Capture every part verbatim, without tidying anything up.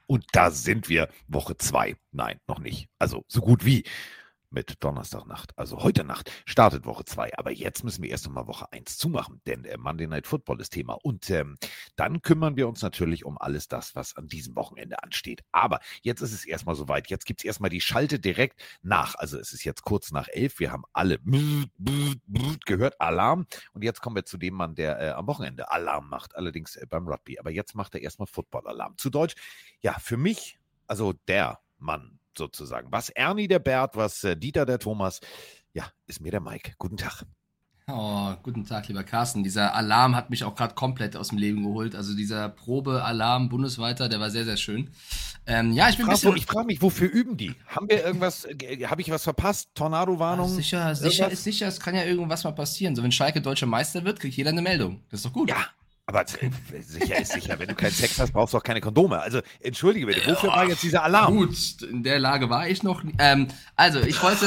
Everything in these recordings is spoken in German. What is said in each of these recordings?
Und da sind wir Woche zwei. Nein, noch nicht. Also so gut wie. Mit Donnerstagnacht, also heute Nacht, startet Woche zwei. Aber jetzt müssen wir erst einmal Woche eins zumachen, denn äh, Monday Night Football ist Thema. Und ähm, dann kümmern wir uns natürlich um alles das, was an diesem Wochenende ansteht. Aber jetzt ist es erstmal soweit. Jetzt gibt es erstmal die Schalte direkt nach. Also es ist jetzt kurz nach elf. Wir haben alle gehört, Alarm. Und jetzt kommen wir zu dem Mann, der äh, am Wochenende Alarm macht. Allerdings äh, beim Rugby. Aber jetzt macht er erstmal Football-Alarm. Zu Deutsch, ja, für mich, also der Mann, sozusagen. Was Ernie der Bert, was äh, Dieter der Thomas, ja, ist mir der Mike. Guten Tag. Oh, guten Tag, lieber Carsten. Dieser Alarm hat mich auch gerade komplett aus dem Leben geholt. Also dieser Probe-Alarm bundesweiter, der war sehr, sehr schön. Ähm, ja, ich Ich bin ein frage bisschen. frag mich, wofür üben die? Haben wir irgendwas, äh, habe ich was verpasst? Ah, Tornado-Warnung? sicher, sicher ist Irgendwas? sicher, es kann ja irgendwas mal passieren. So, wenn Schalke deutscher Meister wird, kriegt jeder eine Meldung. Das ist doch gut. Ja, aber äh, sicher ist sicher. Wenn du keinen Sex hast, brauchst du auch keine Kondome. Also, entschuldige bitte, wofür war Ja, jetzt dieser Alarm? gut, in der Lage war ich noch. nie. Ähm, also, ich wollte.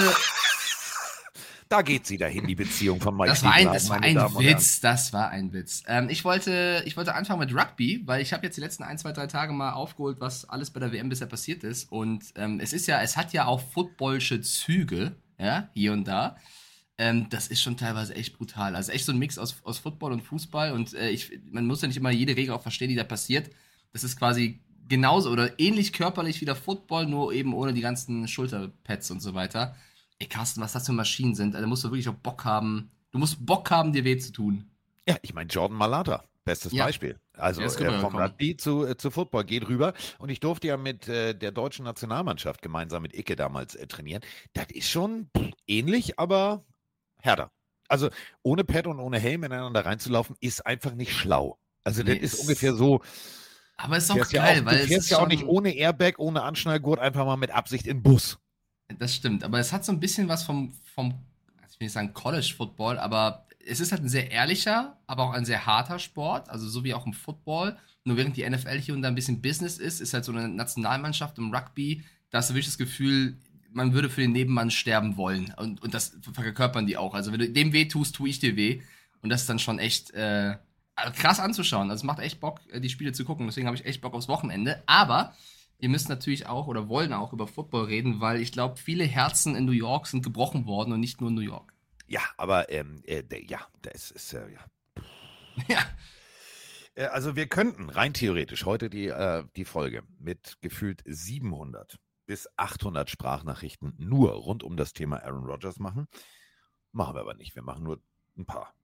Da geht sie dahin, die Beziehung von Mike Das war ein, Stiefelhagen, das war meine ein Damen und Herren. Witz, das war ein Witz. Ähm, ich wollte, ich wollte anfangen mit Rugby, weil ich habe jetzt die letzten ein, zwei, drei Tage mal aufgeholt, was alles bei der W M bisher passiert ist. Und ähm, es ist ja, es hat ja auch footballsche Züge, ja, hier und da. Ähm, das ist schon teilweise echt brutal. Also echt so ein Mix aus, aus Football und Fußball. Und äh, ich, man muss ja nicht immer jede Regel auch verstehen, die da passiert. Das ist quasi genauso oder ähnlich körperlich wie der Football, nur eben ohne die ganzen Schulterpads und so weiter. Ey, Carsten, was das für Maschinen sind, da musst du wirklich auch Bock haben. Du musst Bock haben, dir weh zu tun. Ja, ich meine, Jordan Malata, bestes Ja, Beispiel. er Also ist äh, vom rübergekommen. Rugby zu, äh, zu Football geht rüber. Und ich durfte ja mit äh, der deutschen Nationalmannschaft gemeinsam mit Icke damals äh, trainieren. Das ist schon pff, ähnlich, aber härter. Also ohne Pad und ohne Helm ineinander reinzulaufen, ist einfach nicht schlau. Also Nee, das ist ungefähr ist. so, Aber ist auch fährst ja auch, geil, du weil es fährst ist ja auch nicht schon. ohne Airbag, ohne Anschnallgurt, einfach mal mit Absicht in den Bus. Das stimmt, aber es hat so ein bisschen was vom, vom also ich will nicht sagen College Football, aber es ist halt ein sehr ehrlicher, aber auch ein sehr harter Sport, also so wie auch im Football. Nur während die N F L hier und da ein bisschen Business ist, ist halt so eine Nationalmannschaft im Rugby, da hast du wirklich das Gefühl, man würde für den Nebenmann sterben wollen. Und, und das verkörpern die auch. Also wenn du dem weh tust, tue ich dir weh. Und das ist dann schon echt äh, krass anzuschauen. Also es macht echt Bock, äh, die Spiele zu gucken. Deswegen habe ich echt Bock aufs Wochenende. Aber wir müssen natürlich auch oder wollen auch über Football reden, weil ich glaube, viele Herzen in New York sind gebrochen worden und nicht nur in New York. Ja, aber ähm, äh, der, ja, das ist äh, ja. Ja, Äh, Also wir könnten rein theoretisch heute die, äh, die Folge mit gefühlt siebenhundert bis achthundert Sprachnachrichten nur rund um das Thema Aaron Rodgers machen. Machen wir aber nicht. Wir machen nur ein paar.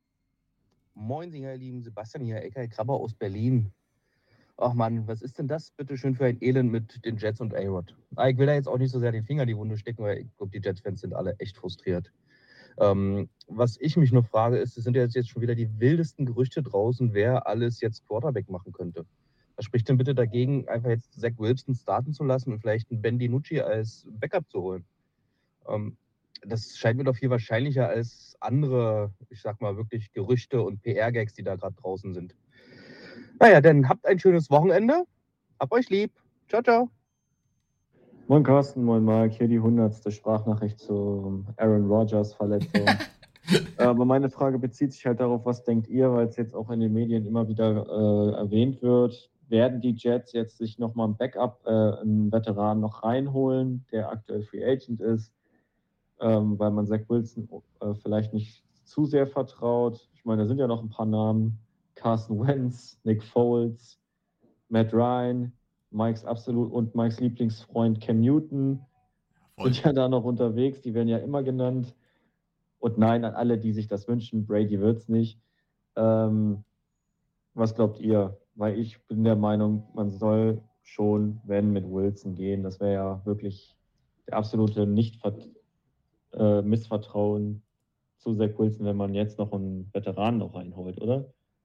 Moin, ihr Lieben, Sebastian hier, A K Krabber aus Berlin. Ach Mann, was ist denn das bitte schön für ein Elend mit den Jets und A-Rod? Ah, ich will da jetzt auch nicht so sehr den Finger in die Wunde stecken, weil ich glaube, die Jets-Fans sind alle echt frustriert. Ähm, was ich mich nur frage, ist, es sind ja jetzt schon wieder die wildesten Gerüchte draußen, wer alles jetzt Quarterback machen könnte. Was spricht denn bitte dagegen, einfach jetzt Zach Wilson starten zu lassen und vielleicht einen Ben DiNucci als Backup zu holen? Ähm, das scheint mir doch viel wahrscheinlicher als andere, ich sag mal, wirklich Gerüchte und P R-Gags, die da gerade draußen sind. Naja, dann habt ein schönes Wochenende. Hab euch lieb. Ciao, ciao. Moin Carsten, moin Marc, hier die hundertste Sprachnachricht zur Aaron Rodgers Verletzung. Aber meine Frage bezieht sich halt darauf, was denkt ihr, weil es jetzt auch in den Medien immer wieder äh, erwähnt wird. Werden die Jets jetzt sich nochmal ein Backup, äh, einen Veteran noch reinholen, der aktuell Free Agent ist, ähm, weil man Zach Wilson äh, vielleicht nicht zu sehr vertraut? Ich meine, da sind ja noch ein paar Namen. Carson Wentz, Nick Foles, Matt Ryan, Mikes absolut und Mikes Lieblingsfreund Cam Newton voll. sind ja da noch unterwegs, die werden ja immer genannt. Und nein, an alle, die sich das wünschen, Brady wird es nicht. Ähm, was glaubt ihr? Weil ich bin der Meinung, man soll schon, wenn, mit Wilson gehen. Das wäre ja wirklich der absolute nicht äh, Missvertrauen zu Zach Wilson, wenn man jetzt noch einen Veteran noch reinholt, oder?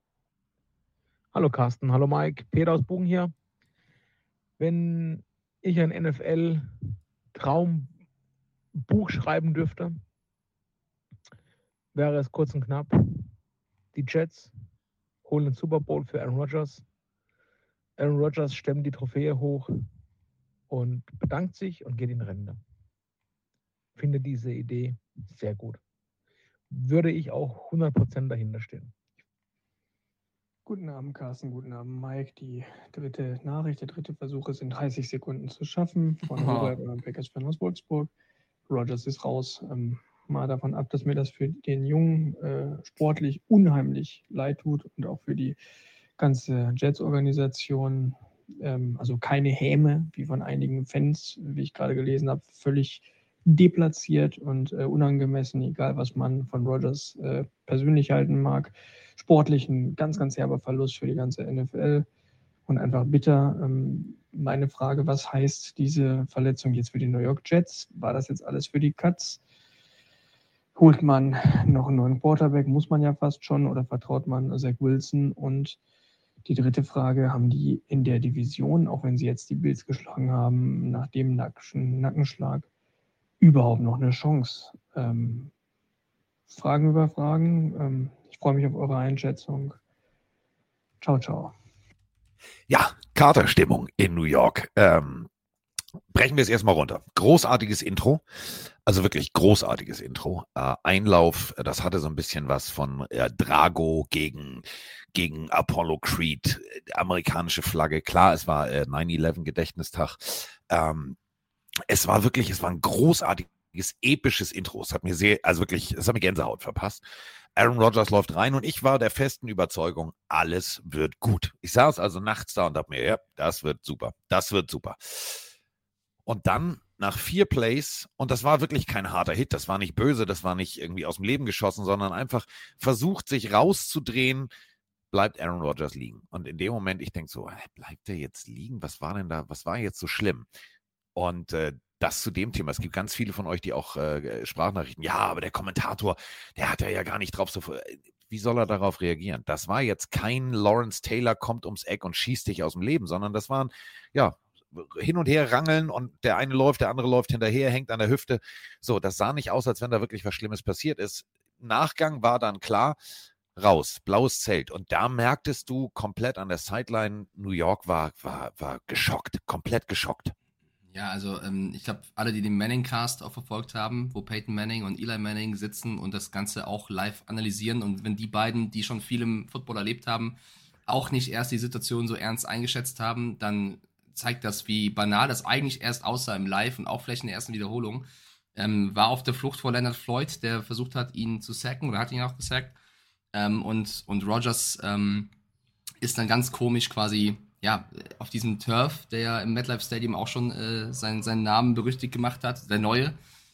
Hallo Carsten, hallo Mike, Peter aus Bogen hier. Wenn ich ein N F L-Traumbuch schreiben dürfte, wäre es kurz und knapp: Die Jets holen den Super Bowl für Aaron Rodgers. Aaron Rodgers stemmt die Trophäe hoch und bedankt sich und geht in Rente. Finde diese Idee sehr gut. Würde ich auch hundert Prozent dahinter stehen. Guten Abend, Carsten. Guten Abend, Mike. Die dritte Nachricht, der dritte Versuch ist in dreißig Sekunden zu schaffen. Von Oh. Robert, eurem Packers-Fan aus Wolfsburg. Rodgers ist raus. Ähm, mal davon ab, dass mir das für den Jungen äh, sportlich unheimlich leid tut und auch für die ganze Jets-Organisation. Ähm, also keine Häme, wie von einigen Fans, wie ich gerade gelesen habe, völlig deplatziert und äh, unangemessen, egal was man von Rodgers äh, persönlich halten mag. Sportlich ein ganz, ganz herber Verlust für die ganze N F L und einfach bitter. Ähm, meine Frage, was heißt diese Verletzung jetzt für die New York Jets? War das jetzt alles für die Cuts? Holt man noch einen neuen Quarterback? Muss man ja fast schon. Oder vertraut man Zach Wilson? Und die dritte Frage, haben die in der Division, auch wenn sie jetzt die Bills geschlagen haben, nach dem Nacken- Nackenschlag, überhaupt noch eine Chance? Ähm, Fragen über Fragen. Ähm, ich freue mich auf eure Einschätzung. Ciao, ciao. Ja, Katerstimmung in New York. Ähm, brechen wir es erstmal runter. Großartiges Intro. Also wirklich großartiges Intro. Äh, Einlauf, das hatte so ein bisschen was von äh, Drago gegen, gegen Apollo Creed, äh, amerikanische Flagge. Klar, es war äh, nine eleven Gedächtnistag. Ähm, es war wirklich, es war ein großartiges, episches Intro. Es hat mir sehr, also wirklich, es hat mir Gänsehaut verpasst. Aaron Rodgers läuft rein und ich war der festen Überzeugung, alles wird gut. Ich saß also nachts da und dachte mir, ja, das wird super, das wird super. Und dann nach vier Plays, und das war wirklich kein harter Hit, das war nicht böse, das war nicht irgendwie aus dem Leben geschossen, sondern einfach versucht, sich rauszudrehen, bleibt Aaron Rodgers liegen. Und in dem Moment, ich denke so, bleibt der jetzt liegen? Was war denn da, was war jetzt so schlimm? Und äh, das zu dem Thema. Es gibt ganz viele von euch, die auch äh, Sprachnachrichten, ja, aber der Kommentator, der hat ja gar nicht drauf so. Wie soll er darauf reagieren? Das war jetzt kein Lawrence Taylor kommt ums Eck und schießt dich aus dem Leben, sondern das waren, ja, hin und her rangeln und der eine läuft, der andere läuft hinterher, hängt an der Hüfte. So, das sah nicht aus, als wenn da wirklich was Schlimmes passiert ist. Nachgang war dann klar, raus, blaues Zelt. Und da merktest du komplett an der Sideline, New York war, war, war geschockt, komplett geschockt. Ja, also ähm, ich glaube, alle, die den Manning-Cast auch verfolgt haben, wo Peyton Manning und Eli Manning sitzen und das Ganze auch live analysieren und wenn die beiden, die schon viel im Football erlebt haben, auch nicht erst die Situation so ernst eingeschätzt haben, dann zeigt das, wie banal das eigentlich erst aussah im Live und auch vielleicht in der ersten Wiederholung. Ähm, war auf der Flucht vor Leonard Floyd, der versucht hat, ihn zu sacken oder hat ihn auch gesackt. Ähm, und, und Rodgers ähm, ist dann ganz komisch quasi ja, auf diesem Turf, der ja im MetLife Stadium auch schon äh, seinen, seinen Namen berüchtigt gemacht hat, der neue,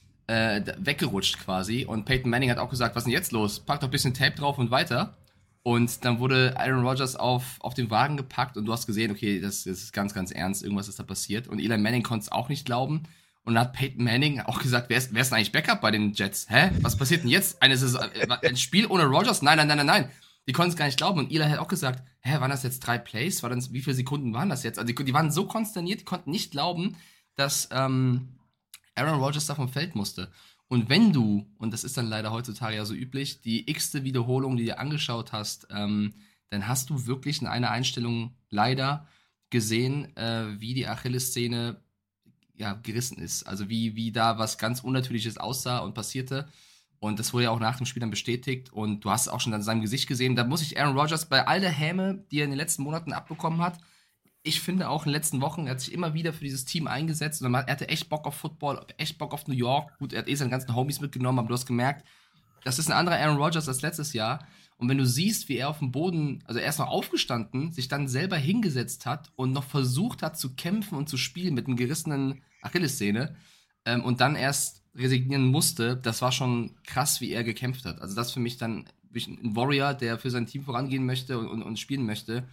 äh, weggerutscht quasi. Und Peyton Manning hat auch gesagt, was ist denn jetzt los? Pack doch ein bisschen Tape drauf und weiter. Und dann wurde Aaron Rodgers auf, auf den Wagen gepackt und du hast gesehen, okay, das, das ist ganz, ganz ernst, irgendwas ist da passiert. Und Eli Manning konnte es auch nicht glauben. Und dann hat Peyton Manning auch gesagt, wer ist, wer ist denn eigentlich Backup bei den Jets? Hä? Was passiert denn jetzt? Eine Saison, ein Spiel ohne Rodgers? Nein, nein, nein, nein, nein. Die konnten es gar nicht glauben. Und Eli hat auch gesagt, hä, waren das jetzt drei Plays? War das, wie viele Sekunden waren das jetzt? Also die, die waren so konsterniert, die konnten nicht glauben, dass ähm, Aaron Rodgers da vom Feld musste. Und wenn du, und das ist dann leider heutzutage ja so üblich, die x-te Wiederholung, die dir angeschaut hast, ähm, dann hast du wirklich in einer Einstellung leider gesehen, äh, wie die Achillessehne ja, gerissen ist. Also wie, wie da was ganz Unnatürliches aussah und passierte. Und das wurde ja auch nach dem Spiel dann bestätigt. Und du hast es auch schon an seinem Gesicht gesehen. Da muss ich Aaron Rodgers bei all der Häme, die er in den letzten Monaten abbekommen hat, ich finde auch in den letzten Wochen, er hat sich immer wieder für dieses Team eingesetzt und er hatte echt Bock auf Football, echt Bock auf New York. Gut, er hat eh seine ganzen Homies mitgenommen, aber du hast gemerkt, das ist ein anderer Aaron Rodgers als letztes Jahr. Und wenn du siehst, wie er auf dem Boden, also er ist noch aufgestanden, sich dann selber hingesetzt hat und noch versucht hat zu kämpfen und zu spielen mit einem gerissenen Achillessehne ähm, und dann erst resignieren musste, das war schon krass, wie er gekämpft hat. Also das für mich dann ein Warrior, der für sein Team vorangehen möchte und, und, und spielen möchte.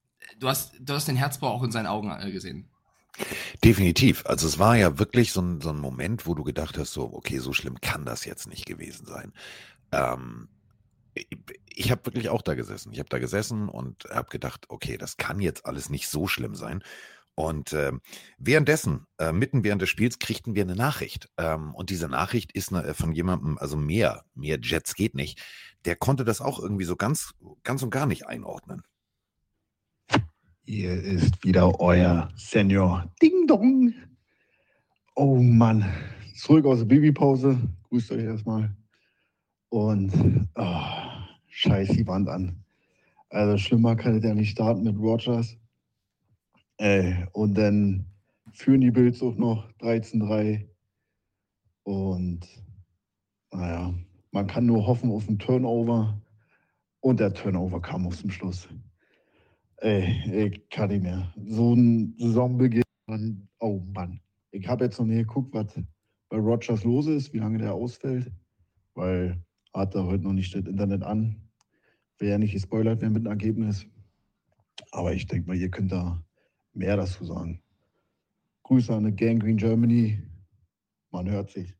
Du hast, du hast den Herzbau auch in seinen Augen gesehen. Definitiv. Also es war ja wirklich so ein, so ein Moment, wo du gedacht hast, so, okay, so schlimm kann das jetzt nicht gewesen sein. Ähm, ich ich habe wirklich auch da gesessen. Ich habe da gesessen und habe gedacht, okay, das kann jetzt alles nicht so schlimm sein. Und äh, währenddessen, äh, mitten während des Spiels, kriegten wir eine Nachricht. Ähm, und diese Nachricht ist eine, von jemandem, also mehr, mehr Jets geht nicht. Der konnte das auch irgendwie so ganz, ganz und gar nicht einordnen. Hier ist wieder euer Senior Ding Dong. Oh Mann, zurück aus der Babypause. Grüßt euch erstmal. Und oh, scheiß die Wand an. Also schlimmer kann es ja nicht starten mit Rodgers. Äh, und dann führen die Bills auch noch dreizehn drei. Und naja, man kann nur hoffen auf einen Turnover. Und der Turnover kam aus dem Schluss. Ey, ich kann nicht mehr. So ein Saisonbeginn. Und, oh Mann. Ich habe jetzt noch nie geguckt, was bei Rodgers los ist, wie lange der ausfällt. Weil hat er heute noch nicht das Internet an. Wäre ja nicht gespoilert werden mit dem Ergebnis. Aber ich denke mal, ihr könnt da mehr dazu sagen. Grüße an die Gang Green Germany. Man hört sich.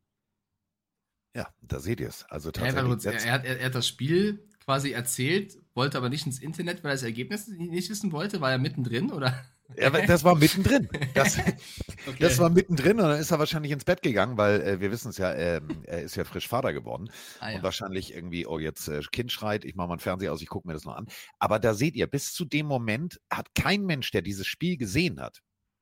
Ja, da seht ihr es. Also Ja, weil tatsächlich. uns, er, er, hat, er, er hat das Spiel quasi erzählt, wollte aber nicht ins Internet, weil er das Ergebnis nicht wissen wollte. War er mittendrin, oder? Ja, das war mittendrin. Das, Okay. das war mittendrin und dann ist er wahrscheinlich ins Bett gegangen, weil äh, wir wissen es ja, ähm, er ist ja frisch Vater geworden. Ah, ja. Und wahrscheinlich irgendwie, oh, jetzt äh, Kind schreit, ich mache mal einen Fernseher aus, ich gucke mir das noch an. Aber da seht ihr, bis zu dem Moment hat kein Mensch, der dieses Spiel gesehen hat,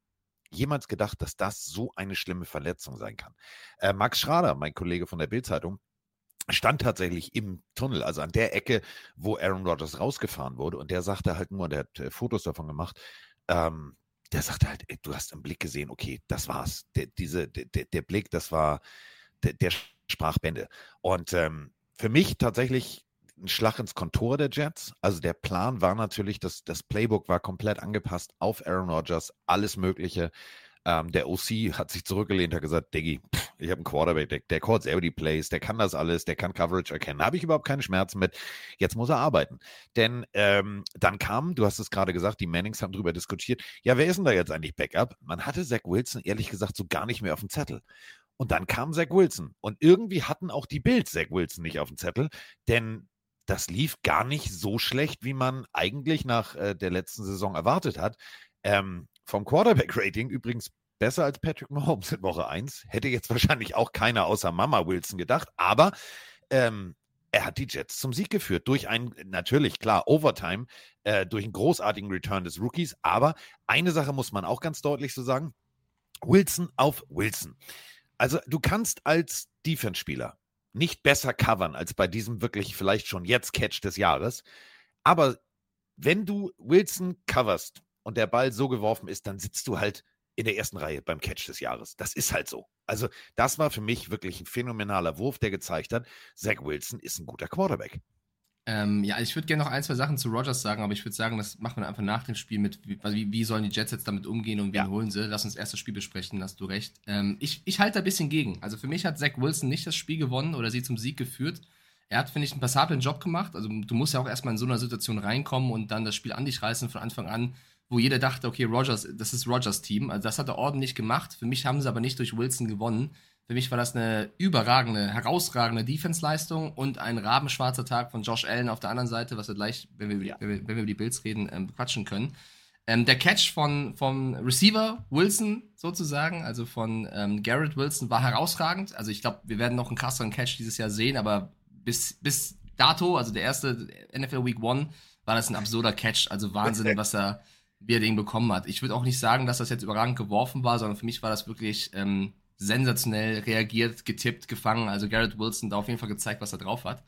jemals gedacht, dass das so eine schlimme Verletzung sein kann. Äh, Max Schrader, mein Kollege von der Bild-Zeitung, stand tatsächlich im Tunnel, also an der Ecke, wo Aaron Rodgers rausgefahren wurde. Und der sagte halt nur, der hat äh, Fotos davon gemacht, ähm, der sagte halt, ey, du hast im Blick gesehen, okay, das war's. Der, diese, der, der Blick, das war, der, der sprach Bände. Und ähm, für mich tatsächlich ein Schlag ins Kontor der Jets. Also der Plan war natürlich, dass das Playbook war komplett angepasst auf Aaron Rodgers, alles Mögliche. Ähm, der O C hat sich zurückgelehnt, hat gesagt, Diggi, pff, ich habe einen Quarterback, der, der calls every plays, der kann das alles, der kann Coverage erkennen, habe ich überhaupt keine Schmerzen mit. Jetzt muss er arbeiten. Denn ähm, dann kam, du hast es gerade gesagt, die Mannings haben darüber diskutiert, ja, wer ist denn da jetzt eigentlich Backup? Man hatte Zach Wilson ehrlich gesagt so gar nicht mehr auf dem Zettel. Und dann kam Zach Wilson. Und irgendwie hatten auch die Bills Zach Wilson nicht auf dem Zettel, denn das lief gar nicht so schlecht, wie man eigentlich nach äh, der letzten Saison erwartet hat. Ähm, vom Quarterback-Rating übrigens besser als Patrick Mahomes in Woche eins. Hätte jetzt wahrscheinlich auch keiner außer Mama Wilson gedacht. Aber ähm, er hat die Jets zum Sieg geführt. Durch einen, natürlich, klar, Overtime, äh, durch einen großartigen Return des Rookies. Aber eine Sache muss man auch ganz deutlich so sagen. Wilson auf Wilson. Also du kannst als Defense-Spieler nicht besser covern als bei diesem wirklich vielleicht schon jetzt Catch des Jahres. Aber wenn du Wilson coverst und der Ball so geworfen ist, dann sitzt du halt in der ersten Reihe beim Catch des Jahres. Das ist halt so. Also das war für mich wirklich ein phänomenaler Wurf, der gezeigt hat, Zach Wilson ist ein guter Quarterback. Ähm, ja, ich würde gerne noch ein, zwei Sachen zu Rodgers sagen, aber ich würde sagen, das machen wir einfach nach dem Spiel mit, wie, also wie, wie sollen die Jets jetzt damit umgehen und wen Ja. holen sie? Lass uns erst das Spiel besprechen, hast du recht. Ähm, ich ich halte da ein bisschen gegen. Also für mich hat Zach Wilson nicht das Spiel gewonnen oder sie zum Sieg geführt. Er hat, finde ich, einen passablen Job gemacht. Also du musst ja auch erstmal in so einer Situation reinkommen und dann das Spiel an dich reißen von Anfang an, wo jeder dachte, okay, Rodgers, das ist Rodgers Team. Also das hat er ordentlich gemacht. Für mich haben sie aber nicht durch Wilson gewonnen. Für mich war das eine überragende, herausragende Defense-Leistung und ein rabenschwarzer Tag von Josh Allen auf der anderen Seite, was wir gleich, wenn wir, ja. wenn wir, wenn wir über die Bills reden, ähm, bequatschen können. Ähm, der Catch von, vom Receiver Wilson sozusagen, also von ähm, Garrett Wilson, war herausragend. Also ich glaube, wir werden noch einen krasseren Catch dieses Jahr sehen, aber bis, bis dato, also der erste N F L Week One, war das ein absurder Catch. Also Wahnsinn, was er, wie er den bekommen hat. Ich würde auch nicht sagen, dass das jetzt überragend geworfen war, sondern für mich war das wirklich ähm, sensationell reagiert, getippt, gefangen. Also Garrett Wilson da auf jeden Fall gezeigt, was er drauf hat.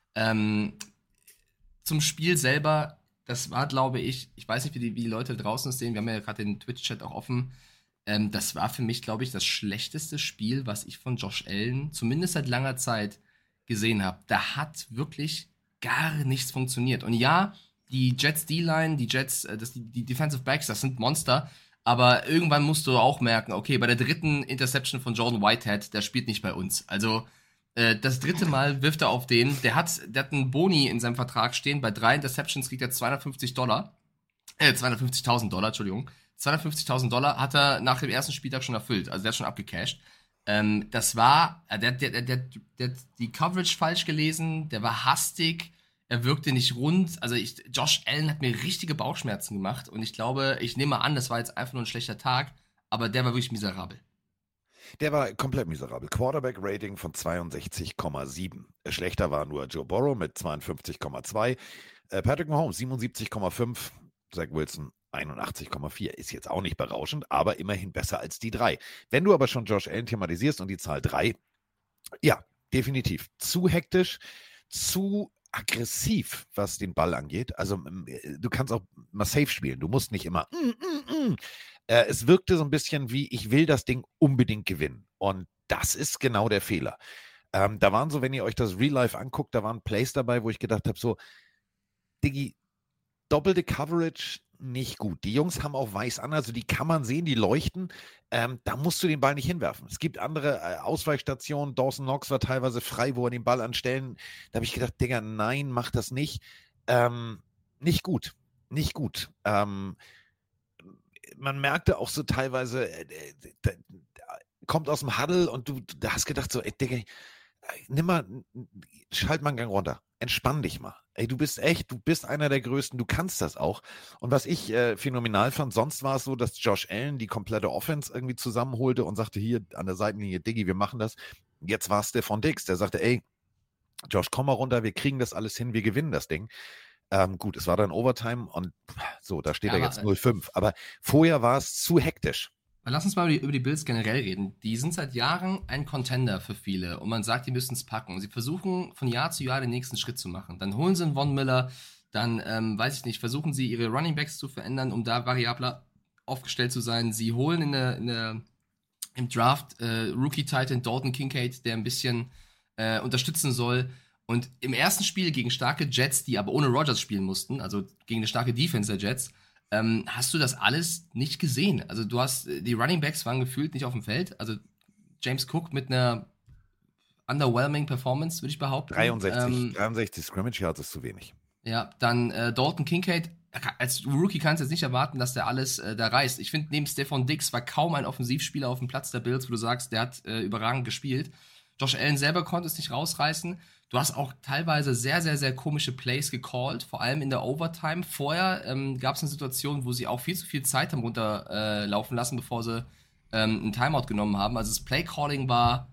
Ähm, zum Spiel selber, das war, glaube ich, ich weiß nicht, wie die, wie die Leute draußen es sehen, wir haben ja gerade den Twitch-Chat auch offen, ähm, das war für mich, glaube ich, das schlechteste Spiel, was ich von Josh Allen, zumindest seit langer Zeit, gesehen habe. Da hat wirklich gar nichts funktioniert. Und ja, die Jets D-Line, die Jets, das, die, die Defensive Backs, das sind Monster, aber irgendwann musst du auch merken, okay, bei der dritten Interception von Jordan Whitehead, der spielt nicht bei uns. Also äh, das dritte Mal wirft er auf den, der hat, der hat einen Boni in seinem Vertrag stehen, bei drei Interceptions kriegt er zweihundertfünfzig Dollar, äh, zweihundertfünfzigtausend Dollar, Entschuldigung, zweihundertfünfzigtausend Dollar hat er nach dem ersten Spieltag schon erfüllt, also der hat schon abgecasht. Ähm, das war, äh, der, der, der, der, der hat die Coverage falsch gelesen, der war hastig, er wirkte nicht rund. Also ich, Josh Allen hat mir richtige Bauchschmerzen gemacht. Und ich glaube, ich nehme an, das war jetzt einfach nur ein schlechter Tag. Aber der war wirklich miserabel. Der war komplett miserabel. Quarterback-Rating von zweiundsechzig Komma sieben. Schlechter war nur Joe Burrow mit zweiundfünfzig Komma zwei. Äh, Patrick Mahomes siebenundsiebzig Komma fünf. Zach Wilson einundachtzig Komma vier. Ist jetzt auch nicht berauschend, aber immerhin besser als die drei. Wenn du aber schon Josh Allen thematisierst und die Zahl drei, ja, definitiv. Zu hektisch, zu aggressiv, was den Ball angeht. Also du kannst auch mal safe spielen. Du musst nicht immer mm, mm, mm. Äh, es wirkte so ein bisschen wie, ich will das Ding unbedingt gewinnen. Und das ist genau der Fehler. Ähm, da waren so, wenn ihr euch das Real Life anguckt, da waren Plays dabei, wo ich gedacht habe, so, Diggi, doppelte Coverage, nicht gut. Die Jungs haben auch weiß an, also die kann man sehen, die leuchten. Ähm, da musst du den Ball nicht hinwerfen. Es gibt andere äh, Ausweichstationen. Dawson Knox war teilweise frei, wo er den Ball anstellen. Da habe ich gedacht, Digga, nein, mach das nicht. Ähm, nicht gut. Nicht gut. Ähm, man merkte auch so teilweise, äh, äh, kommt aus dem Huddle und du, du hast gedacht so, ey, Digga, nimm mal, schalt mal einen Gang runter. Entspann dich mal. Ey, du bist echt, du bist einer der Größten, du kannst das auch. Und was ich äh, phänomenal fand, sonst war es so, dass Josh Allen die komplette Offense irgendwie zusammenholte und sagte, hier an der Seitenlinie, Diggi, wir machen das. Jetzt war es der von Dix, der sagte, ey, Josh, komm mal runter, wir kriegen das alles hin, wir gewinnen das Ding. Ähm, gut, es war dann Overtime und so, da steht Ja, er aber, jetzt null fünf. Aber vorher war es zu hektisch. Lass uns mal über die, über die Bills generell reden. Die sind seit Jahren ein Contender für viele und man sagt, die müssen es packen. Sie versuchen von Jahr zu Jahr den nächsten Schritt zu machen. Dann holen sie einen Von Miller, dann, ähm, weiß ich nicht, versuchen sie ihre Running Backs zu verändern, um da variabler aufgestellt zu sein. Sie holen in der, in der, im Draft äh, Rookie-Titan Dalton Kincaid, der ein bisschen äh, unterstützen soll. Und im ersten Spiel gegen starke Jets, die aber ohne Rodgers spielen mussten, also gegen eine starke Defense der Jets, Ähm, hast du das alles nicht gesehen? Also du hast, die Running Backs waren gefühlt nicht auf dem Feld. Also James Cook mit einer underwhelming Performance, würde ich behaupten. dreiundsechzig, Ähm, dreiundsechzig Scrimmage Yards ist zu wenig. ja, dann äh, Dalton Kincaid. Als Rookie kannst du jetzt nicht erwarten, dass der alles äh, da reißt. Ich finde, neben Stephon Diggs war kaum ein Offensivspieler auf dem Platz der Bills, wo du sagst, der hat äh, überragend gespielt. Josh Allen selber konnte es nicht rausreißen. Du hast auch teilweise sehr, sehr, sehr komische Plays gecallt, vor allem in der Overtime. Vorher ähm, gab es eine Situation, wo sie auch viel zu viel Zeit haben runterlaufen äh, laufen lassen, bevor sie ähm, einen Timeout genommen haben. Also das Play-Calling war,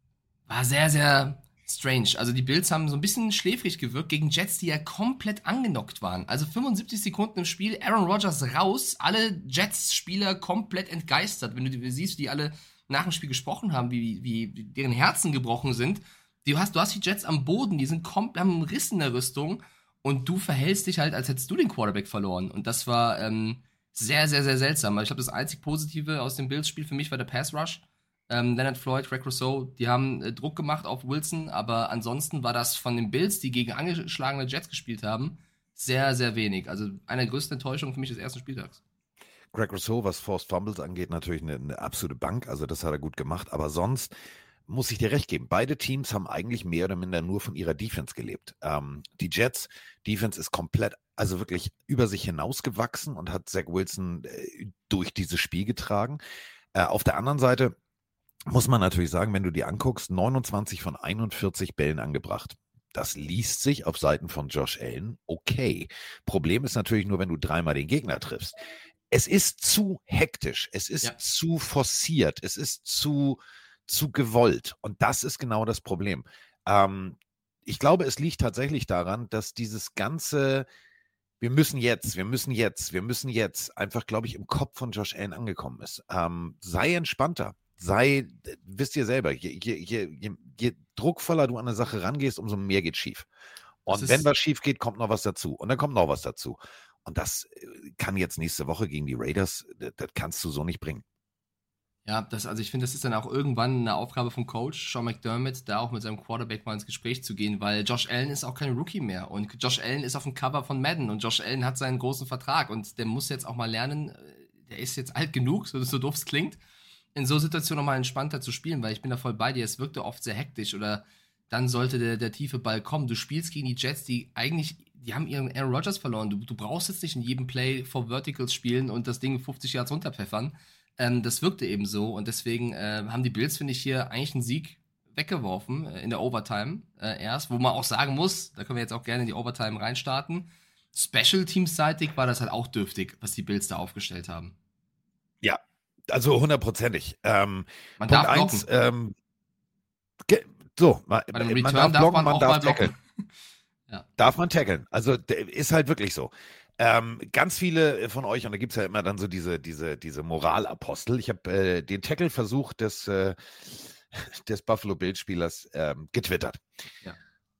war sehr, sehr strange. Also die Bills haben so ein bisschen schläfrig gewirkt gegen Jets, die ja komplett angenockt waren. Also fünfundsiebzig Sekunden im Spiel, Aaron Rodgers raus, alle Jets-Spieler komplett entgeistert. Wenn du die, siehst, wie die alle nach dem Spiel gesprochen haben, wie, wie, wie deren Herzen gebrochen sind. Du hast, du hast die Jets am Boden, die sind komplett, haben einen Riss in der Rüstung und du verhältst dich halt, als hättest du den Quarterback verloren. Und das war ähm, sehr, sehr, sehr seltsam. Ich glaube, das einzig Positive aus dem Bills-Spiel für mich war der Pass-Rush. Ähm, Leonard Floyd, Greg Rousseau, die haben äh, Druck gemacht auf Wilson, aber ansonsten war das von den Bills, die gegen angeschlagene Jets gespielt haben, sehr, sehr wenig. Also eine der größten Enttäuschungen für mich des ersten Spieltags. Greg Rousseau, was Forced Fumbles angeht, natürlich eine, eine absolute Bank. Also das hat er gut gemacht. Aber sonst muss ich dir recht geben. Beide Teams haben eigentlich mehr oder minder nur von ihrer Defense gelebt. Ähm, die Jets Defense ist komplett, also wirklich über sich hinausgewachsen und hat Zach Wilson äh, durch dieses Spiel getragen. Äh, auf der anderen Seite muss man natürlich sagen, wenn du dir anguckst, neunundzwanzig von einundvierzig Bällen angebracht. Das liest sich auf Seiten von Josh Allen okay. Problem ist natürlich nur, wenn du dreimal den Gegner triffst. Es ist zu hektisch, es ist ja. zu forciert, es ist zu zu gewollt. Und das ist genau das Problem. Ähm, ich glaube, es liegt tatsächlich daran, dass dieses ganze, wir müssen jetzt, wir müssen jetzt, wir müssen jetzt, einfach, glaube ich, im Kopf von Josh Allen angekommen ist. Ähm, sei entspannter. Sei, wisst ihr selber, je, je, je, je druckvoller du an eine Sache rangehst, umso mehr geht schief. Und wenn was schief geht, kommt noch was dazu. Und dann kommt noch was dazu. Und das kann jetzt nächste Woche gegen die Raiders, das, das kannst du so nicht bringen. Ja, das, also ich finde, das ist dann auch irgendwann eine Aufgabe vom Coach, Sean McDermott, da auch mit seinem Quarterback mal ins Gespräch zu gehen, weil Josh Allen ist auch kein Rookie mehr und Josh Allen ist auf dem Cover von Madden und Josh Allen hat seinen großen Vertrag und der muss jetzt auch mal lernen, der ist jetzt alt genug, so, so doof es klingt, in so Situationen nochmal entspannter zu spielen, weil ich bin da voll bei dir, es wirkte oft sehr hektisch oder dann sollte der, der tiefe Ball kommen. Du spielst gegen die Jets, die eigentlich, die haben ihren Aaron Rodgers verloren, du, du brauchst jetzt nicht in jedem Play vor Verticals spielen und das Ding fünfzig Yards runterpfeffern. Ähm, das wirkte eben so und deswegen äh, haben die Bills, finde ich, hier eigentlich einen Sieg weggeworfen äh, in der Overtime äh, erst, wo man auch sagen muss, da können wir jetzt auch gerne in die Overtime reinstarten, Special Teams-seitig war das halt auch dürftig, was die Bills da aufgestellt haben. Ja, also hundertprozentig. Ähm, man Punkt darf eins, blocken. Ähm, ge- so, man, Bei dem man Return darf darf blocken, man man auch darf mal blocken. tackeln. Ja. Darf man tackeln. Also der, ist halt wirklich so. Ähm, ganz viele von euch, und da gibt es ja immer dann so diese, diese, diese Moralapostel. Ich habe äh, den Tackle-Versuch des, äh, des Buffalo Bills-Spielers ähm, getwittert. Ja.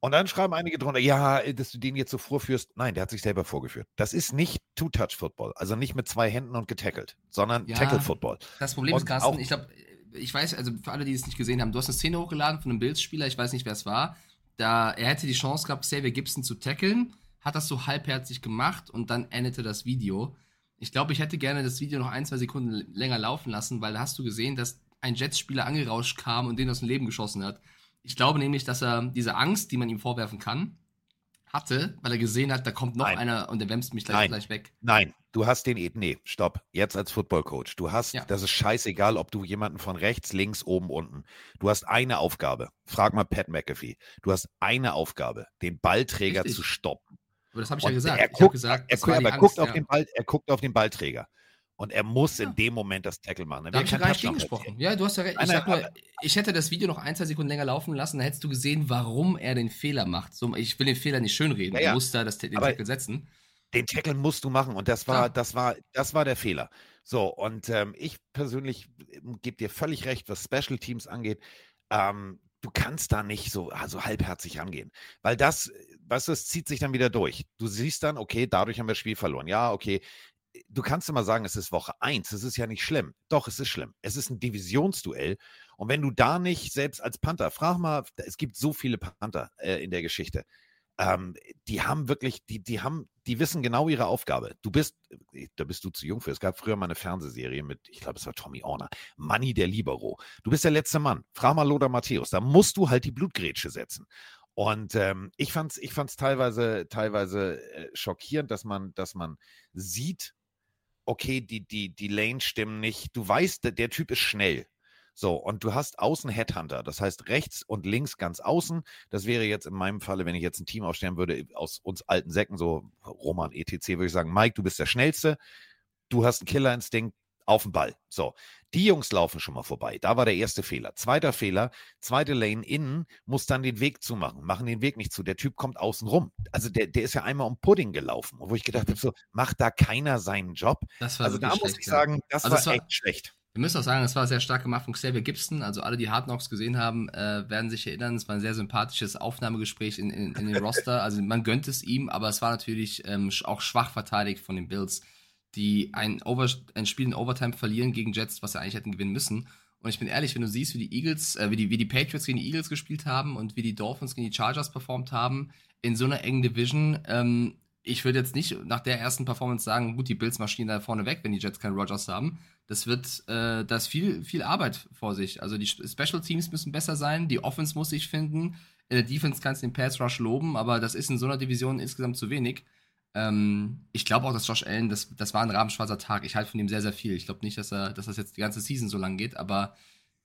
Und dann schreiben einige drunter, ja, dass du den jetzt so vorführst. Nein, der hat sich selber vorgeführt. Das ist nicht Two-Touch-Football, also nicht mit zwei Händen und getackelt, sondern Ja, Tackle-Football. das Problem ist, Und Carsten, auch, ich glaube, ich weiß, also für alle, die es nicht gesehen haben, du hast eine Szene hochgeladen von einem Bills-Spieler, ich weiß nicht, wer es war, da er hätte die Chance gehabt, Xavier Gibson zu tackeln, hat das so halbherzig gemacht und dann endete das Video. Ich glaube, ich hätte gerne das Video noch ein, zwei Sekunden länger laufen lassen, weil da hast du gesehen, dass ein Jets-Spieler angerauscht kam und den aus dem Leben geschossen hat. Ich glaube nämlich, dass er diese Angst, die man ihm vorwerfen kann, hatte, weil er gesehen hat, da kommt noch Nein. einer und der wämst mich gleich, Nein. gleich weg. Nein, du hast den, nee, stopp, jetzt als Football-Coach. Du hast, Ja. das ist scheißegal, ob du jemanden von rechts, links, oben, unten. Du hast eine Aufgabe. Frag mal Pat McAfee. Du hast eine Aufgabe, den Ballträger Richtig. zu stoppen. Aber das habe ich Und ja gesagt. er ich habe guckt, gesagt, er, das war aber die er Angst, guckt ja. auf den Ball, er guckt auf den Ballträger. Und er muss Ja. in dem Moment das Tackle machen. Da habe ich ja gar nicht gegen gesprochen. gesprochen. Ja, du hast ja recht. Ich, Nein, sag nein, nur, ich hätte das Video noch ein, zwei Sekunden länger laufen lassen, dann hättest du gesehen, warum er den Fehler macht. So, ich will den Fehler nicht schönreden. Ja, Er ja. muss da das, den Aber- Tackle setzen. Den Tackle musst du machen und das war, Klar. das war, das war der Fehler. So, und ähm, ich persönlich gebe dir völlig recht, was Special Teams angeht. Ähm, du kannst da nicht so also halbherzig rangehen, weil das, weißt du, es zieht sich dann wieder durch. Du siehst dann, okay, dadurch haben wir das Spiel verloren. Ja, okay. Du kannst immer sagen, es ist Woche eins, es ist ja nicht schlimm. Doch, es ist schlimm. Es ist ein Divisionsduell. Und wenn du da nicht, selbst als Panther, frag mal, es gibt so viele Panther äh, in der Geschichte. Ähm, die haben wirklich, die, die haben, die wissen genau ihre Aufgabe. Du bist, da bist du zu jung für. Es gab früher mal eine Fernsehserie mit, ich glaube, es war Tommy Orner, Manni der Libero. Du bist der letzte Mann. Frag mal Lothar Matthäus. Da musst du halt die Blutgrätsche setzen. Und ähm, ich fand's, ich fand's teilweise, teilweise äh, schockierend, dass man, dass man sieht, okay, die, die, die Lanes stimmen nicht. Du weißt, der, der Typ ist schnell. So, und du hast außen Headhunter, das heißt rechts und links ganz außen. Das wäre jetzt in meinem Falle, wenn ich jetzt ein Team aufstellen würde, aus uns alten Säcken, so Roman et cetera, würde ich sagen, Mike, du bist der Schnellste, du hast einen Killerinstinkt, auf den Ball. So, die Jungs laufen schon mal vorbei. Da war der erste Fehler. Zweiter Fehler, zweite Lane innen muss dann den Weg zumachen. Machen den Weg nicht zu. Der Typ kommt außen rum. Also der, der ist ja einmal um Pudding gelaufen, wo ich gedacht habe, so, macht da keiner seinen Job? Das war Also da wirklich muss schlecht, ich ja. sagen, das Also war es war- echt schlecht. Wir müssen auch sagen, es war sehr stark gemacht von Xavier Gibson. Also alle, die Hard Knocks gesehen haben, äh, werden sich erinnern, es war ein sehr sympathisches Aufnahmegespräch in, in, in den Roster. Also man gönnt es ihm, aber es war natürlich ähm, sch- auch schwach verteidigt von den Bills, die ein, Over ein Spiel in Overtime verlieren gegen Jets, was sie eigentlich hätten gewinnen müssen. Und ich bin ehrlich, wenn du siehst, wie die Eagles, äh, wie die, wie die Patriots gegen die Eagles gespielt haben und wie die Dolphins gegen die Chargers performt haben, in so einer engen Division, ähm, ich würde jetzt nicht nach der ersten Performance sagen, gut, die Bills marschieren da vorne weg, wenn die Jets keinen Rodgers haben. Das wird, äh, da ist viel, viel Arbeit vor sich. Also die Special Teams müssen besser sein, die Offense muss sich finden. In der Defense kannst du den Pass Rush loben, aber das ist in so einer Division insgesamt zu wenig. Ähm, ich glaube auch, dass Josh Allen, das, das war ein rabenschwarzer Tag. Ich halte von ihm sehr, sehr viel. Ich glaube nicht, dass er, dass das jetzt die ganze Season so lang geht, aber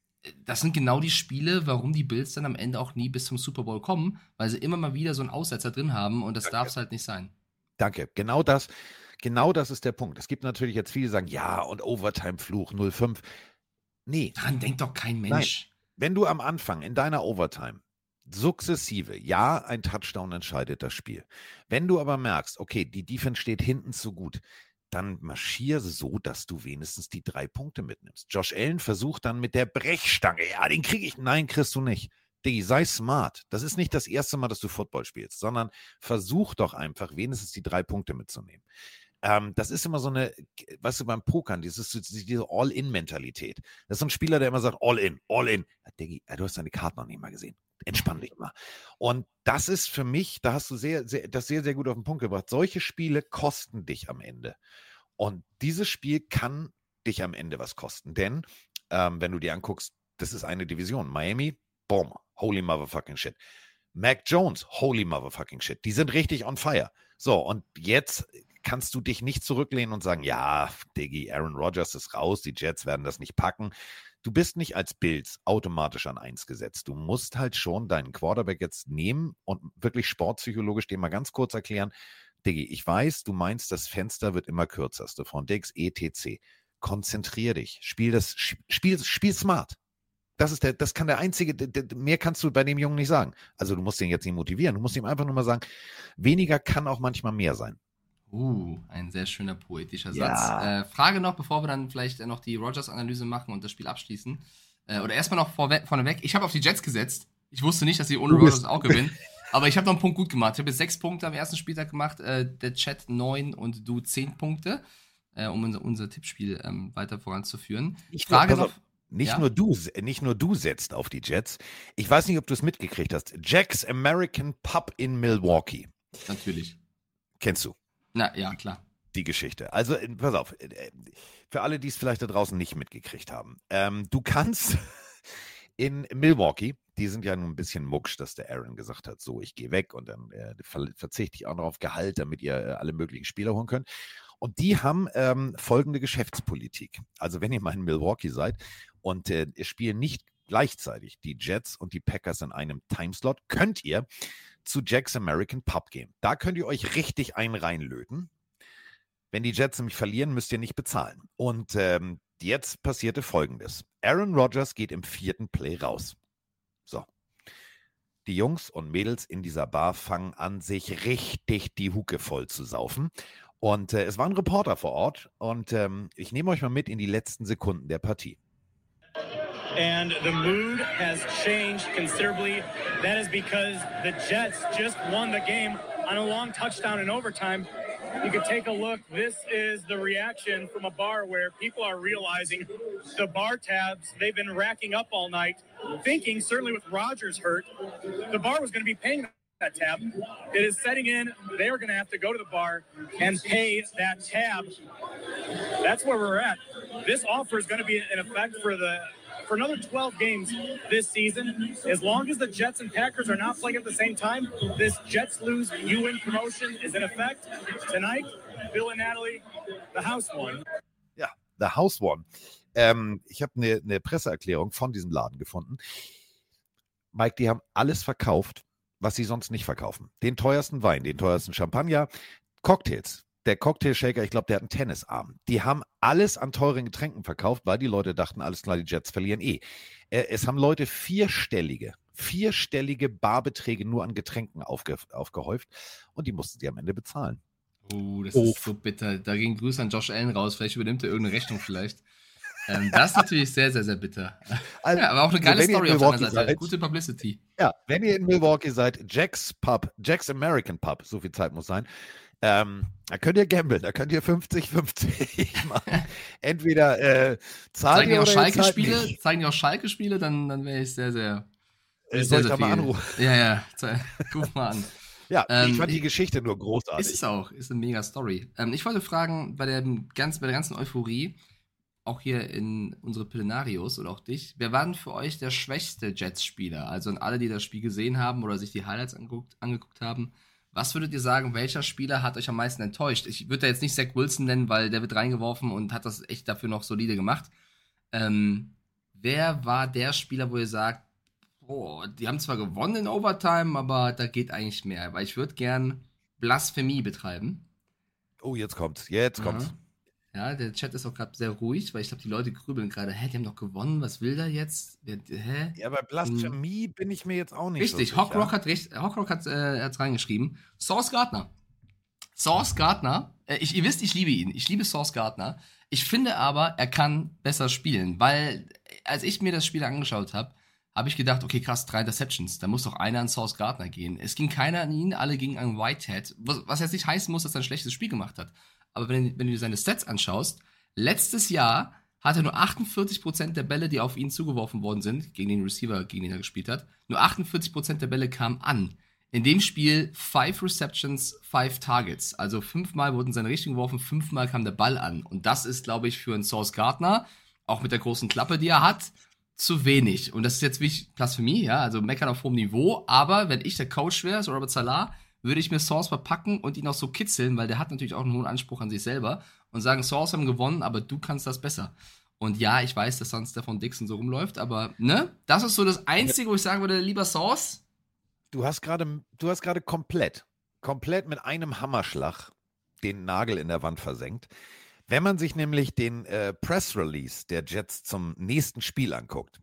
das sind genau die Spiele, warum die Bills dann am Ende auch nie bis zum Super Bowl kommen, weil sie immer mal wieder so einen Aussetzer drin haben und das darf es halt nicht sein. Danke. Genau das, genau das ist der Punkt. Es gibt natürlich jetzt viele, die sagen, ja, und Overtime-Fluch null fünf. Nee, Daran denkt doch kein Mensch. wenn du am Anfang in deiner Overtime sukzessive, ja, ein Touchdown entscheidet das Spiel. Wenn du aber merkst, okay, die Defense steht hinten zu gut, dann marschier so, dass du wenigstens die drei Punkte mitnimmst. Josh Allen versucht dann mit der Brechstange, ja, den kriege ich, nein, kriegst du nicht. Diggi, sei smart. Das ist nicht das erste Mal, dass du Football spielst, sondern versuch doch einfach wenigstens die drei Punkte mitzunehmen. Ähm, das ist immer so eine, weißt du, beim Pokern, dieses, diese All-In-Mentalität. Das ist so ein Spieler, der immer sagt, All-In, All-In. Ja, Diggi, du hast deine Karten noch nicht mal gesehen. Entspann dich mal. Und das ist für mich, da hast du sehr, sehr, das sehr, sehr gut auf den Punkt gebracht. Solche Spiele kosten dich am Ende. Und dieses Spiel kann dich am Ende was kosten. Denn, ähm, wenn du dir anguckst, das ist eine Division. Miami, boom, holy motherfucking shit. Mac Jones, holy motherfucking shit. Die sind richtig on fire. So, und jetzt kannst du dich nicht zurücklehnen und sagen, ja, Diggi, Aaron Rodgers ist raus, die Jets werden das nicht packen. Du bist nicht als Bills automatisch an eins gesetzt. Du musst halt schon deinen Quarterback jetzt nehmen und wirklich sportpsychologisch dem mal ganz kurz erklären, Diggi, ich weiß, du meinst, das Fenster wird immer kürzer, von Dix, et cetera. Konzentrier dich, spiel das, spiel, spiel smart. Das ist der, das kann der einzige, der, der, mehr kannst du bei dem Jungen nicht sagen. Also du musst ihn jetzt nicht motivieren, du musst ihm einfach nur mal sagen, weniger kann auch manchmal mehr sein. Uh, ein sehr schöner poetischer Ja. Satz. Äh, Frage noch, bevor wir dann vielleicht äh, noch die Rodgers-Analyse machen und das Spiel abschließen. Äh, oder erstmal noch vorwe- vorneweg. Ich habe auf die Jets gesetzt. Ich wusste nicht, dass sie ohne Du bist- Rodgers auch gewinnen. Aber ich habe noch einen Punkt gut gemacht. Ich habe jetzt sechs Punkte am ersten Spieltag gemacht, äh, der Chat neun und du zehn Punkte, äh, um unser, unser Tippspiel ähm, weiter voranzuführen. Ich Frage pass noch. auf, nicht, ja? nur du, nicht nur du setzt auf die Jets. Ich weiß nicht, ob du es mitgekriegt hast. Jack's American Pub in Milwaukee. Natürlich. Kennst du? Na, ja, klar. Die Geschichte. Also, äh, pass auf, äh, für alle, die es vielleicht da draußen nicht mitgekriegt haben. Ähm, du kannst in Milwaukee, die sind ja nun ein bisschen mucksch, dass der Aaron gesagt hat, so, ich gehe weg und dann äh, ver- verzichte ich auch noch auf Gehalt, damit ihr äh, alle möglichen Spieler holen könnt. Und die haben ähm, folgende Geschäftspolitik. Also, wenn ihr mal in Milwaukee seid und äh, ihr spielen nicht gleichzeitig die Jets und die Packers in einem Timeslot, könnt ihr zu Jack's American Pub gehen. Da könnt ihr euch richtig einen reinlöten. Wenn die Jets nämlich verlieren, müsst ihr nicht bezahlen. Und ähm, jetzt passierte Folgendes. Aaron Rodgers geht im vierten Play raus. So. Die Jungs und Mädels in dieser Bar fangen an, sich richtig die Hucke voll zu saufen. Und äh, es war ein Reporter vor Ort. Und ähm, ich nehme euch mal mit in die letzten Sekunden der Partie. And the mood has changed considerably. That is because the Jets just won the game on a long touchdown in overtime. You can take a look. This is the reaction from a bar where people are realizing the bar tabs they've been racking up all night, thinking, certainly with Rodgers hurt, the bar was going to be paying that tab. It is setting in. They are going to have to go to the bar and pay that tab. That's where we're at. This offer is going to be in effect for the for another twelve games this season. As long as the Jets and Packers are not playing at the same time, this Jets lose, you win promotion is in effect. Tonight, Bill and Natalie, the house won. Ja, the house won. Ähm, ich habe eine ne Presseerklärung von diesem Laden gefunden. Mike, die haben alles verkauft, was sie sonst nicht verkaufen. Den teuersten Wein, den teuersten Champagner, Cocktails. Der Cocktail-Shaker, ich glaube, der hat einen Tennisarm. Die haben alles an teuren Getränken verkauft, weil die Leute dachten, alles klar, die Jets verlieren eh. Äh, es haben Leute vierstellige, vierstellige Barbeträge nur an Getränken aufge, aufgehäuft und die mussten sie am Ende bezahlen. Oh, das Oh. ist so bitter. Da ging Grüße an Josh Allen raus. Vielleicht übernimmt er irgendeine Rechnung vielleicht. Ähm, das ist natürlich sehr, sehr, sehr bitter. Also, Ja, aber auch eine geile wenn ihr in Story auf der Milwaukee anderen Seite. seid- Gute Publicity. Ja, wenn ihr in Milwaukee seid, Jack's Pub, Jack's American Pub, so viel Zeit muss sein, ähm, da könnt ihr gamblen, da könnt ihr fünfzig fünfzig machen. Entweder äh, zahlt Zeigen die ihr auch oder ihr zahlt Schalke-Spiele? nicht. Zeigen die auch Schalke-Spiele? Dann, dann wäre ich sehr, sehr. Äh, sehr, soll ich sehr da mal viel. anrufen? Ja, ja. Ze- Ruf mal an. Ja, Ähm, ich fand die ich- Geschichte nur großartig. Ist es auch. Ist eine mega Story. Ähm, ich wollte fragen, bei der, ganz, bei der ganzen Euphorie, auch hier in unsere Pillenarios oder auch dich, wer war denn für euch der schwächste Jets-Spieler? Also an alle, die das Spiel gesehen haben oder sich die Highlights angeguckt, angeguckt haben, was würdet ihr sagen, welcher Spieler hat euch am meisten enttäuscht? Ich würde da jetzt nicht Zach Wilson nennen, weil der wird reingeworfen und hat das echt dafür noch solide gemacht. Ähm, wer war der Spieler, wo ihr sagt, oh, die haben zwar gewonnen in Overtime, aber da geht eigentlich mehr, weil ich würde gern Blasphemie betreiben. Oh, jetzt kommt's, jetzt kommt's. Ja. Ja, der Chat ist auch gerade sehr ruhig, weil ich glaube, die Leute grübeln gerade, hä, die haben doch gewonnen, was will der jetzt? Wer, hä? Ja, bei Blasphemie bin ich mir jetzt auch nicht Richtig, so sicher. Hawkrock hat recht, Hawkrock hat äh, hat's reingeschrieben. Sauce Gardner. Sauce Gardner, äh, ich, ihr wisst, ich liebe ihn. Ich liebe Sauce Gardner. Ich finde aber, er kann besser spielen, weil äh, als ich mir das Spiel angeschaut habe, habe ich gedacht, okay, krass, drei Interceptions, da muss doch einer an Sauce Gardner gehen. Es ging keiner an ihn, alle gingen an Whitehead, was, was jetzt nicht heißen muss, dass er ein schlechtes Spiel gemacht hat. Aber wenn, wenn du dir seine Stats anschaust, letztes Jahr hat er nur achtundvierzig Prozent der Bälle, die auf ihn zugeworfen worden sind, gegen den Receiver, gegen den er gespielt hat, nur achtundvierzig Prozent der Bälle kamen an. In dem Spiel five Receptions, five Targets. Also fünfmal wurden seine Richtung geworfen, fünfmal kam der Ball an. Und das ist, glaube ich, für einen Sauce Gardner, auch mit der großen Klappe, die er hat, zu wenig. Und das ist jetzt wirklich Blasphemie, ja, also meckern auf hohem Niveau. Aber wenn ich der Coach wäre, so Robert Salah, würde ich mir Sauce verpacken und ihn auch so kitzeln, weil der hat natürlich auch einen hohen Anspruch an sich selber und sagen, Sauce haben gewonnen, aber du kannst das besser. Und ja, ich weiß, dass sonst Stefan Dixon so rumläuft, aber ne, das ist so das Einzige, wo ich sagen würde, lieber Sauce. Du hast gerade, du hast gerade komplett, komplett mit einem Hammerschlag den Nagel in der Wand versenkt. Wenn man sich nämlich den äh, Press Release der Jets zum nächsten Spiel anguckt,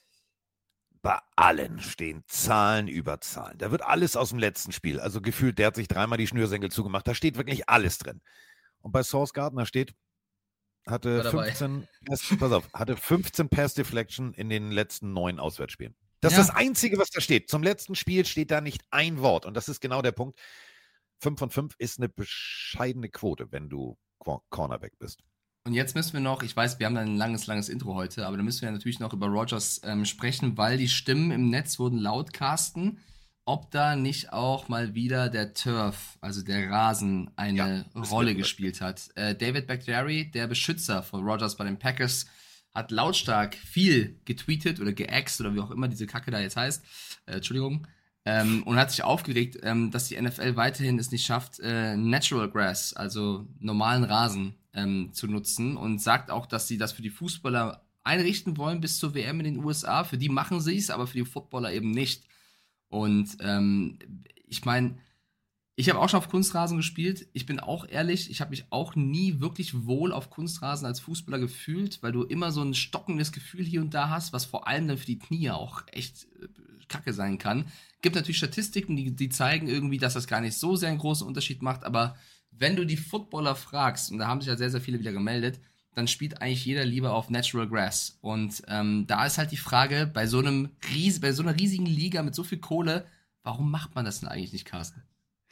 bei allen stehen Zahlen über Zahlen. Da wird alles aus dem letzten Spiel, also gefühlt, der hat sich dreimal die Schnürsenkel zugemacht, da steht wirklich alles drin. Und bei Sauce Gardner steht, hatte War dabei. fünfzehn, Pass, pass auf, hatte fünfzehn Pass Deflection in den letzten neun Auswärtsspielen. Das Ja. ist das Einzige, was da steht. Zum letzten Spiel steht da nicht ein Wort. Und das ist genau der Punkt. fünf von fünf ist eine bescheidene Quote, wenn du Qu- Cornerback bist. Und jetzt müssen wir noch, ich weiß, wir haben ein langes, langes Intro heute, aber da müssen wir natürlich noch über Rodgers ähm, sprechen, weil die Stimmen im Netz wurden laut, Carsten, ob da nicht auch mal wieder der Turf, also der Rasen, eine Ja, das Rolle wird- gespielt hat. Äh, David Bakhtiari, der Beschützer von Rodgers bei den Packers, hat lautstark viel getweetet oder geäxt oder wie auch immer diese Kacke da jetzt heißt, äh, Entschuldigung, ähm, und hat sich aufgeregt, ähm, dass die N F L weiterhin es nicht schafft, äh, Natural Grass, also normalen Rasen, ähm, zu nutzen, und sagt auch, dass sie das für die Fußballer einrichten wollen bis zur W M in den U S A. Für die machen sie es, aber für die Footballer eben nicht. Und ähm, ich meine, ich habe auch schon auf Kunstrasen gespielt. Ich bin auch ehrlich, ich habe mich auch nie wirklich wohl auf Kunstrasen als Fußballer gefühlt, weil du immer so ein stockendes Gefühl hier und da hast, was vor allem dann für die Knie auch echt äh, kacke sein kann. Gibt natürlich Statistiken, die, die zeigen irgendwie, dass das gar nicht so sehr einen großen Unterschied macht, aber wenn du die Footballer fragst, und da haben sich ja sehr, sehr viele wieder gemeldet, dann spielt eigentlich jeder lieber auf Natural Grass. Und ähm, da ist halt die Frage, bei so einem ries bei so einer riesigen Liga mit so viel Kohle, warum macht man das denn eigentlich nicht, Carsten?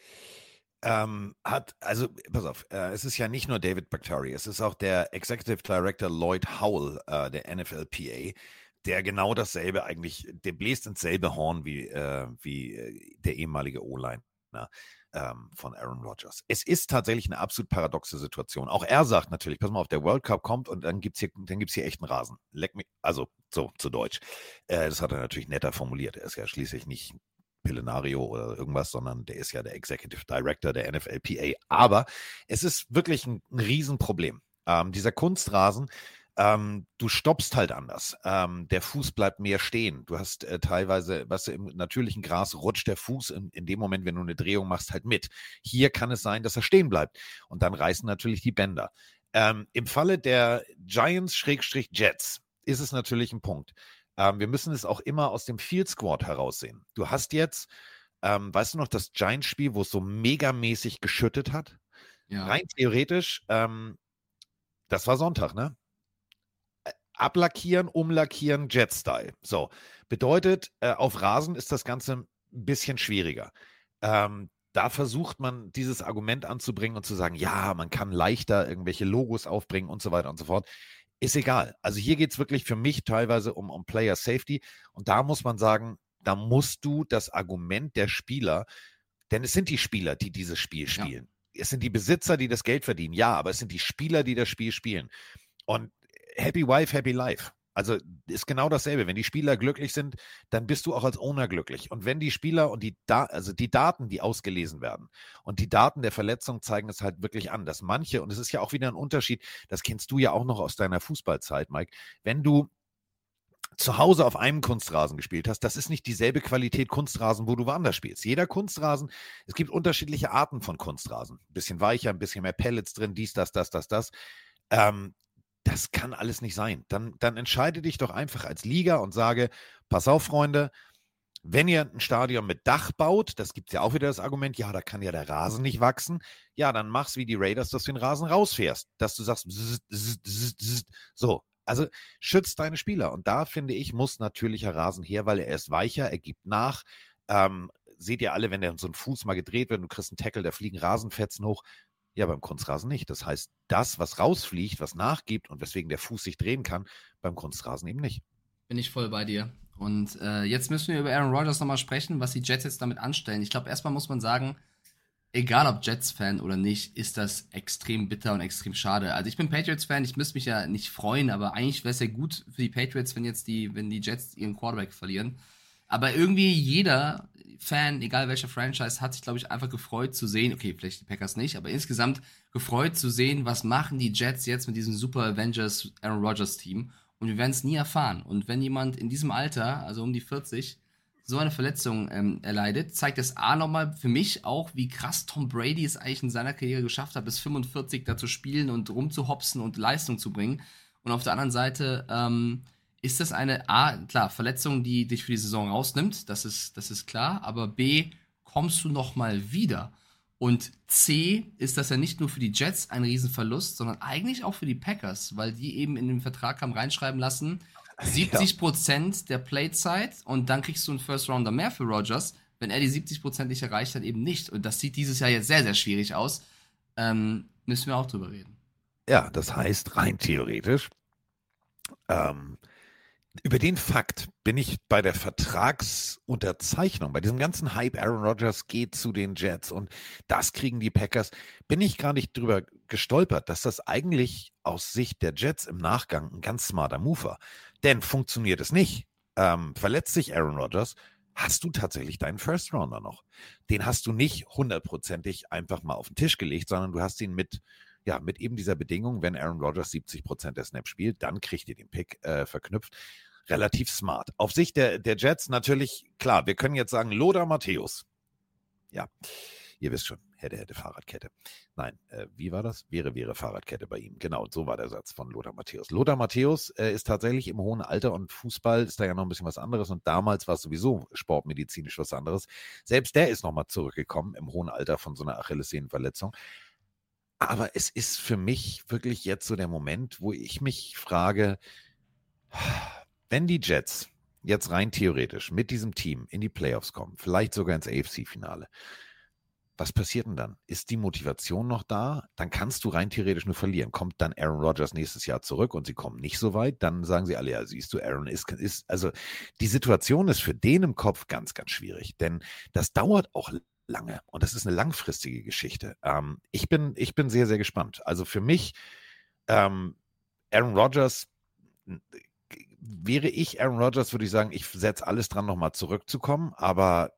Ähm, hat, also, pass auf, äh, es ist ja nicht nur David Bakhtiari, es ist auch der Executive Director Lloyd Howell, äh, der N F L P A, der genau dasselbe eigentlich, der bläst ins selbe Horn wie, äh, wie äh, der ehemalige O-Line ähm, von Aaron Rodgers. Es ist tatsächlich eine absolut paradoxe Situation. Auch er sagt natürlich, pass mal auf, der World Cup kommt und dann gibt's hier, dann gibt's hier echten Rasen. Leck mich, also so zu Deutsch. Äh, das hat er natürlich netter formuliert. Er ist ja schließlich nicht Pillenario oder irgendwas, sondern der ist ja der Executive Director der N F L P A. Aber es ist wirklich ein, ein Riesenproblem. Ähm, dieser Kunstrasen, ähm, du stoppst halt anders. Ähm, der Fuß bleibt mehr stehen. Du hast äh, teilweise, was im natürlichen Gras rutscht der Fuß in, in dem Moment, wenn du eine Drehung machst, halt mit. Hier kann es sein, dass er stehen bleibt. Und dann reißen natürlich die Bänder. Ähm, Im Falle der Giants-Jets ist es natürlich ein Punkt. Ähm, wir müssen es auch immer aus dem Field Squad heraussehen. Du hast jetzt, ähm, weißt du noch, das Giants-Spiel, wo es so megamäßig geschüttet hat? Ja. Rein theoretisch, ähm, das war Sonntag, ne? Ablackieren, umlackieren, Jet-Style. So, bedeutet, äh, auf Rasen ist das Ganze ein bisschen schwieriger. Ähm, da versucht man, dieses Argument anzubringen und zu sagen, ja, man kann leichter irgendwelche Logos aufbringen und so weiter und so fort. Ist egal. Also hier geht es wirklich für mich teilweise um, um Player Safety. Und da muss man sagen, da musst du das Argument der Spieler, denn es sind die Spieler, die dieses Spiel spielen. Ja. Es sind die Besitzer, die das Geld verdienen. Ja, aber es sind die Spieler, die das Spiel spielen. Und Happy Wife, Happy Life. Also ist genau dasselbe. Wenn die Spieler glücklich sind, dann bist du auch als Owner glücklich. Und wenn die Spieler und die, da- also die Daten, die ausgelesen werden und die Daten der Verletzung zeigen es halt wirklich an, dass manche, und es ist ja auch wieder ein Unterschied, das kennst du ja auch noch aus deiner Fußballzeit, Mike, wenn du zu Hause auf einem Kunstrasen gespielt hast, das ist nicht dieselbe Qualität Kunstrasen, wo du woanders spielst. Jeder Kunstrasen, es gibt unterschiedliche Arten von Kunstrasen. Ein bisschen weicher, ein bisschen mehr Pellets drin, dies, das, das, das, das. Ähm, Das kann alles nicht sein. Dann, dann entscheide dich doch einfach als Liga und sage, pass auf, Freunde, wenn ihr ein Stadion mit Dach baut, das gibt es ja auch wieder das Argument, ja, da kann ja der Rasen nicht wachsen, ja, dann mach's wie die Raiders, dass du den Rasen rausfährst, dass du sagst, zzz, zzz, zzz, zzz. So, also schützt deine Spieler. Und da, finde ich, muss natürlicher Rasen her, weil er ist weicher, er gibt nach. Ähm, seht ihr alle, wenn der so ein Fuß mal gedreht wird, du kriegst einen Tackle, da fliegen Rasenfetzen hoch. Ja, beim Kunstrasen nicht. Das heißt, das, was rausfliegt, was nachgibt und weswegen der Fuß sich drehen kann, beim Kunstrasen eben nicht. Bin ich voll bei dir. Und äh, jetzt müssen wir über Aaron Rodgers nochmal sprechen, was die Jets jetzt damit anstellen. Ich glaube, erstmal muss man sagen, egal ob Jets-Fan oder nicht, ist das extrem bitter und extrem schade. Also ich bin Patriots-Fan, ich müsste mich ja nicht freuen, aber eigentlich wäre es ja gut für die Patriots, wenn jetzt die, wenn die Jets ihren Quarterback verlieren. Aber irgendwie jeder Fan, egal welcher Franchise, hat sich, glaube ich, einfach gefreut zu sehen, okay, vielleicht die Packers nicht, aber insgesamt gefreut zu sehen, was machen die Jets jetzt mit diesem Super Avengers Aaron Rodgers Team. Und wir werden es nie erfahren. Und wenn jemand in diesem Alter, also um die vierzig, so eine Verletzung ähm, erleidet, zeigt das A nochmal für mich auch, wie krass Tom Brady es eigentlich in seiner Karriere geschafft hat, bis fünfundvierzig da zu spielen und rumzuhopsen und Leistung zu bringen. Und auf der anderen Seite ähm, ist das eine, A, klar, Verletzung, die dich für die Saison rausnimmt, das ist, das ist klar, aber B, kommst du nochmal wieder. Und C, ist das ja nicht nur für die Jets ein Riesenverlust, sondern eigentlich auch für die Packers, weil die eben in den Vertrag haben reinschreiben lassen, siebzig Prozent der Playzeit und dann kriegst du einen First Rounder mehr für Rodgers, wenn er die siebzig Prozent nicht erreicht hat, eben nicht. Und das sieht dieses Jahr jetzt sehr, sehr schwierig aus. Ähm, müssen wir auch drüber reden. Ja, das heißt, rein theoretisch, ähm, über den Fakt bin ich bei der Vertragsunterzeichnung, bei diesem ganzen Hype, Aaron Rodgers geht zu den Jets und das kriegen die Packers, bin ich gar nicht drüber gestolpert, dass das eigentlich aus Sicht der Jets im Nachgang ein ganz smarter Move war. Denn funktioniert es nicht, ähm, verletzt sich Aaron Rodgers, hast du tatsächlich deinen First Rounder noch. Den hast du nicht hundertprozentig einfach mal auf den Tisch gelegt, sondern du hast ihn mit Ja, mit eben dieser Bedingung, wenn Aaron Rodgers siebzig Prozent der Snaps spielt, dann kriegt ihr den Pick äh, verknüpft. Relativ smart. Auf Sicht der, der Jets natürlich, klar, wir können jetzt sagen, Lothar Matthäus. Ja, ihr wisst schon, hätte, hätte Fahrradkette. Nein, äh, wie war das? Wäre, wäre Fahrradkette bei ihm. Genau, so war der Satz von Lothar Matthäus. Lothar Matthäus äh, ist tatsächlich im hohen Alter und Fußball ist da ja noch ein bisschen was anderes und damals war es sowieso sportmedizinisch was anderes. Selbst der ist nochmal zurückgekommen im hohen Alter von so einer Achillessehnenverletzung. Aber es ist für mich wirklich jetzt so der Moment, wo ich mich frage, wenn die Jets jetzt rein theoretisch mit diesem Team in die Playoffs kommen, vielleicht sogar ins A F C-Finale, was passiert denn dann? Ist die Motivation noch da? Dann kannst du rein theoretisch nur verlieren. Kommt dann Aaron Rodgers nächstes Jahr zurück und sie kommen nicht so weit, dann sagen sie alle, ja, siehst du, Aaron ist, ist also die Situation ist für den im Kopf ganz, ganz schwierig, denn das dauert auch lange und das ist eine langfristige Geschichte. Ähm, ich bin, ich bin sehr, sehr gespannt. Also für mich, ähm, Aaron Rodgers, wäre ich Aaron Rodgers, würde ich sagen, ich setze alles dran, nochmal zurückzukommen, aber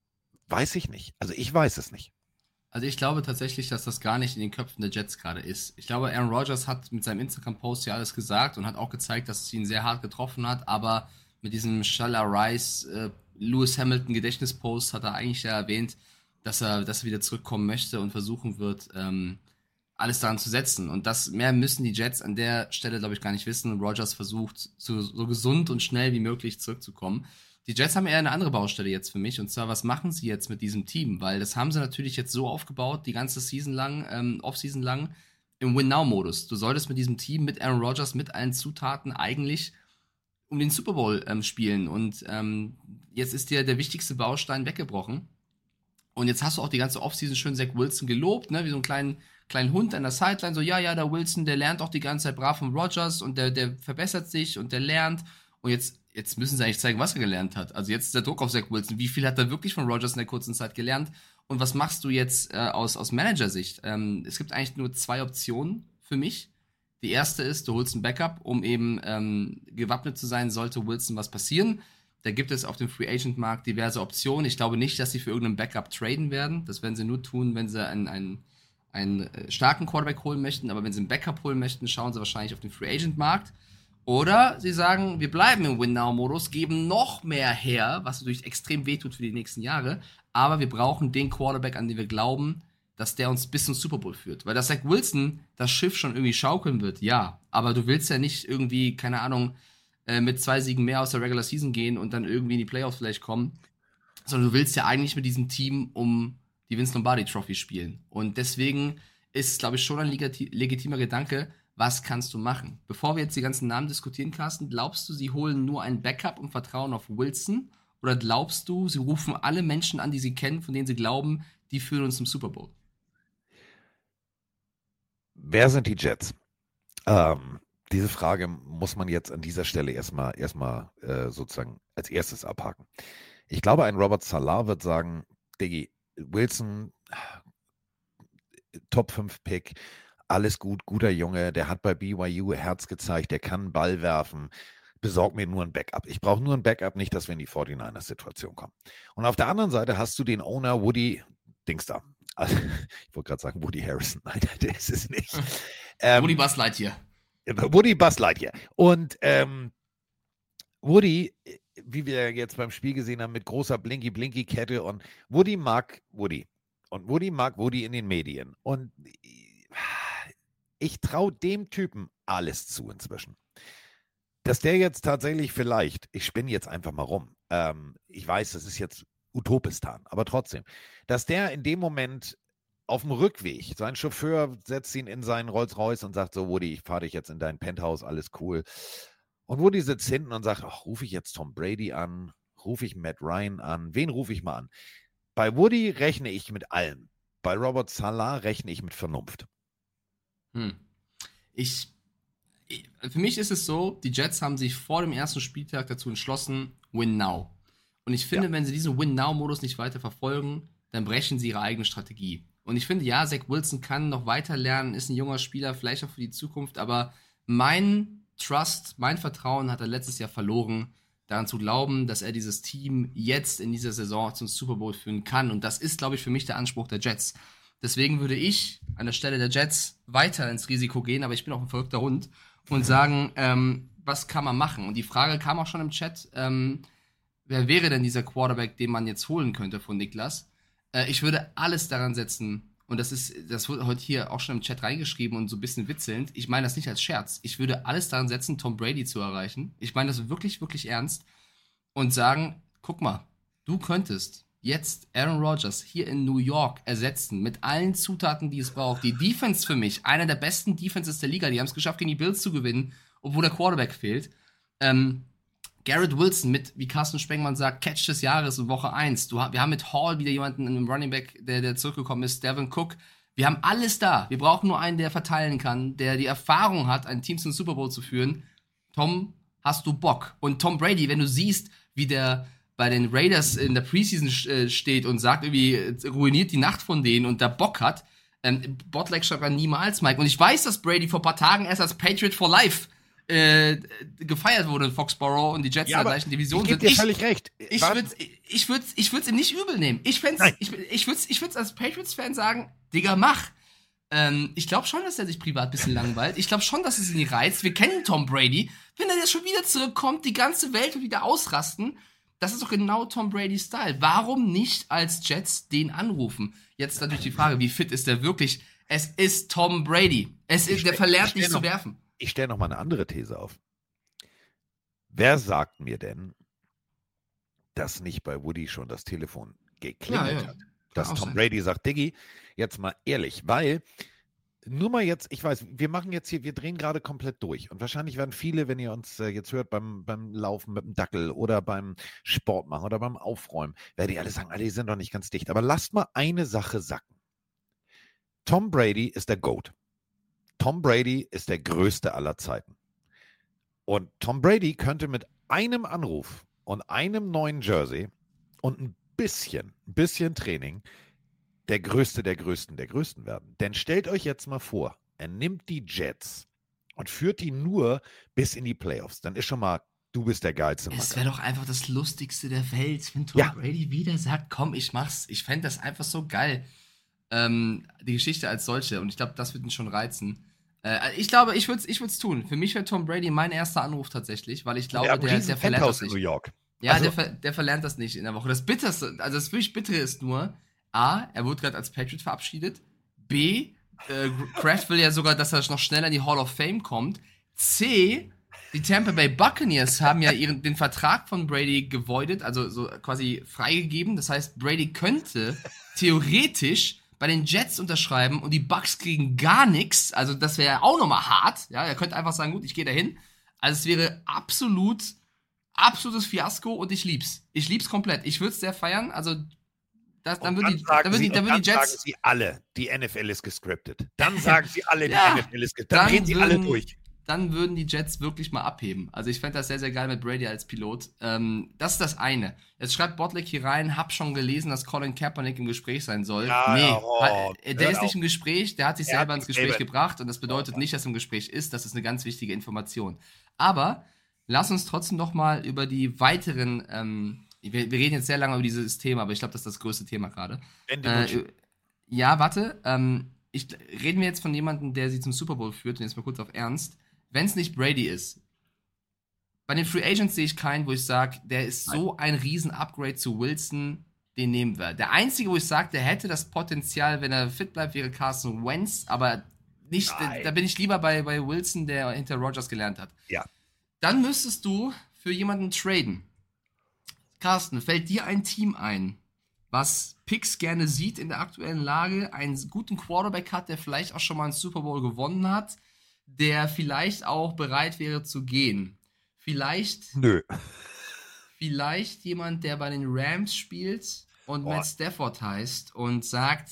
weiß ich nicht. Also ich weiß es nicht. Also ich glaube tatsächlich, dass das gar nicht in den Köpfen der Jets gerade ist. Ich glaube, Aaron Rodgers hat mit seinem Instagram-Post ja alles gesagt und hat auch gezeigt, dass es ihn sehr hart getroffen hat, aber mit diesem Shala Rice, äh, Lewis Hamilton Gedächtnispost hat er eigentlich ja erwähnt, dass er, dass er wieder zurückkommen möchte und versuchen wird, ähm, alles daran zu setzen. Und das mehr müssen die Jets an der Stelle, glaube ich, gar nicht wissen. Rodgers versucht, so, so gesund und schnell wie möglich zurückzukommen. Die Jets haben eher eine andere Baustelle jetzt für mich. Und zwar, was machen sie jetzt mit diesem Team? Weil das haben sie natürlich jetzt so aufgebaut, die ganze Season lang, ähm, Off-Season lang, im Win-Now-Modus. Du solltest mit diesem Team, mit Aaron Rodgers, mit allen Zutaten eigentlich um den Super Bowl ähm, spielen. Und ähm, jetzt ist dir der wichtigste Baustein weggebrochen. Und jetzt hast du auch die ganze Offseason schön Zach Wilson gelobt, ne, wie so einen kleinen, kleinen Hund an der Sideline, so, ja, ja, der Wilson, der lernt auch die ganze Zeit brav von Rodgers und der, der verbessert sich und der lernt. Und jetzt, jetzt müssen sie eigentlich zeigen, was er gelernt hat. Also jetzt ist der Druck auf Zach Wilson. Wie viel hat er wirklich von Rodgers in der kurzen Zeit gelernt? Und was machst du jetzt äh, aus, aus Managersicht? Ähm, es gibt eigentlich nur zwei Optionen für mich. Die erste ist, du holst ein Backup, um eben ähm, gewappnet zu sein, sollte Wilson was passieren. Da gibt es auf dem Free Agent Markt diverse Optionen. Ich glaube nicht, dass sie für irgendeinen Backup traden werden. Das werden sie nur tun, wenn sie einen, einen, einen starken Quarterback holen möchten. Aber wenn sie einen Backup holen möchten, schauen sie wahrscheinlich auf den Free Agent Markt. Oder sie sagen, wir bleiben im Win-Now-Modus, geben noch mehr her, was natürlich extrem wehtut für die nächsten Jahre. Aber wir brauchen den Quarterback, an den wir glauben, dass der uns bis zum Super Bowl führt. Weil dass Zach Wilson das Schiff schon irgendwie schaukeln wird, ja. Aber du willst ja nicht irgendwie, keine Ahnung, mit zwei Siegen mehr aus der Regular Season gehen und dann irgendwie in die Playoffs vielleicht kommen, sondern du willst ja eigentlich mit diesem Team um die Vince Lombardi Trophy spielen. Und deswegen ist es, glaube ich, schon ein legiti- legitimer Gedanke, was kannst du machen? Bevor wir jetzt die ganzen Namen diskutieren, Carsten, glaubst du, sie holen nur ein Backup und vertrauen auf Wilson? Oder glaubst du, sie rufen alle Menschen an, die sie kennen, von denen sie glauben, die führen uns zum Super Bowl? Wer sind die Jets? Ähm, Diese Frage muss man jetzt an dieser Stelle erstmal erstmal äh, sozusagen als erstes abhaken. Ich glaube, ein Robert Saleh wird sagen, Diggi, Wilson, Top fünf Pick, alles gut, guter Junge, der hat bei B Y U Herz gezeigt, der kann einen Ball werfen, besorg mir nur ein Backup. Ich brauche nur ein Backup, nicht, dass wir in die forty-niners-Situation kommen. Und auf der anderen Seite hast du den Owner Woody Dings da. Also, ich wollte gerade sagen Woody Harrison, nein, der ist es nicht. Ähm, Woody Buzz Lightyear. Woody Buzz Lightyear. Und ähm, Woody, wie wir jetzt beim Spiel gesehen haben, mit großer Blinky-Blinky-Kette und Woody mag Woody. Und Woody mag Woody in den Medien. Und ich traue dem Typen alles zu inzwischen. Dass der jetzt tatsächlich vielleicht, ich spinne jetzt einfach mal rum, ähm, ich weiß, das ist jetzt Utopistan, aber trotzdem, dass der in dem Moment auf dem Rückweg, sein Chauffeur setzt ihn in seinen Rolls-Royce und sagt so, Woody, ich fahre dich jetzt in dein Penthouse, alles cool. Und Woody sitzt hinten und sagt, ach, rufe ich jetzt Tom Brady an, rufe ich Matt Ryan an, wen rufe ich mal an? Bei Woody rechne ich mit allem. Bei Robert Saleh rechne ich mit Vernunft. Hm. Ich, ich, für mich ist es so, die Jets haben sich vor dem ersten Spieltag dazu entschlossen, win now. Und ich finde, ja. wenn sie diesen Win-Now-Modus nicht weiter verfolgen, dann brechen sie ihre eigene Strategie. Und ich finde, ja, Zach Wilson kann noch weiter lernen, ist ein junger Spieler, vielleicht auch für die Zukunft, aber mein Trust, mein Vertrauen hat er letztes Jahr verloren, daran zu glauben, dass er dieses Team jetzt in dieser Saison zum Super Bowl führen kann. Und das ist, glaube ich, für mich der Anspruch der Jets. Deswegen würde ich an der Stelle der Jets weiter ins Risiko gehen, aber ich bin auch ein verrückter Hund, und sagen, ähm, was kann man machen? Und die Frage kam auch schon im Chat, ähm, wer wäre denn dieser Quarterback, den man jetzt holen könnte von Niklas? Äh, ich würde alles daran setzen, und das ist, das wurde heute hier auch schon im Chat reingeschrieben und so ein bisschen witzelnd. Ich meine das nicht als Scherz. Ich würde alles daran setzen, Tom Brady zu erreichen. Ich meine das wirklich, wirklich ernst. Und sagen, guck mal, du könntest jetzt Aaron Rodgers hier in New York ersetzen mit allen Zutaten, die es braucht. Die Defense für mich, einer der besten Defenses der Liga. Die haben es geschafft, gegen die Bills zu gewinnen, obwohl der Quarterback fehlt. Ähm, Garrett Wilson mit, wie Carsten Spengmann sagt, Catch des Jahres in Woche eins. Du, wir haben mit Hall wieder jemanden in einem Running Back, der, der zurückgekommen ist, Devin Cook. Wir haben alles da. Wir brauchen nur einen, der verteilen kann, der die Erfahrung hat, ein Team zum Super Bowl zu führen. Tom, hast du Bock? Und Tom Brady, wenn du siehst, wie der bei den Raiders in der Preseason äh, steht und sagt, irgendwie ruiniert die Nacht von denen und da Bock hat, ähm, Botleg schreibt dann niemals, Mike. Und ich weiß, dass Brady vor ein paar Tagen erst als Patriot for Life Äh, gefeiert wurde in Foxborough und die Jets ja, in der gleichen Division ich sind. Dir ich völlig recht. Ich würde ich würd, ich würd's ihm nicht übel nehmen. Ich fänd's, ich, ich würde ich würd's als Patriots-Fan sagen, Digga, mach. Ähm, ich glaube schon, dass er sich privat ein bisschen langweilt. Ich glaube schon, dass es ihn reizt. Wir kennen Tom Brady. Wenn er jetzt schon wieder zurückkommt, die ganze Welt wird wieder ausrasten. Das ist doch genau Tom Brady's Style. Warum nicht als Jets den anrufen? Jetzt natürlich die Frage, wie fit ist der wirklich? Es ist Tom Brady. Es ist, der verlernt nicht zu werfen. Ich stelle noch mal eine andere These auf. Wer sagt mir denn, dass nicht bei Woody schon das Telefon geklingelt ja, ja. hat? Dass Tom sein. Brady sagt, Diggi, jetzt mal ehrlich, weil nur mal jetzt, ich weiß, wir machen jetzt hier, wir drehen gerade komplett durch und wahrscheinlich werden viele, wenn ihr uns äh, jetzt hört beim, beim Laufen mit dem Dackel oder beim Sport machen oder beim Aufräumen, werdet ihr alle sagen, alle die sind doch nicht ganz dicht. Aber lasst mal eine Sache sacken. Tom Brady ist der GOAT. Tom Brady ist der größte aller Zeiten. Und Tom Brady könnte mit einem Anruf und einem neuen Jersey und ein bisschen, ein bisschen Training der Größte der Größten der Größten werden. Denn stellt euch jetzt mal vor, er nimmt die Jets und führt die nur bis in die Playoffs. Dann ist schon mal, du bist der geilste Mann. Es wäre doch einfach das Lustigste der Welt, wenn Tom ja. Brady wieder sagt, komm, ich mach's. Ich fände das einfach so geil. Ähm, die Geschichte als solche. Und ich glaube, das wird ihn schon reizen. Äh, ich glaube, ich würde es ich tun. Für mich wäre Tom Brady mein erster Anruf tatsächlich, weil ich glaube, der, der, der verlernt das nicht. In New York. Ja, also, der, ver, der verlernt das nicht in der Woche. Das Bitterste, also das wirklich Bittere ist nur, A, er wurde gerade als Patriot verabschiedet. B, äh, Kraft will ja sogar, dass er noch schneller in die Hall of Fame kommt. C, die Tampa Bay Buccaneers haben ja ihren, den Vertrag von Brady gevoidet, also so quasi freigegeben. Das heißt, Brady könnte theoretisch bei den Jets unterschreiben und die Bucks kriegen gar nichts. Also das wäre auch nochmal hart. Ja, er könnte einfach sagen, gut, ich gehe dahin. Also es wäre absolut, absolutes Fiasko und ich lieb's. Ich lieb's komplett. Ich würde es sehr feiern. Also das, dann würden die, dann würd die, dann würd die Jets... sagen sie alle, die N F L ist gescriptet. Dann sagen sie alle, die ja, N F L ist gescriptet. Dann, dann drehen sie würden, alle durch. Dann würden die Jets wirklich mal abheben. Also ich fände das sehr, sehr geil mit Brady als Pilot. Ähm, das ist das eine. Jetzt schreibt Botlek hier rein, hab schon gelesen, dass Colin Kaepernick im Gespräch sein soll. Ja, nee, oh, hat, der ist nicht im Gespräch, der hat sich er selber hat ins Gespräch selber. gebracht und das bedeutet oh, nicht, dass er im Gespräch ist. Das ist eine ganz wichtige Information. Aber lass uns trotzdem noch mal über die weiteren, ähm, wir, wir reden jetzt sehr lange über dieses Thema, aber ich glaube, das ist das größte Thema gerade. Äh, ja, warte, ähm, ich, reden wir jetzt von jemandem, der sie zum Super Bowl führt, und jetzt mal kurz auf Ernst. Wenn es nicht Brady ist, bei den Free Agents sehe ich keinen, wo ich sage, der ist so ein Riesen-Upgrade zu Wilson, den nehmen wir. Der einzige, wo ich sage, der hätte das Potenzial, wenn er fit bleibt, wäre Carson Wentz, aber nicht, da, da bin ich lieber bei, bei Wilson, der hinter Rodgers gelernt hat. Ja. Dann müsstest du für jemanden traden. Carsten, fällt dir ein Team ein, was Picks gerne sieht in der aktuellen Lage, einen guten Quarterback hat, der vielleicht auch schon mal einen Super Bowl gewonnen hat, der vielleicht auch bereit wäre zu gehen Vielleicht, Nö. vielleicht jemand, der bei den Rams spielt und Oh. Matt Stafford heißt und sagt,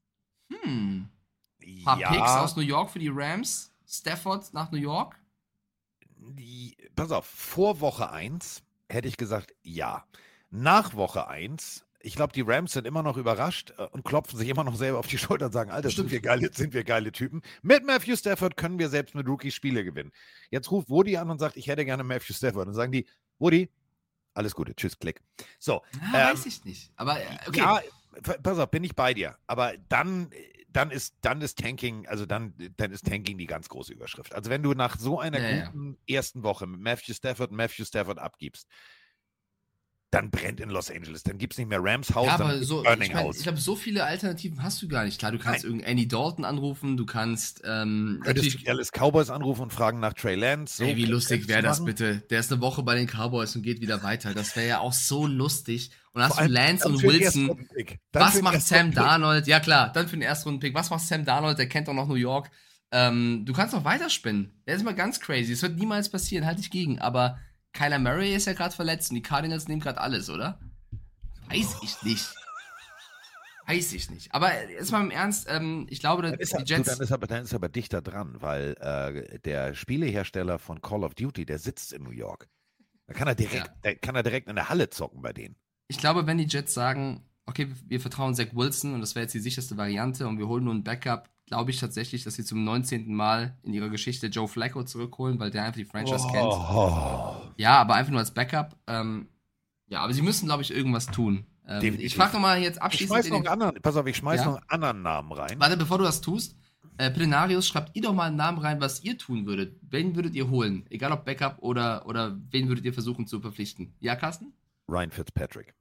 hm, paar Ja, Picks aus New York für die Rams, Stafford nach New York. die, pass auf, vor Woche eins hätte ich gesagt, ja. Nach Woche eins, ich glaube, die Rams sind immer noch überrascht äh, und klopfen sich immer noch selber auf die Schulter und sagen, Alter, sind wir geile, sind wir geile Typen. Mit Matthew Stafford können wir selbst mit Rookies Spiele gewinnen. Jetzt ruft Woody an und sagt, ich hätte gerne Matthew Stafford. Und sagen die, Woody, alles Gute, tschüss, Klick. So, Ja, ähm, weiß ich nicht. Aber äh, okay. ja, p- pass auf, bin ich bei dir. Aber dann, dann ist, dann ist Tanking, also dann, dann ist Tanking die ganz große Überschrift. Also wenn du nach so einer Ja, ja. guten ersten Woche mit Matthew Stafford, Matthew Stafford abgibst, dann brennt in Los Angeles. Dann gibt es nicht mehr Rams Haus, Ja, dann aber gibt's so, Burning ich, mein, House. ich glaube, so viele Alternativen hast du gar nicht. Klar, du kannst irgendeinen Andy Dalton anrufen, du kannst ähm, Könntest natürlich. die Dallas Cowboys anrufen und fragen nach Trey Lance. So Ey, wie lustig könntest wäre du das machen. bitte? Der ist eine Woche bei den Cowboys und geht wieder weiter. Das wäre ja auch so lustig. Und dann Vor hast du allem Lance dann und für den Wilson. Erstrunden-Pick. Dann für Was den macht Sam Erstrunden-Pick. Darnold? Ja klar, dann für den Erstrunden-Pick. Was macht Sam Darnold? Der kennt doch noch New York. Ähm, du kannst noch weiterspinnen. Der ist mal ganz crazy. Es wird niemals passieren, halte ich gegen. Aber Kyler Murray ist ja gerade verletzt und die Cardinals nehmen gerade alles, oder? Weiß ich nicht. Weiß ich nicht. Aber jetzt mal im Ernst, ähm, ich glaube, Dann ist, er, die du, Jets. dann, ist er, dann ist er aber dichter dran, weil äh, der Spielehersteller von Call of Duty, der sitzt in New York. Da kann er direkt, Ja. da kann er direkt in der Halle zocken bei denen. Ich glaube, wenn die Jets sagen, okay, wir vertrauen Zach Wilson und das wäre jetzt die sicherste Variante und wir holen nur ein Backup, glaube ich tatsächlich, dass sie zum neunzehnten Mal in ihrer Geschichte Joe Flacco zurückholen, weil der einfach die Franchise kennt. Oh. Ja, aber einfach nur als Backup. Ähm, ja, aber sie müssen, glaube ich, irgendwas tun. Ähm, Definitiv. ich frage nochmal jetzt Ich abschließend. schmeiß in noch den- einen anderen, pass auf, ich schmeiß Ja? noch einen anderen Namen rein. Warte, bevor du das tust, äh, Plenarius, schreibt ihr doch mal einen Namen rein, was ihr tun würdet. Wen würdet ihr holen? Egal ob Backup oder, oder wen würdet ihr versuchen zu verpflichten? Ja, Carsten? Ryan Fitzpatrick.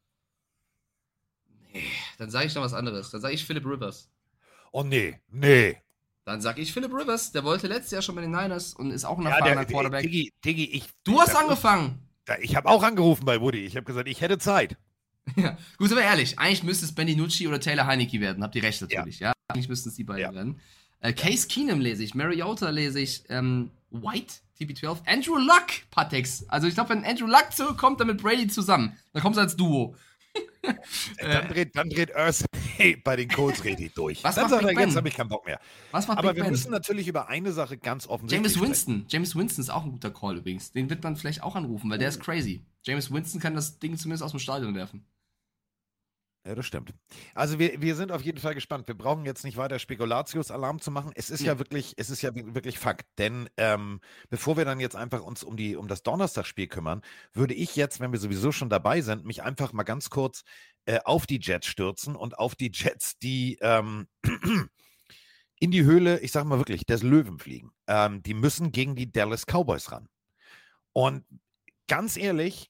Nee, dann sage ich noch was anderes. Dann sage ich Philip Rivers. Oh nee, nee. Dann sage ich Philip Rivers. Der wollte letztes Jahr schon bei den Niners und ist auch ein Ja, erfahrener der, Quarterback. Diggi, Diggi, ich, Du hast da- angefangen. da- Ich habe auch angerufen bei Woody. Ich habe gesagt, ich hätte Zeit. Ja, gut, aber ehrlich, eigentlich müsste es Benny Nucci oder Taylor Heineke werden. Habt ihr recht natürlich, ja? Eigentlich müssten es die beiden Ja. werden. Äh, Case Keenum lese ich, Mariota lese ich, ähm, White, T B zwölf, Andrew Luck, Patex. Also ich glaube, wenn Andrew Luck zurückkommt, dann mit Brady zusammen. Dann kommt es als Duo. Dann dreht, dann dreht Ursay bei den Colts richtig durch. Was dann macht sagt er, Big jetzt Ben? habe ich keinen Bock mehr. Was macht Aber Big wir Ben? müssen natürlich über eine Sache ganz offensichtlich James Winston. James Winston ist auch ein guter Call übrigens. Den wird man vielleicht auch anrufen, weil der ist crazy. James Winston kann das Ding zumindest aus dem Stadion werfen. Ja, das stimmt. Also wir, wir sind auf jeden Fall gespannt. Wir brauchen jetzt nicht weiter Spekulatius-Alarm zu machen. Es ist Nee. ja wirklich, es ist ja wi- wirklich Fakt. Denn ähm, bevor wir dann jetzt einfach uns um die um das Donnerstagsspiel kümmern, würde ich jetzt, wenn wir sowieso schon dabei sind, mich einfach mal ganz kurz äh, auf die Jets stürzen und auf die Jets, die ähm, in die Höhle, ich sage mal wirklich, des Löwen fliegen. Ähm, die müssen gegen die Dallas Cowboys ran. Und ganz ehrlich,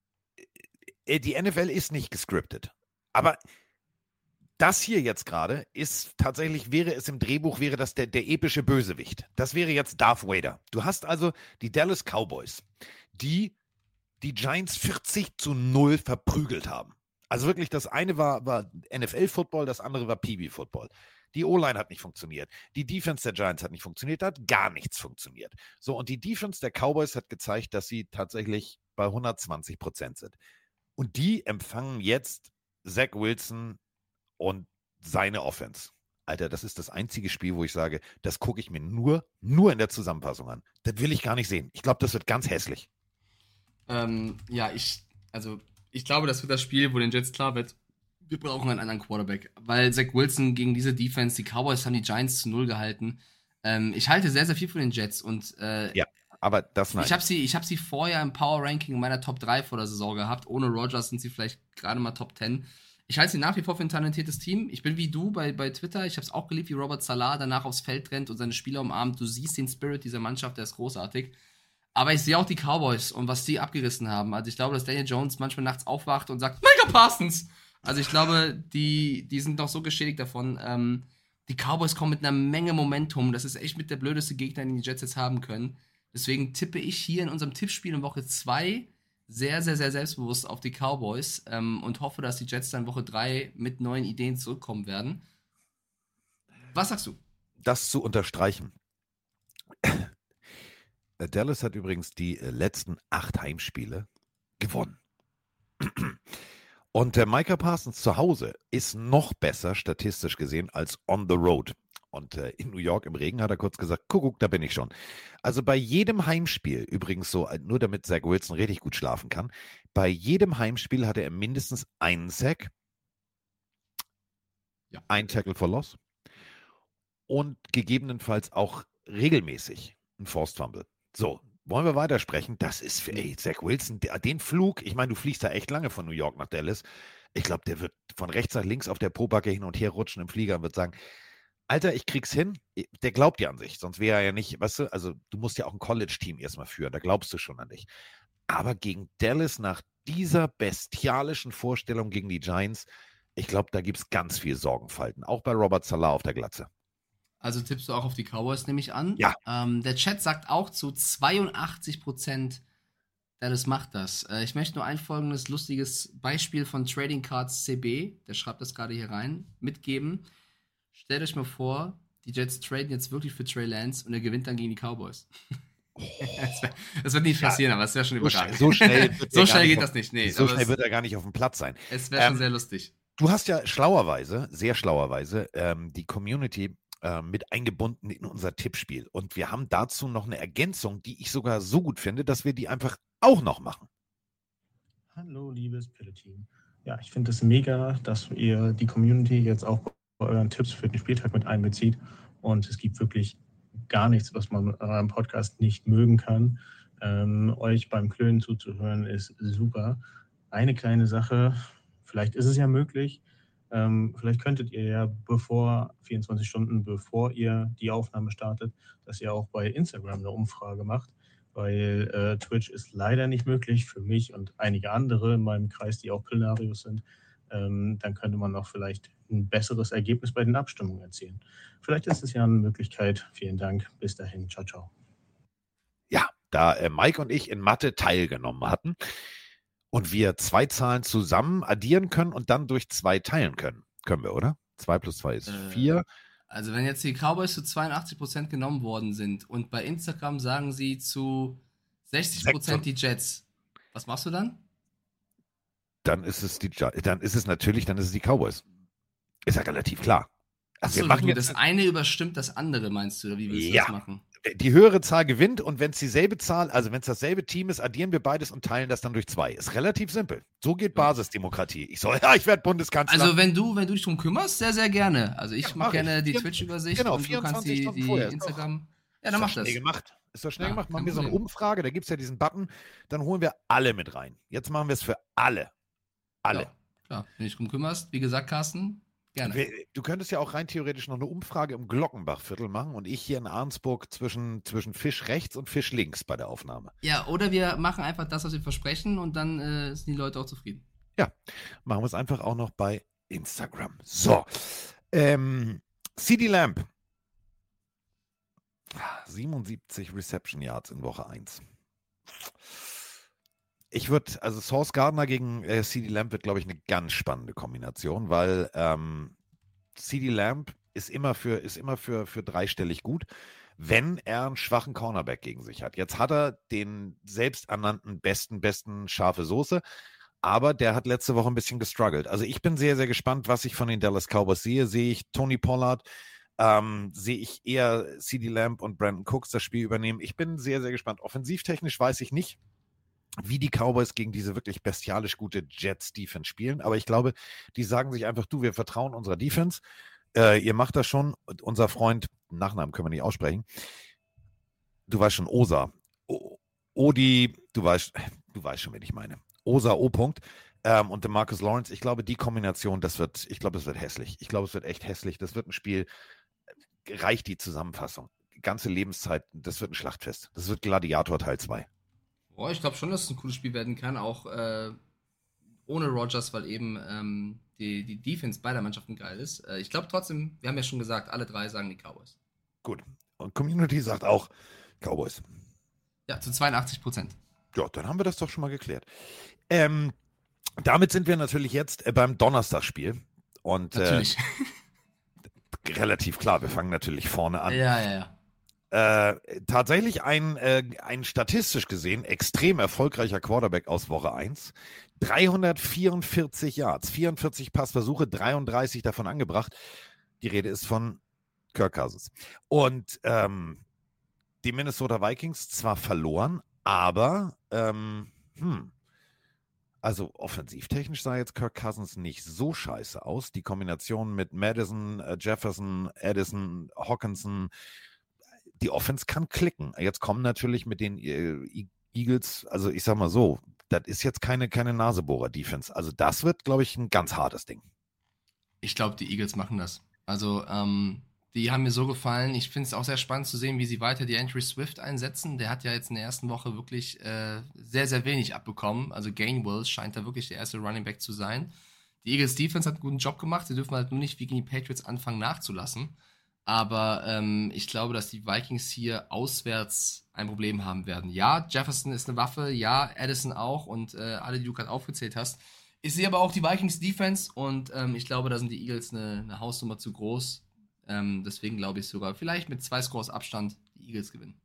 äh, die N F L ist nicht gescriptet. Aber das hier jetzt gerade ist tatsächlich, wäre es im Drehbuch, wäre das der, der epische Bösewicht. Das wäre jetzt Darth Vader. Du hast also die Dallas Cowboys, die die Giants vierzig zu null verprügelt haben. Also wirklich, das eine war, war N F L-Football, das andere war P B-Football. Die O-Line hat nicht funktioniert. Die Defense der Giants hat nicht funktioniert. Da hat gar nichts funktioniert. So, und die Defense der Cowboys hat gezeigt, dass sie tatsächlich bei hundertzwanzig Prozent sind. Und die empfangen jetzt Zach Wilson und seine Offense. Alter, das ist das einzige Spiel, wo ich sage, das gucke ich mir nur, nur in der Zusammenfassung an. Das will ich gar nicht sehen. Ich glaube, das wird ganz hässlich. Ähm, ja, ich, also, ich glaube, das wird das Spiel, wo den Jets klar wird, wir brauchen einen anderen Quarterback. Weil Zach Wilson gegen diese Defense, die Cowboys haben die Giants zu null gehalten. Ähm, ich halte sehr, sehr viel von den Jets und äh, Ja, aber das nein. ich habe sie, ich hab sie vorher im Power Ranking in meiner Top drei vor der Saison gehabt. Ohne Rodgers sind sie vielleicht gerade mal Top zehn. Ich halte sie nach wie vor für ein talentiertes Team. Ich bin wie du bei, bei Twitter. Ich habe es auch geliebt, wie Robert Salah danach aufs Feld rennt und seine Spieler umarmt. Du siehst den Spirit dieser Mannschaft, der ist großartig. Aber ich sehe auch die Cowboys und was die abgerissen haben. Also ich glaube, dass Daniel Jones manchmal nachts aufwacht und sagt, Micah Parsons! Also ich glaube, die, die sind noch so geschädigt davon. Ähm, die Cowboys kommen mit einer Menge Momentum. Das ist echt mit der blödeste Gegner, den die Jets jetzt haben können. Deswegen tippe ich hier in unserem Tippspiel in Woche zwei sehr, sehr, sehr selbstbewusst auf die Cowboys ähm, und hoffe, dass die Jets dann Woche drei mit neuen Ideen zurückkommen werden. Was sagst du? Das zu unterstreichen. Dallas hat übrigens die äh, letzten acht Heimspiele gewonnen. Und äh, Micah Parsons zu Hause ist noch besser statistisch gesehen als on the road. Und äh, in New York im Regen hat er kurz gesagt, Kuckuck, da bin ich schon. Also bei jedem Heimspiel, übrigens so, nur damit Zach Wilson richtig gut schlafen kann, bei jedem Heimspiel hatte er mindestens einen Sack, Ja. ein Tackle for Loss und gegebenenfalls auch regelmäßig ein Forced Fumble. So, wollen wir weitersprechen? Das ist für, ey, Zach Wilson, der, den Flug, ich meine, du fliegst da echt lange von New York nach Dallas. Ich glaube, der wird von rechts nach links auf der Pobacke hin und her rutschen im Flieger und wird sagen, Alter, ich krieg's hin. Der glaubt ja an sich, sonst wäre er ja nicht, weißt du, also du musst ja auch ein College-Team erstmal führen, da glaubst du schon an dich. Aber gegen Dallas nach dieser bestialischen Vorstellung gegen die Giants, ich glaube, da gibt es ganz viel Sorgenfalten, auch bei Robert Saleh auf der Glatze. Also tippst du auch auf die Cowboys, nehme ich an. Ja. Ähm, der Chat sagt auch zu zweiundachtzig Prozent, Dallas macht das. Äh, ich möchte nur ein folgendes lustiges Beispiel von Trading Cards C B, der schreibt das gerade hier rein, mitgeben. Stellt euch mal vor, die Jets traden jetzt wirklich für Trey Lance und er gewinnt dann gegen die Cowboys. Oh. das, wär, das wird nicht passieren, ja, aber es wäre schon überragend. So schnell, so schnell geht auf, das nicht. Nee, so schnell wird er gar nicht auf dem Platz sein. Es wäre ähm, schon sehr lustig. Du hast ja schlauerweise, sehr schlauerweise, ähm, die Community äh, mit eingebunden in unser Tippspiel. Und wir haben dazu noch eine Ergänzung, die ich sogar so gut finde, dass wir die einfach auch noch machen. Hallo, liebes Pille-Team. Ja, ich finde es mega, dass ihr die Community jetzt auch bei euren Tipps für den Spieltag mit einbezieht. Und es gibt wirklich gar nichts, was man mit eurem Podcast nicht mögen kann. Ähm, euch beim Klönen zuzuhören ist super. Eine kleine Sache, vielleicht ist es ja möglich, ähm, vielleicht könntet ihr ja bevor, vierundzwanzig Stunden bevor ihr die Aufnahme startet, dass ihr auch bei Instagram eine Umfrage macht, weil äh, Twitch ist leider nicht möglich für mich und einige andere in meinem Kreis, die auch Pillenarios sind. Ähm, dann könnte man noch vielleicht ein besseres Ergebnis bei den Abstimmungen erzielen. Vielleicht ist es ja eine Möglichkeit. Vielen Dank. Bis dahin. Ciao, ciao. Ja, da äh, Mike und ich in Mathe teilgenommen hatten und wir zwei Zahlen zusammen addieren können und dann durch zwei teilen können. Können wir, oder? zwei plus zwei ist vier. Äh, also wenn jetzt die Cowboys zu zweiundachtzig Prozent genommen worden sind und bei Instagram sagen sie zu sechzig Prozent die Jets, was machst du dann? Dann ist es die, dann ist es natürlich, dann ist es die Cowboys. Ist ja relativ klar. Also Achso, wir machen das eine überstimmt das andere, meinst du, oder wie willst du ja. das machen? Die höhere Zahl gewinnt und wenn es dieselbe Zahl, also wenn es dasselbe Team ist, addieren wir beides und teilen das dann durch zwei. Ist relativ simpel. So geht Basisdemokratie. Ich soll, ja, ich werde Bundeskanzler. Also wenn du, wenn du dich drum kümmerst, sehr, sehr gerne. Also ich ja, mache mach gerne ich. die Twitch-Übersicht genau, und du kannst die, die Instagram. Ja, dann mach das. Schnell gemacht. Ist doch schnell ja, gemacht. Machen wir so eine Umfrage, da gibt es ja diesen Button, dann holen wir alle mit rein. Jetzt machen wir es für alle. Alle. Ja, klar, wenn du dich drum kümmerst, wie gesagt, Carsten, gerne. Du könntest ja auch rein theoretisch noch eine Umfrage im Glockenbachviertel machen und ich hier in Arnsburg zwischen, zwischen Fisch rechts und Fisch links bei der Aufnahme. Ja, oder wir machen einfach das, was wir versprechen und dann äh, sind die Leute auch zufrieden. Ja, machen wir es einfach auch noch bei Instagram. So, ähm, CeeDee Lamb. siebenundsiebzig Reception Yards in Woche eins. Ich würde, also Sauce Gardner gegen äh, CeeDee Lamb wird, glaube ich, eine ganz spannende Kombination, weil ähm, CeeDee Lamb ist immer für, ist immer für, für dreistellig gut, wenn er einen schwachen Cornerback gegen sich hat. Jetzt hat er den selbsternannten besten, besten scharfe Soße, aber der hat letzte Woche ein bisschen gestruggelt. Also ich bin sehr, sehr gespannt, was ich von den Dallas Cowboys sehe. Sehe ich Tony Pollard, ähm, sehe ich eher CeeDee Lamb und Brandon Cooks das Spiel übernehmen. Ich bin sehr, sehr gespannt. Offensivtechnisch weiß ich nicht, wie die Cowboys gegen diese wirklich bestialisch gute Jets-Defense spielen. Aber ich glaube, die sagen sich einfach, du, wir vertrauen unserer Defense. Äh, ihr macht das schon. Und unser Freund, Nachnamen können wir nicht aussprechen, du weißt schon, Osa. O- Odi, du weißt, du weißt schon, wen ich meine. Osa O. -Punkt, ähm, und DeMarcus Lawrence. Ich glaube, die Kombination, das wird, ich glaube, das wird hässlich. Ich glaube, es wird echt hässlich. Das wird ein Spiel, reicht die Zusammenfassung. Ganze Lebenszeit, das wird ein Schlachtfest. Das wird Gladiator Teil zwei. Oh, ich glaube schon, dass es ein cooles Spiel werden kann, auch äh, ohne Rodgers, weil eben ähm, die, die Defense beider Mannschaften geil ist. Äh, ich glaube trotzdem, wir haben ja schon gesagt, alle drei sagen die Cowboys. Gut. Und Community sagt auch Cowboys. Ja, zu zweiundachtzig Prozent. Ja, dann haben wir das doch schon mal geklärt. Ähm, damit sind wir natürlich jetzt äh, beim Donnerstagsspiel. Und natürlich. Äh, relativ klar, wir fangen natürlich vorne an. Ja, ja, ja. Äh, tatsächlich ein, äh, ein statistisch gesehen extrem erfolgreicher Quarterback aus Woche eins. dreihundertvierundvierzig Yards, vierundvierzig Passversuche, dreiunddreißig davon angebracht. Die Rede ist von Kirk Cousins. Und ähm, die Minnesota Vikings zwar verloren, aber ähm, hm, also offensivtechnisch sah jetzt Kirk Cousins nicht so scheiße aus. Die Kombination mit Madison, äh, Jefferson, Addison, Hawkinson, die Offense kann klicken. Jetzt kommen natürlich mit den äh, Eagles, also ich sag mal so, das ist jetzt keine, keine Nasebohrer-Defense. Also das wird, glaube ich, ein ganz hartes Ding. Ich glaube, die Eagles machen das. Also, ähm, die haben mir so gefallen. Ich finde es auch sehr spannend zu sehen, wie sie weiter die Andrew Swift einsetzen. Der hat ja jetzt in der ersten Woche wirklich äh, sehr, sehr wenig abbekommen. Also Gainwell scheint da wirklich der erste Running Back zu sein. Die Eagles Defense hat einen guten Job gemacht. Sie dürfen halt nur nicht wie gegen die Patriots anfangen nachzulassen. Aber ähm, ich glaube, dass die Vikings hier auswärts ein Problem haben werden. Ja, Jefferson ist eine Waffe, ja, Addison auch und äh, alle, die du gerade aufgezählt hast. Ich sehe aber auch die Vikings Defense und ähm, ich glaube, da sind die Eagles eine, eine Hausnummer zu groß. Ähm, deswegen glaube ich sogar, vielleicht mit zwei Scores Abstand, die Eagles gewinnen.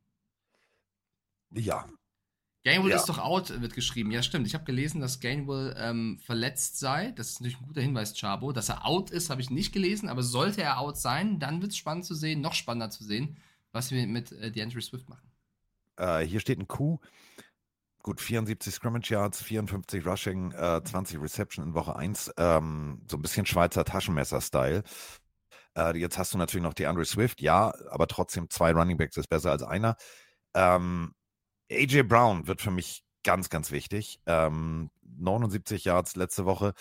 Ja. Gainwell Ja. ist doch out, wird geschrieben. Ja, stimmt. Ich habe gelesen, dass Gainwell ähm, verletzt sei. Das ist natürlich ein guter Hinweis, Chabo. Dass er out ist, habe ich nicht gelesen, aber sollte er out sein, dann wird es spannend zu sehen, noch spannender zu sehen, was wir mit äh, DeAndre Swift machen. Äh, hier steht ein Q. Gut, vierundsiebzig Scrimmage Yards, vierundfünfzig Rushing, äh, zwanzig Reception in Woche eins. Ähm, so ein bisschen Schweizer Taschenmesser-Style. Äh, jetzt hast du natürlich noch DeAndre Swift, ja, aber trotzdem zwei Running Backs ist besser als einer. Ähm, A J Brown wird für mich ganz, ganz wichtig. Ähm, neunundsiebzig Yards letzte Woche.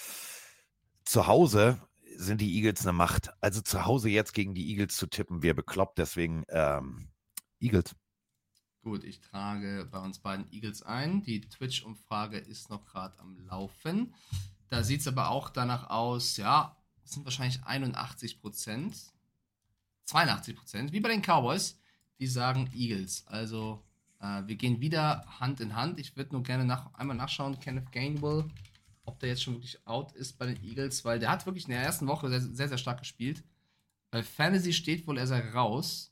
Zu Hause sind die Eagles eine Macht. Also zu Hause jetzt gegen die Eagles zu tippen, wäre bekloppt. Deswegen ähm, Eagles. Gut, ich trage bei uns beiden Eagles ein. Die Twitch-Umfrage ist noch gerade am Laufen. Da sieht es aber auch danach aus, ja, es sind wahrscheinlich einundachtzig Prozent, zweiundachtzig Prozent, wie bei den Cowboys, die sagen Eagles. Also äh, wir gehen wieder Hand in Hand. Ich würde nur gerne nach, einmal nachschauen, Kenneth Gainwell, ob der jetzt schon wirklich out ist bei den Eagles, weil der hat wirklich in der ersten Woche sehr, sehr, sehr stark gespielt. Bei Fantasy steht wohl, er sei raus.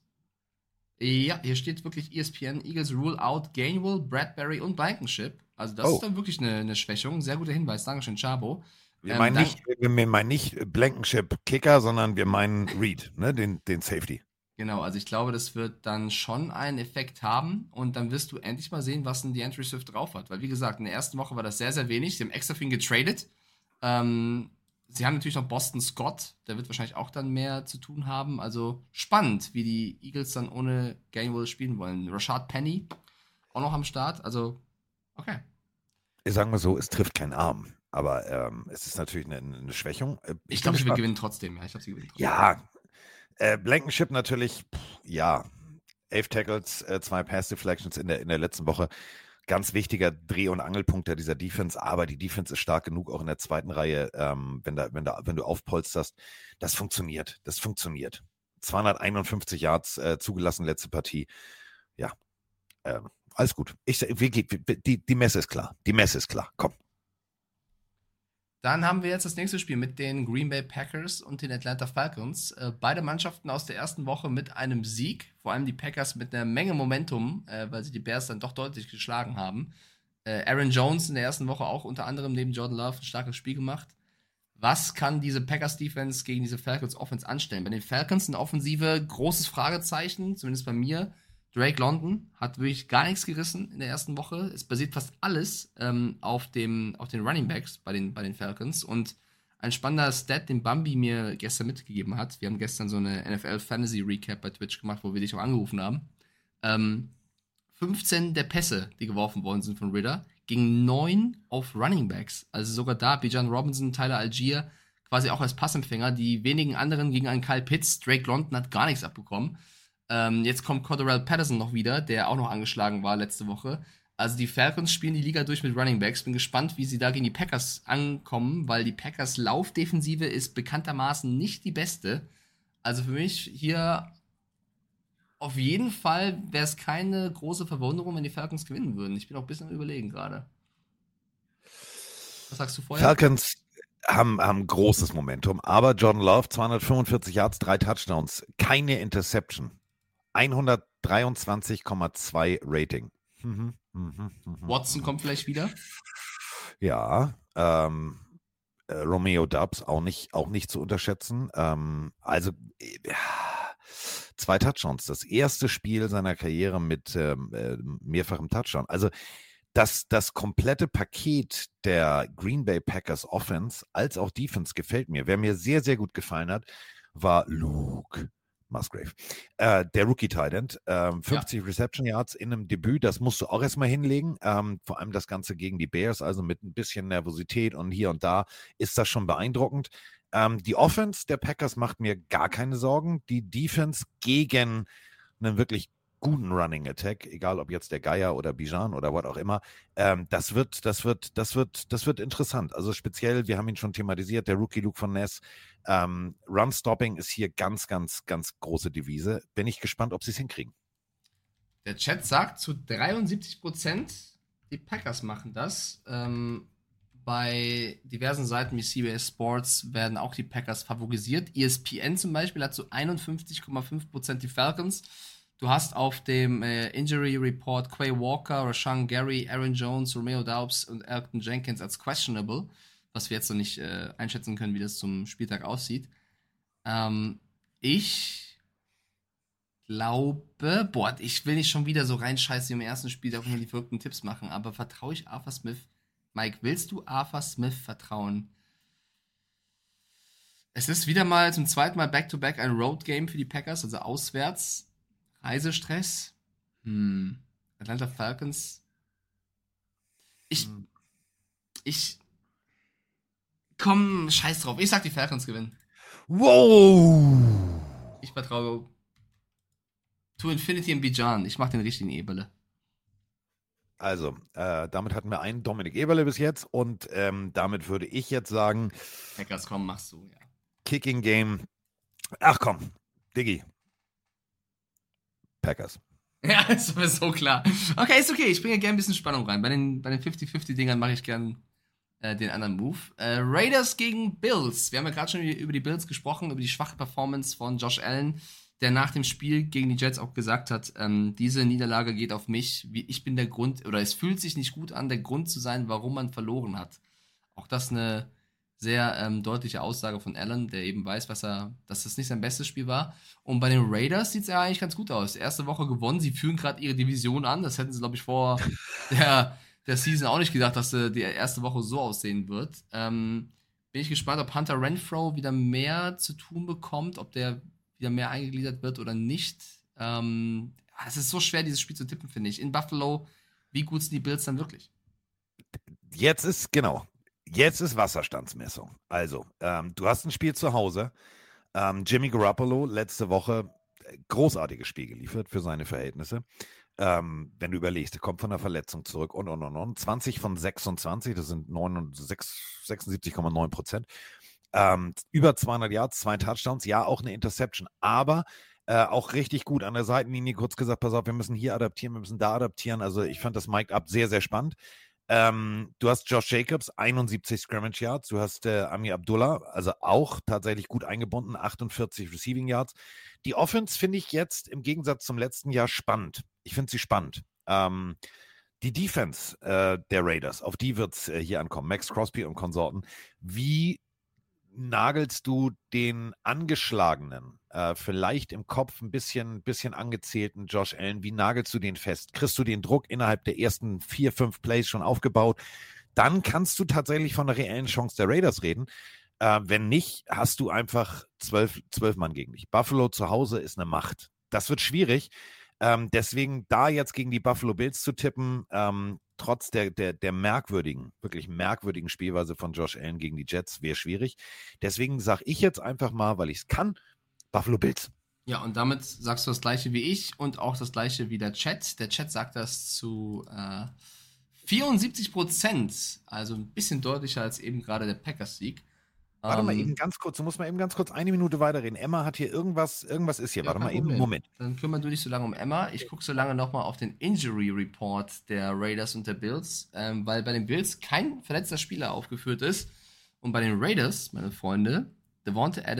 Ja, hier steht wirklich E S P N, Eagles rule out Gainwell, Bradbury und Blankenship. Also das Oh. ist dann wirklich eine, eine Schwächung. Sehr guter Hinweis. Dankeschön, Chabo. Wir, Ähm, meinen dann- nicht, wir, wir meinen nicht Blankenship Kicker, sondern wir meinen Reed, ne, den, den Safety. Genau, also ich glaube, das wird dann schon einen Effekt haben und dann wirst du endlich mal sehen, was ein DeAndre Swift drauf hat. Weil wie gesagt, in der ersten Woche war das sehr, sehr wenig. Sie haben extra für ihn getradet. Ähm, sie haben natürlich noch Boston Scott, der wird wahrscheinlich auch dann mehr zu tun haben. Also spannend, wie die Eagles dann ohne Gainwell spielen wollen. Rashad Penny auch noch am Start. Also, okay. Sagen wir so, es trifft keinen Arm. Aber ähm, es ist natürlich eine, eine Schwächung. Äh, Ich bin glaube, sie gespannt. gewinnen trotzdem. Ja, ich glaube, sie gewinnen trotzdem. Ja, äh, Blankenship natürlich, pff, ja, elf Tackles, äh, zwei Pass-Deflections in der, in der letzten Woche. Ganz wichtiger Dreh- und Angelpunkt dieser Defense, aber die Defense ist stark genug, auch in der zweiten Reihe, ähm, wenn, da, wenn, da, wenn du aufpolsterst. Das funktioniert, das funktioniert. zweihunderteinundfünfzig Yards äh, zugelassen, letzte Partie. Ja, ähm, alles gut. Ich, wir, wir, die, die Messe ist klar, die Messe ist klar, komm. Dann haben wir jetzt das nächste Spiel mit den Green Bay Packers und den Atlanta Falcons. Äh, beide Mannschaften aus der ersten Woche mit einem Sieg. Vor allem die Packers mit einer Menge Momentum, äh, weil sie die Bears dann doch deutlich geschlagen haben. Äh, Aaron Jones in der ersten Woche auch unter anderem neben Jordan Love ein starkes Spiel gemacht. Was kann diese Packers-Defense gegen diese Falcons-Offense anstellen? Bei den Falcons eine Offensive, großes Fragezeichen, zumindest bei mir. Drake London hat wirklich gar nichts gerissen in der ersten Woche. Es basiert fast alles ähm, auf, dem, auf den Running Backs bei den, bei den Falcons. Und ein spannender Stat, den Bambi mir gestern mitgegeben hat. Wir haben gestern so eine N F L Fantasy Recap bei Twitch gemacht, wo wir dich auch angerufen haben. Ähm, fünfzehn der Pässe, die geworfen worden sind von Ridder, gingen neun auf Running Backs. Also sogar da, Bijan Robinson, Tyler Algier, quasi auch als Passempfänger. Die wenigen anderen gegen einen Kyle Pitts. Drake London hat gar nichts abbekommen. Ähm, jetzt kommt Cordarrelle Patterson noch wieder, der auch noch angeschlagen war letzte Woche. Also die Falcons spielen die Liga durch mit Running Backs. Bin gespannt, wie sie da gegen die Packers ankommen, weil die Packers Laufdefensive ist bekanntermaßen nicht die beste. Also für mich hier auf jeden Fall wäre es keine große Verwunderung, wenn die Falcons gewinnen würden. Ich bin auch ein bisschen am Überlegen gerade. Was sagst du vorher? Falcons haben, haben großes Momentum, aber Jordan Love, zweihundertfünfundvierzig Yards, drei Touchdowns, keine Interception. hundert dreiundzwanzig Komma zwei Rating. Mhm, mhm, mhm, Watson kommt vielleicht wieder. Ja, ähm, äh, Romeo Doubs auch nicht, auch nicht zu unterschätzen. Ähm, also äh, zwei Touchdowns. Das erste Spiel seiner Karriere mit ähm, äh, mehrfachem Touchdown. Also das, das komplette Paket der Green Bay Packers Offense als auch Defense gefällt mir. Wer mir sehr, sehr gut gefallen hat, war Luke Musgrave. Äh, der Rookie-Tight End, ähm, fünfzig ja. Reception Yards in einem Debüt, das musst du auch erstmal hinlegen. Ähm, vor allem das Ganze gegen die Bears, also mit ein bisschen Nervosität und hier und da ist das schon beeindruckend. Ähm, die Offense der Packers macht mir gar keine Sorgen. Die Defense gegen einen wirklich guten Running Attack, egal ob jetzt der Geier oder Bijan oder was auch immer, ähm, das wird, das wird, das wird, das wird interessant. Also speziell, wir haben ihn schon thematisiert, der Rookie Luke von Ness. Ähm, Run-Stopping ist hier ganz, ganz, ganz große Devise. Bin ich gespannt, ob sie es hinkriegen. Der Chat sagt zu dreiundsiebzig Prozent, die Packers machen das. Ähm, bei diversen Seiten wie C B S Sports werden auch die Packers favorisiert. E S P N zum Beispiel hat zu einundfünfzig Komma fünf Prozent die Falcons. Du hast auf dem äh, Injury Report Quay Walker, Rashawn Gary, Aaron Jones, Romeo Doubs und Elgton Jenkins als questionable, was wir jetzt noch nicht äh, einschätzen können, wie das zum Spieltag aussieht. Ähm, ich glaube, boah, ich will nicht schon wieder so reinscheißen wie im ersten Spieltag und hier die verrückten Tipps machen, aber vertraue ich Arthur Smith? Mike, willst du Arthur Smith vertrauen? Es ist wieder mal zum zweiten Mal Back-to-Back ein Road-Game für die Packers, also auswärts. Reisestress. Hm. Atlanta Falcons. Ich. Hm. Ich. Komm, scheiß drauf. Ich sag, die Falcons gewinnen. Wow! Ich vertraue to Infinity und Bijan. Ich mach den richtigen Eberle. Also, äh, damit hatten wir einen Dominik Eberle bis jetzt und ähm, damit würde ich jetzt sagen. Packers, komm, machst du, ja. Kicking Game. Ach komm, Diggi. Packers. Ja, ist sowieso klar. Okay, ist okay. Ich bringe gerne ein bisschen Spannung rein. Bei den, bei den fünfzig fünfzig Dingern mache ich gern äh, den anderen Move. Äh, Raiders gegen Bills. Wir haben ja gerade schon über die Bills gesprochen, über die schwache Performance von Josh Allen, der nach dem Spiel gegen die Jets auch gesagt hat, ähm, diese Niederlage geht auf mich. Wie, ich bin der Grund, oder es fühlt sich nicht gut an, der Grund zu sein, warum man verloren hat. Auch das eine sehr ähm, deutliche Aussage von Allen, der eben weiß, was er, dass das nicht sein bestes Spiel war. Und bei den Raiders sieht es ja eigentlich ganz gut aus. Erste Woche gewonnen, sie führen gerade ihre Division an. Das hätten sie, glaube ich, vor der, der Season auch nicht gedacht, dass äh, die erste Woche so aussehen wird. Ähm, bin ich gespannt, ob Hunter Renfrow wieder mehr zu tun bekommt, ob der wieder mehr eingegliedert wird oder nicht. Ähm, es ist so schwer, dieses Spiel zu tippen, finde ich. In Buffalo, wie gut sind die Bills dann wirklich? Jetzt ist, genau, Jetzt ist Wasserstandsmessung. Also, ähm, du hast ein Spiel zu Hause. Ähm, Jimmy Garoppolo letzte Woche großartiges Spiel geliefert für seine Verhältnisse. Ähm, wenn du überlegst, er kommt von der Verletzung zurück und, und, und, und. zwanzig von sechsundzwanzig, das sind sechsundsiebzig Komma neun Prozent. Ähm, über zweihundert Yards, zwei Touchdowns, ja, auch eine Interception, aber äh, auch richtig gut an der Seitenlinie. Kurz gesagt, pass auf, wir müssen hier adaptieren, wir müssen da adaptieren. Also ich fand das Mic'd-Up sehr, sehr spannend. Ähm, du hast Josh Jacobs, einundsiebzig Scrimmage Yards. Du hast äh, Amir Abdullah, also auch tatsächlich gut eingebunden, achtundvierzig Receiving Yards. Die Offense finde ich jetzt im Gegensatz zum letzten Jahr spannend. Ich finde sie spannend. Ähm, die Defense äh, der Raiders, auf die wird es äh, hier ankommen. Max Crosby und Konsorten. Wie nagelst du den angeschlagenen, äh, vielleicht im Kopf ein bisschen, bisschen angezählten Josh Allen, wie nagelst du den fest? Kriegst du den Druck innerhalb der ersten vier, fünf Plays schon aufgebaut? Dann kannst du tatsächlich von einer reellen Chance der Raiders reden. Äh, wenn nicht, hast du einfach zwölf, zwölf Mann gegen dich. Buffalo zu Hause ist eine Macht. Das wird schwierig. Ähm, deswegen da jetzt gegen die Buffalo Bills zu tippen, ähm, trotz der, der, der merkwürdigen, wirklich merkwürdigen Spielweise von Josh Allen gegen die Jets, wäre schwierig. Deswegen sage ich jetzt einfach mal, weil ich es kann, Buffalo Bills. Ja, und damit sagst du das Gleiche wie ich und auch das Gleiche wie der Chat. Der Chat sagt das zu äh, vierundsiebzig Prozent, also ein bisschen deutlicher als eben gerade der Packers-Sieg. Warte ähm, mal eben ganz kurz, du musst mal eben ganz kurz eine Minute weiterreden. Emma hat hier irgendwas, irgendwas ist hier. Ja, Warte mal kein eben, Problem. Moment. Dann kümmern du dich so lange um Emma. Ich gucke so lange nochmal auf den Injury Report der Raiders und der Bills, ähm, weil bei den Bills kein verletzter Spieler aufgeführt ist. Und bei den Raiders, meine Freunde, Devonta Adams,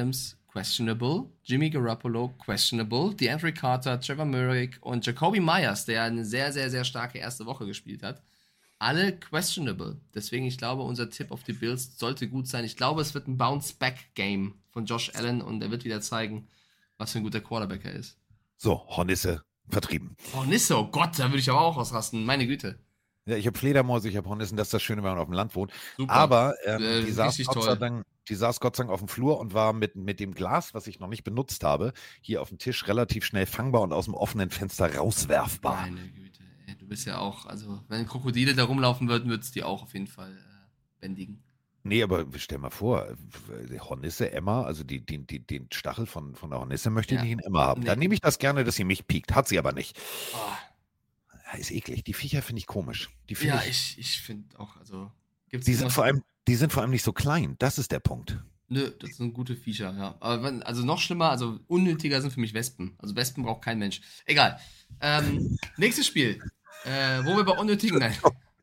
questionable. Jimmy Garoppolo, questionable. DeAndre Carter, Trevor Murray und Jacoby Myers, der eine sehr, sehr, sehr starke erste Woche gespielt hat. Alle questionable. Deswegen, ich glaube, unser Tipp auf die Bills sollte gut sein. Ich glaube, es wird ein Bounce-Back-Game von Josh Allen und er wird wieder zeigen, was für ein guter Quarterback er ist. So, Hornisse vertrieben. Hornisse, oh Gott, da würde ich aber auch ausrasten. Meine Güte. Ja, ich habe Fledermäuse, ich habe Hornissen, das ist das Schöne, wenn man auf dem Land wohnt. Super. Aber ähm, Äh, die, saß richtig Gott sei toll. Dank, die saß Gott sei Dank auf dem Flur und war mit, mit dem Glas, was ich noch nicht benutzt habe, hier auf dem Tisch relativ schnell fangbar und aus dem offenen Fenster rauswerfbar. Meine Güte, ey, du bist ja auch, also wenn Krokodile da rumlaufen würden, würde es die auch auf jeden Fall äh, bändigen. Nee, aber stell mal vor, die Hornisse, Emma, also die, die, die, den Stachel von, von der Hornisse möchte ich Ja. nicht in Emma haben. Nee. Dann nehme ich das gerne, dass sie mich piekt. Hat sie aber nicht. Oh, Ja, ist eklig. Die Viecher finde ich komisch. Die find ja, ich, ich, ich finde auch, also gibt's die, sind irgendwas- vor allem, die sind vor allem nicht so klein. Das ist der Punkt. Nö, das sind gute Viecher, ja. Aber wenn, also noch schlimmer, also unnötiger sind für mich Wespen. Also Wespen braucht kein Mensch. Egal. Ähm, nächstes Spiel. Äh, wo wir bei unnötigen, nein.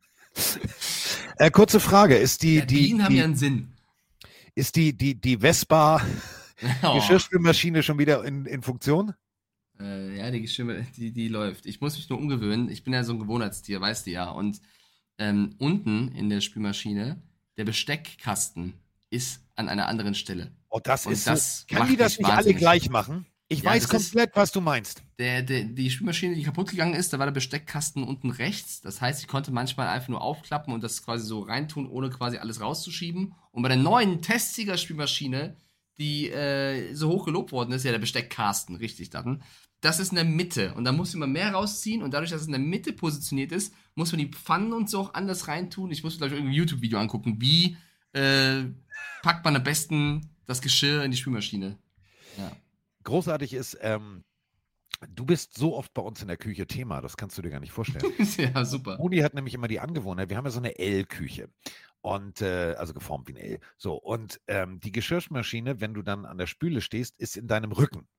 Äh, kurze Frage. Ist die, Ja, die, Bienen haben die, ja einen Sinn. ist die, die, die Vespa Oh. Geschirrspülmaschine schon wieder in, in Funktion? Äh, ja, die Geschirr, die, die läuft. Ich muss mich nur umgewöhnen. Ich bin ja so ein Gewohnheitstier, weißt du ja. Und ähm, unten in der Spülmaschine, der Besteckkasten ist an einer anderen Stelle. Oh, das Und ist das so. Kann macht die das mich nicht alle wahnsinnig. gleich machen? Ich Ja, weiß das ist- komplett, was du meinst. Der, der, die Spülmaschine, die kaputt gegangen ist, da war der Besteckkasten unten rechts. Das heißt, ich konnte manchmal einfach nur aufklappen und das quasi so reintun, ohne quasi alles rauszuschieben. Und bei der neuen Testsieger-Spülmaschine, die äh, so hoch gelobt worden ist, ja der Besteckkasten, richtig dann. Das ist in der Mitte. Und da muss man mehr rausziehen. Und dadurch, dass es in der Mitte positioniert ist, muss man die Pfannen und so auch anders reintun. Ich muss mir, glaube ich, irgendein YouTube-Video angucken. Wie äh, packt man am besten das Geschirr in die Spülmaschine? Ja. Großartig ist, ähm, du bist so oft bei uns in der Küche Thema, das kannst du dir gar nicht vorstellen. Ja, super. Uni hat nämlich immer die Angewohnheit, wir haben ja so eine L-Küche. Und, äh, also geformt wie ein L. So, und ähm, die Geschirrmaschine, wenn du dann an der Spüle stehst, ist in deinem Rücken.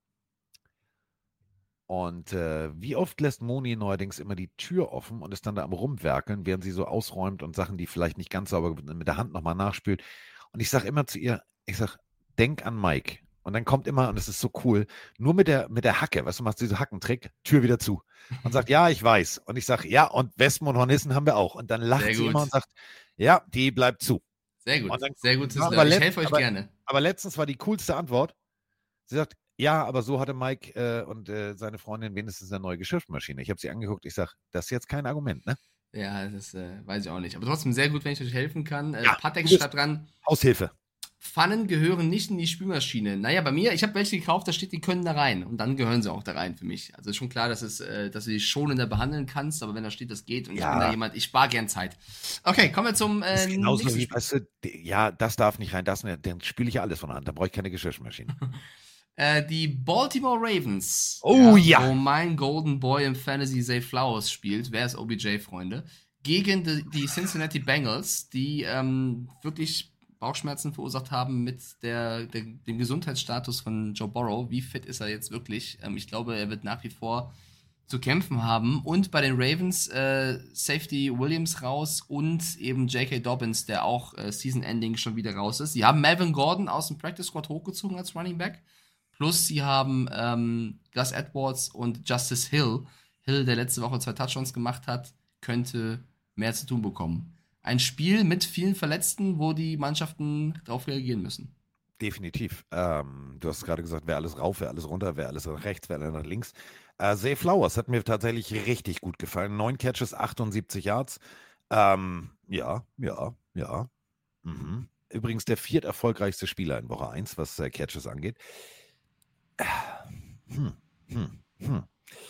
Und äh, wie oft lässt Moni neuerdings immer die Tür offen und ist dann da am Rumwerkeln, während sie so ausräumt und Sachen, die vielleicht nicht ganz sauber mit der Hand nochmal nachspült. Und ich sage immer zu ihr, ich sage, denk an Mike. Und dann kommt immer, und das ist so cool, nur mit der, mit der Hacke, weißt du, machst diesen Hackentrick, Tür wieder zu. Und sagt, ja, ich weiß. Und ich sage, ja, und Wespen und Hornissen haben wir auch. Und dann lacht Sehr sie gut. immer und sagt, ja, die bleibt zu. Sehr gut. Und dann- Sehr gut zu Ja, wissen. aber Ich letzt- helfe euch aber- gerne. Aber letztens war die coolste Antwort. Sie sagt, ja, aber so hatte Mike äh, und äh, seine Freundin wenigstens eine neue Geschirrmaschine. Ich habe sie angeguckt, ich sage, das ist jetzt kein Argument, ne? Ja, das äh, weiß ich auch nicht. Aber trotzdem sehr gut, wenn ich euch helfen kann. Äh, Ja, Patek du bist- schreibt dran, Haushilfe. Pfannen gehören nicht in die Spülmaschine. Naja, bei mir, ich habe welche gekauft, da steht, die können da rein. Und dann gehören sie auch da rein für mich. Also ist schon klar, dass, es, äh, dass du die schonender behandeln kannst, aber wenn da steht, das geht. Und Ja. ich bin da jemand, ich spare gern Zeit. Okay, kommen wir zum Das äh, ist genauso nächsten wie, Spiel. weißt du, die- ja, das darf nicht rein, das nicht, dann spüle ich ja alles von der Hand, dann brauche ich keine Geschirrmaschine. Äh, die Baltimore Ravens. Oh, ja. Wo mein Golden Boy im Fantasy Zay Flowers spielt. Wer ist O B J, Freunde? Gegen die, die Cincinnati Bengals, die ähm, wirklich Bauchschmerzen verursacht haben mit der, der, dem Gesundheitsstatus von Joe Burrow. Wie fit ist er jetzt wirklich? Ähm, ich glaube, er wird nach wie vor zu kämpfen haben. Und bei den Ravens äh, Safety Williams raus und eben J K. Dobbins, der auch äh, Season-Ending schon wieder raus ist. Sie haben Melvin Gordon aus dem Practice Squad hochgezogen als Running Back. Plus sie haben ähm, Gus Edwards und Justice Hill. Hill, der letzte Woche zwei Touchdowns gemacht hat, könnte mehr zu tun bekommen. Ein Spiel mit vielen Verletzten, wo die Mannschaften darauf reagieren müssen. Definitiv. Ähm, du hast gerade gesagt, wer alles rauf, wer alles runter, wer alles nach rechts, wer alles nach links. Äh, Zay Flowers hat mir tatsächlich richtig gut gefallen. Neun Catches, achtundsiebzig Yards. Ähm, ja, ja, ja. Mhm. Übrigens der viert erfolgreichste Spieler in Woche eins, was äh, Catches angeht. Hm, hm, hm.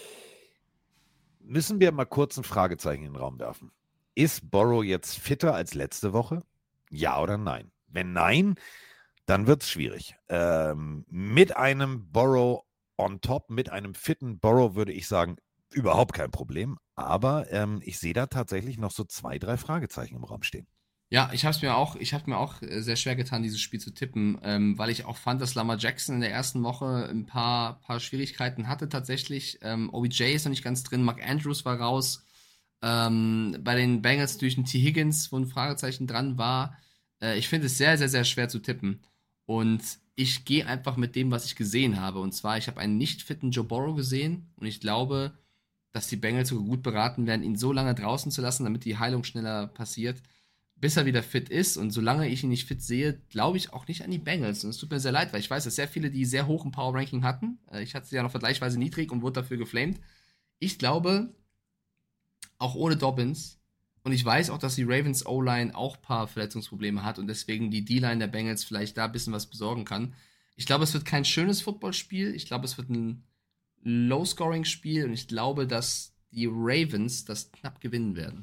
Müssen wir mal kurz ein Fragezeichen in den Raum werfen. Ist Burrow jetzt fitter als letzte Woche? Ja oder nein? Wenn nein, dann wird es schwierig. Ähm, mit einem Burrow on top, mit einem fitten Burrow würde ich sagen, überhaupt kein Problem. Aber ähm, ich sehe da tatsächlich noch so zwei, drei Fragezeichen im Raum stehen. Ja, ich habe es mir auch, ich habe mir auch äh, sehr schwer getan, dieses Spiel zu tippen, ähm, weil ich auch fand, dass Lamar Jackson in der ersten Woche ein paar, paar Schwierigkeiten hatte tatsächlich. Ähm, O B J ist noch nicht ganz drin, Mark Andrews war raus. Ähm, bei den Bengals durch den T. Higgins, wo ein Fragezeichen dran war. Äh, ich finde es sehr, sehr, sehr schwer zu tippen. Und ich gehe einfach mit dem, was ich gesehen habe. Und zwar, ich habe einen nicht fitten Joe Burrow gesehen und ich glaube, dass die Bengals sogar gut beraten werden, ihn so lange draußen zu lassen, damit die Heilung schneller passiert, bis er wieder fit ist. Und solange ich ihn nicht fit sehe, glaube ich auch nicht an die Bengals. Und es tut mir sehr leid, weil ich weiß, dass sehr viele die sehr hoch im Power-Ranking hatten. Ich hatte sie ja noch vergleichsweise niedrig und wurde dafür geflamed. Ich glaube, auch ohne Dobbins, und ich weiß auch, dass die Ravens O-Line auch ein paar Verletzungsprobleme hat und deswegen die D-Line der Bengals vielleicht da ein bisschen was besorgen kann. Ich glaube, es wird kein schönes Footballspiel. Ich glaube, es wird ein Low-Scoring-Spiel und ich glaube, dass die Ravens das knapp gewinnen werden.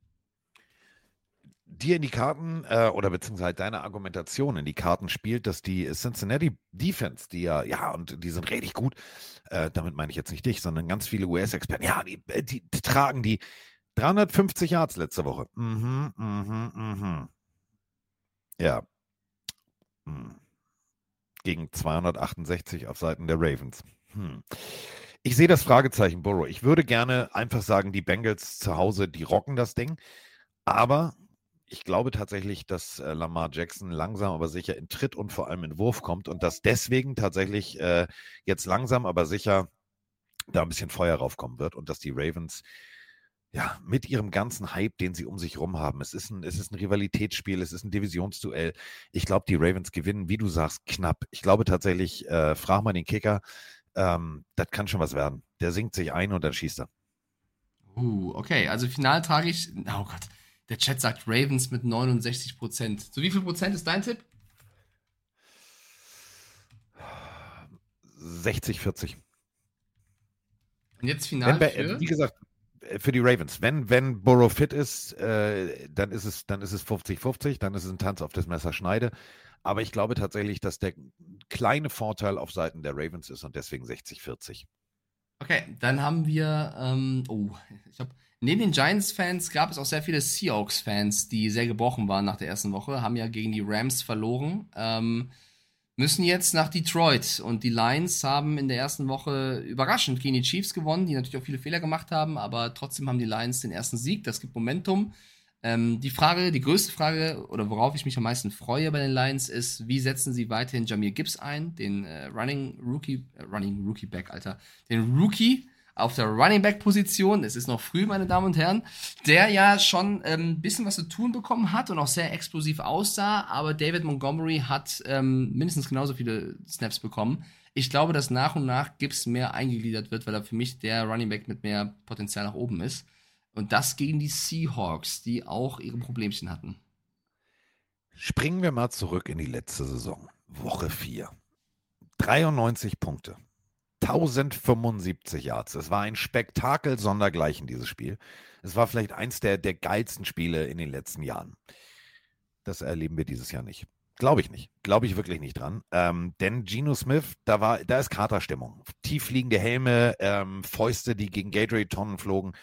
Dir in die Karten äh, oder beziehungsweise deine Argumentation in die Karten spielt, dass die Cincinnati Defense, die ja, ja, und die sind richtig gut, äh, damit meine ich jetzt nicht dich, sondern ganz viele U S-Experten, ja, die, die, die tragen die dreihundertfünfzig Yards letzte Woche. Mhm, mhm, mhm. Ja. Hm. Gegen zweihundertachtundsechzig auf Seiten der Ravens. Hm. Ich sehe das Fragezeichen Burrow. Ich würde gerne einfach sagen, die Bengals zu Hause, die rocken das Ding, aber ich glaube tatsächlich, dass äh, Lamar Jackson langsam, aber sicher in Tritt und vor allem in Wurf kommt und dass deswegen tatsächlich äh, jetzt langsam, aber sicher da ein bisschen Feuer raufkommen wird und dass die Ravens ja mit ihrem ganzen Hype, den sie um sich rum haben, es ist ein, es ist ein Rivalitätsspiel, es ist ein Divisionsduell. Ich glaube, die Ravens gewinnen, wie du sagst, knapp. Ich glaube tatsächlich, äh, frag mal den Kicker, ähm, das kann schon was werden. Der singt sich ein und dann schießt er. Uh, okay, also final trage ich, oh Gott, der Chat sagt Ravens mit neunundsechzig Prozent. So wie viel Prozent ist dein Tipp? sechzig vierzig. Und jetzt final Wenn, für? Wie gesagt, für die Ravens. Wenn, wenn Burrow fit ist, äh, dann ist es, dann ist es fünfzig fünfzig, dann ist es ein Tanz auf das Messerschneide. Aber ich glaube tatsächlich, dass der kleine Vorteil auf Seiten der Ravens ist und deswegen sechzig vierzig. Okay, dann haben wir, ähm, oh, ich habe neben den Giants-Fans gab es auch sehr viele Seahawks-Fans, die sehr gebrochen waren nach der ersten Woche, haben ja gegen die Rams verloren, ähm, müssen jetzt nach Detroit und die Lions haben in der ersten Woche überraschend gegen die Chiefs gewonnen, die natürlich auch viele Fehler gemacht haben, aber trotzdem haben die Lions den ersten Sieg, das gibt Momentum. Ähm, die Frage, die größte Frage, oder worauf ich mich am meisten freue bei den Lions, ist, wie setzen sie weiterhin Jahmyr Gibbs ein, den äh, Running Rookie, äh, Running Rookie Back, Alter, den Rookie auf der Running Back Position, es ist noch früh, meine Damen und Herren, der ja schon ein ähm, bisschen was zu tun bekommen hat und auch sehr explosiv aussah, aber David Montgomery hat ähm, mindestens genauso viele Snaps bekommen. Ich glaube, dass nach und nach Gibbs mehr eingegliedert wird, weil er für mich der Running Back mit mehr Potenzial nach oben ist. Und das gegen die Seahawks, die auch ihre Problemchen hatten. Springen wir mal zurück in die letzte Saison. Woche vier. dreiundneunzig Punkte. tausendfünfundsiebzig Yards. Es war ein Spektakel sondergleichen, dieses Spiel. Es war vielleicht eins der, der geilsten Spiele in den letzten Jahren. Das erleben wir dieses Jahr nicht. Glaube ich nicht. Glaube ich wirklich nicht dran. Ähm, denn Geno Smith, da war, da ist Katerstimmung. Tiefliegende Helme, ähm, Fäuste, die gegen Gatorade-Tonnen flogen.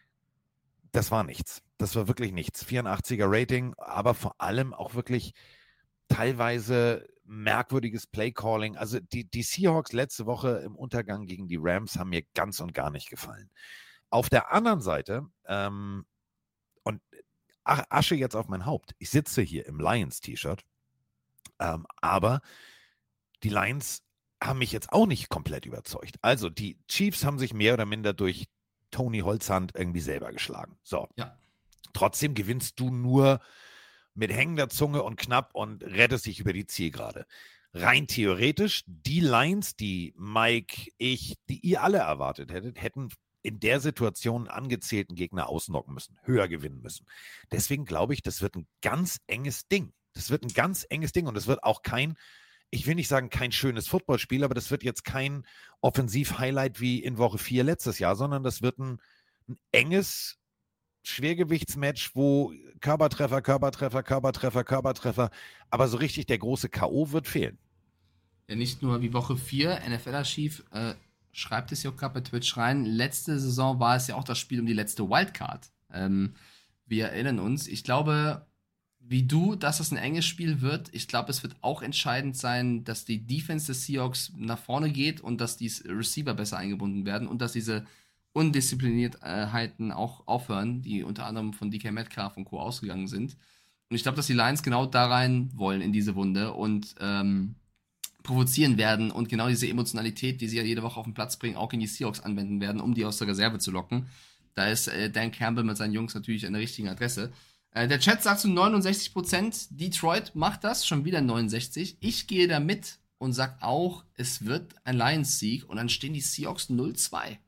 Das war nichts. Das war wirklich nichts. vierundachtziger Rating, aber vor allem auch wirklich teilweise merkwürdiges Playcalling. Also die, die Seahawks letzte Woche im Untergang gegen die Rams haben mir ganz und gar nicht gefallen. Auf der anderen Seite, ähm, und Asche jetzt auf mein Haupt, ich sitze hier im Lions-T-Shirt, ähm, aber die Lions haben mich jetzt auch nicht komplett überzeugt. Also die Chiefs haben sich mehr oder minder durch Tony Holzhand irgendwie selber geschlagen. So. Ja. Trotzdem gewinnst du nur mit hängender Zunge und knapp und rettest dich über die Zielgerade. Rein theoretisch, die Lions, die Mike, ich, die ihr alle erwartet hättet, hätten in der Situation einen angezählten Gegner ausnocken müssen, höher gewinnen müssen. Deswegen glaube ich, das wird ein ganz enges Ding. Das wird ein ganz enges Ding und es wird auch kein, ich will nicht sagen kein schönes Footballspiel, aber das wird jetzt kein Offensiv-Highlight wie in Woche vier letztes Jahr, sondern das wird ein, ein enges Schwergewichtsmatch, wo Körpertreffer, Körpertreffer, Körpertreffer, Körpertreffer, aber so richtig der große K O wird fehlen. Ja, nicht nur wie Woche vier, N F L-Archiv äh, schreibt es ja auch gerade bei Twitch rein, letzte Saison war es ja auch das Spiel um die letzte Wildcard. Ähm, wir erinnern uns, ich glaube, wie du, dass es ein enges Spiel wird. Ich glaube, es wird auch entscheidend sein, dass die Defense des Seahawks nach vorne geht und dass die Receiver besser eingebunden werden und dass diese Undiszipliniertheiten auch aufhören, die unter anderem von D K Metcalf und Co. ausgegangen sind. Und ich glaube, dass die Lions genau da rein wollen in diese Wunde und ähm, provozieren werden und genau diese Emotionalität, die sie ja jede Woche auf den Platz bringen, auch in die Seahawks anwenden werden, um die aus der Reserve zu locken. Da ist äh, Dan Campbell mit seinen Jungs natürlich an der richtigen Adresse. Äh, der Chat sagt zu neunundsechzig Prozent, Detroit macht das, schon wieder neunundsechzig. Ich gehe da mit und sag auch, es wird ein Lions-Sieg und dann stehen die Seahawks null zwei.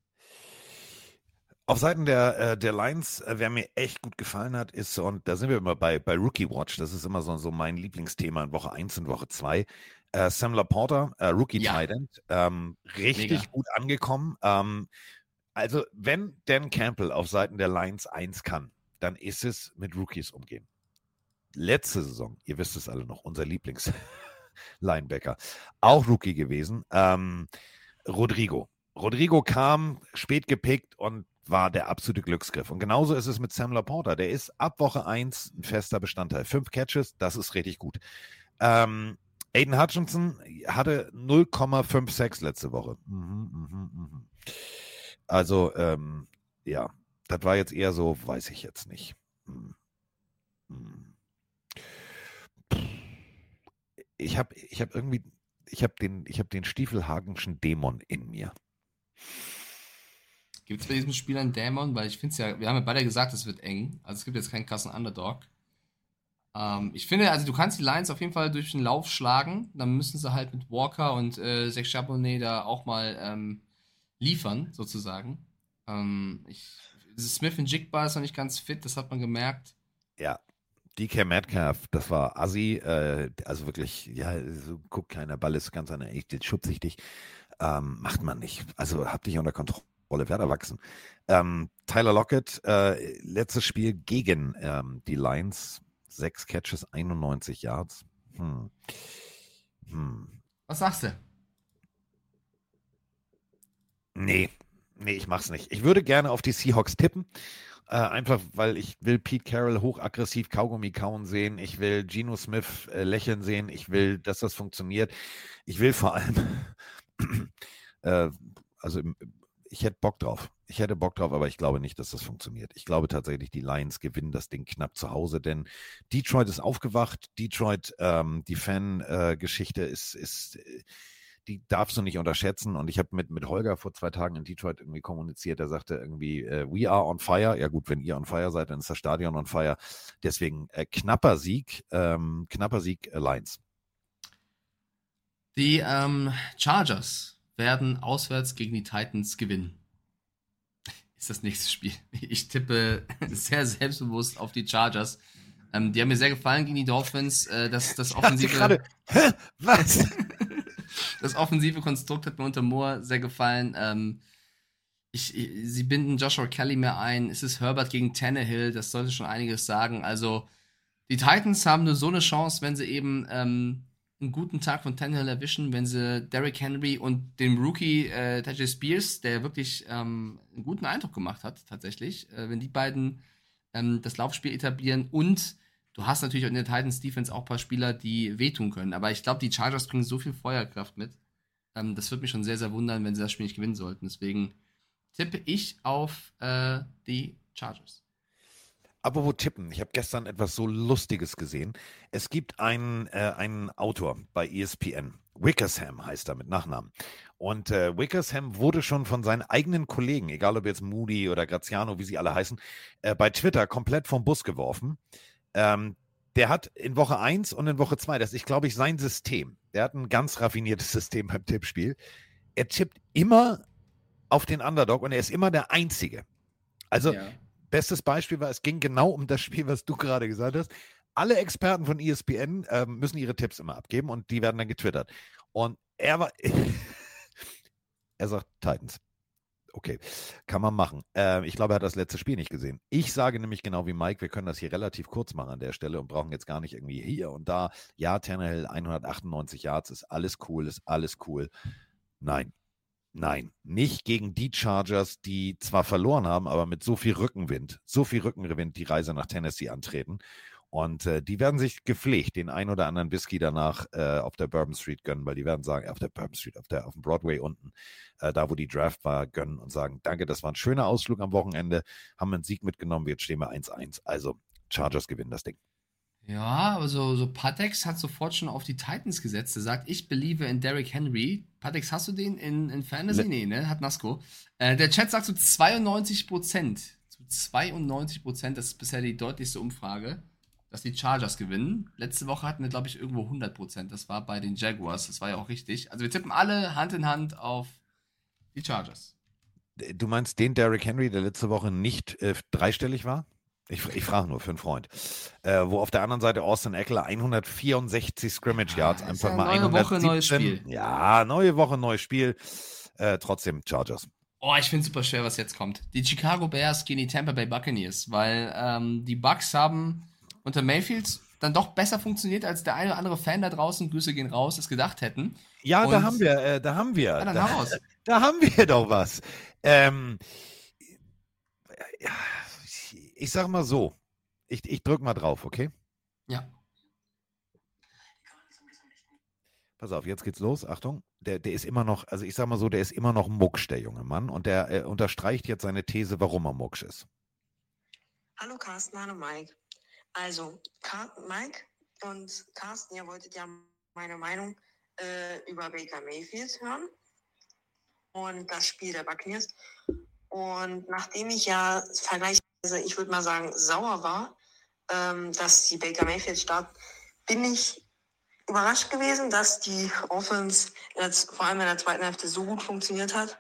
Auf Seiten der, äh, der Lions, äh, wer mir echt gut gefallen hat, ist, und da sind wir immer bei, bei Rookie Watch, das ist immer so, so mein Lieblingsthema in Woche eins und Woche zwei. Äh, Sam Laporta, äh, Rookie Ja. Tight End, ähm, richtig Mega. gut angekommen. Ähm, also, wenn Dan Campbell auf Seiten der Lions eins kann, dann ist es mit Rookies umgehen. Letzte Saison, ihr wisst es alle noch, unser Lieblings-Linebacker, auch Rookie gewesen, ähm, Rodrigo. Rodrigo kam, spät gepickt und war der absolute Glücksgriff. Und genauso ist es mit Sam Laporta. Der ist ab Woche eins ein fester Bestandteil. Fünf Catches, das ist richtig gut. Ähm, Aiden Hutchinson hatte null Komma sechsundfünfzig letzte Woche. Mhm, mhm, mhm. Also, ähm, ja, das war jetzt eher so, weiß ich jetzt nicht. Hm. Hm. Ich habe ich hab irgendwie, ich habe den, ich hab den Stiefelhagenschen Dämon in mir. Gibt es bei diesem Spiel einen Dämon? Weil ich finde es ja, wir haben ja beide gesagt, es wird eng. Also es gibt jetzt keinen krassen Underdog. Ähm, ich finde, also du kannst die Lions auf jeden Fall durch den Lauf schlagen. Dann müssen sie halt mit Walker und äh, Zach Charbonnet da auch mal ähm, liefern, sozusagen. Ähm, ich, Smith und Jigba ist noch nicht ganz fit, das hat man gemerkt. Ja, D K Metcalf, das war Assi, äh, also wirklich, ja, so guckt keiner, Ball ist ganz an der echt, schubst ich dich. Ähm, macht man nicht. Also hab dich unter Kontrolle. Rolle wird erwachsen. Ähm, Tyler Lockett, äh, letztes Spiel gegen ähm, die Lions, sechs Catches, einundneunzig Yards. Hm. Hm. Was sagst du? Nee, nee, ich mach's nicht. Ich würde gerne auf die Seahawks tippen, äh, einfach weil ich will Pete Carroll hochaggressiv Kaugummi kauen sehen. Ich will Geno Smith äh, lächeln sehen. Ich will, dass das funktioniert. Ich will vor allem, äh, also im ich hätte Bock drauf. Ich hätte Bock drauf, aber ich glaube nicht, dass das funktioniert. Ich glaube tatsächlich, die Lions gewinnen das Ding knapp zu Hause, denn Detroit ist aufgewacht. Detroit, ähm, die Fan-Geschichte äh, ist, ist, die darfst du nicht unterschätzen. Und ich habe mit, mit Holger vor zwei Tagen in Detroit irgendwie kommuniziert. Er sagte irgendwie, äh, we are on fire. Ja gut, wenn ihr on fire seid, dann ist das Stadion on fire. Deswegen äh, knapper Sieg, ähm, knapper Sieg äh, Lions. Die ähm, Chargers werden auswärts gegen die Titans gewinnen. Ist das nächste Spiel. Ich tippe sehr selbstbewusst auf die Chargers. Ähm, die haben mir sehr gefallen gegen die Dolphins. Äh, das, das offensive gerade, hä? Was? Das offensive Konstrukt hat mir unter Moore sehr gefallen. Ähm, ich, ich, sie binden Joshua Kelly mehr ein. Es ist Herbert gegen Tannehill. Das sollte schon einiges sagen. Also die Titans haben nur so eine Chance, wenn sie eben ähm, einen guten Tag von Tannehill erwischen, wenn sie Derrick Henry und dem Rookie äh, Tajay Spears, der wirklich ähm, einen guten Eindruck gemacht hat, tatsächlich, äh, wenn die beiden ähm, das Laufspiel etablieren und du hast natürlich in der Titans Defense auch ein paar Spieler, die wehtun können, aber ich glaube, die Chargers bringen so viel Feuerkraft mit, ähm, das würde mich schon sehr, sehr wundern, wenn sie das Spiel nicht gewinnen sollten, deswegen tippe ich auf äh, die Chargers. Apropos tippen, ich habe gestern etwas so Lustiges gesehen. Es gibt einen, äh, einen Autor bei E S P N, Wickersham heißt er mit Nachnamen. Und äh, Wickersham wurde schon von seinen eigenen Kollegen, egal ob jetzt Moody oder Graziano, wie sie alle heißen, äh, bei Twitter komplett vom Bus geworfen. Ähm, der hat in Woche eins und in Woche zwei, das ist, glaube ich, sein System. Der hat ein ganz raffiniertes System beim Tippspiel. Er tippt immer auf den Underdog und er ist immer der Einzige. Also Ja. Bestes Beispiel war, es ging genau um das Spiel, was du gerade gesagt hast. Alle Experten von E S P N äh, müssen ihre Tipps immer abgeben und die werden dann getwittert. Und er war, er sagt Titans. Okay, kann man machen. Äh, ich glaube, er hat das letzte Spiel nicht gesehen. Ich sage nämlich genau wie Mike, wir können das hier relativ kurz machen an der Stelle und brauchen jetzt gar nicht irgendwie hier und da. Ja, Tannehill, hundertachtundneunzig Yards, ist alles cool, ist alles cool. Nein. Nein, nicht gegen die Chargers, die zwar verloren haben, aber mit so viel Rückenwind, so viel Rückenwind die Reise nach Tennessee antreten. Und äh, die werden sich gepflegt den ein oder anderen Whisky danach äh, auf der Bourbon Street gönnen, weil die werden sagen, auf der Bourbon Street, auf, der, auf dem Broadway unten, äh, da wo die Draft war, gönnen und sagen, danke, das war ein schöner Ausflug am Wochenende, haben einen Sieg mitgenommen, jetzt stehen wir eins eins. Also Chargers gewinnen das Ding. Ja, aber so, so Patex hat sofort schon auf die Titans gesetzt. Er sagt, ich believe in Derrick Henry. Patex, hast du den in, in Fantasy? Le- Nee, ne? Hat Nasco. Äh, der Chat sagt zu zweiundneunzig Prozent. Zu zweiundneunzig Prozent, das ist bisher die deutlichste Umfrage, dass die Chargers gewinnen. Letzte Woche hatten wir, glaube ich, irgendwo hundert Prozent. Das war bei den Jaguars. Das war ja auch richtig. Also wir tippen alle Hand in Hand auf die Chargers. Du meinst den Derrick Henry, der letzte Woche nicht äh, dreistellig war? Ich, ich frage nur für einen Freund. Äh, wo auf der anderen Seite Austin Eckler hundertvierundsechzig Scrimmage Yards, Ah, ist einfach ja mal neue Woche, neues hundertsiebzehn. Spiel. Ja, neue Woche, neues Spiel. Äh, trotzdem Chargers. Oh, ich finde es super schwer, was jetzt kommt. Die Chicago Bears gegen die Tampa Bay Buccaneers, weil ähm, die Bucks haben unter Mayfield dann doch besser funktioniert, als der eine oder andere Fan da draußen, Grüße gehen raus, es gedacht hätten. Ja, Und- da haben wir, äh, da haben wir. Ja, dann da, hau raus. da haben wir doch was. Ähm, ja, ich sag mal so. Ich, ich drück mal drauf, okay? Ja. Pass auf, jetzt geht's los. Achtung. Der, der ist immer noch, also ich sag mal so, der ist immer noch mucksch, der junge Mann. Und der äh, unterstreicht jetzt seine These, warum er mucksch ist. Hallo Carsten, hallo Mike. Also, Car Mike und Carsten, ihr wolltet ja meine Meinung äh, über Baker Mayfield hören und das Spiel der Buccaneers. Und nachdem ich ja vergleichsweise, ich würde mal sagen, sauer war, ähm, dass die Baker Mayfield starten, bin ich überrascht gewesen, dass die Offense jetzt, vor allem in der zweiten Hälfte so gut funktioniert hat.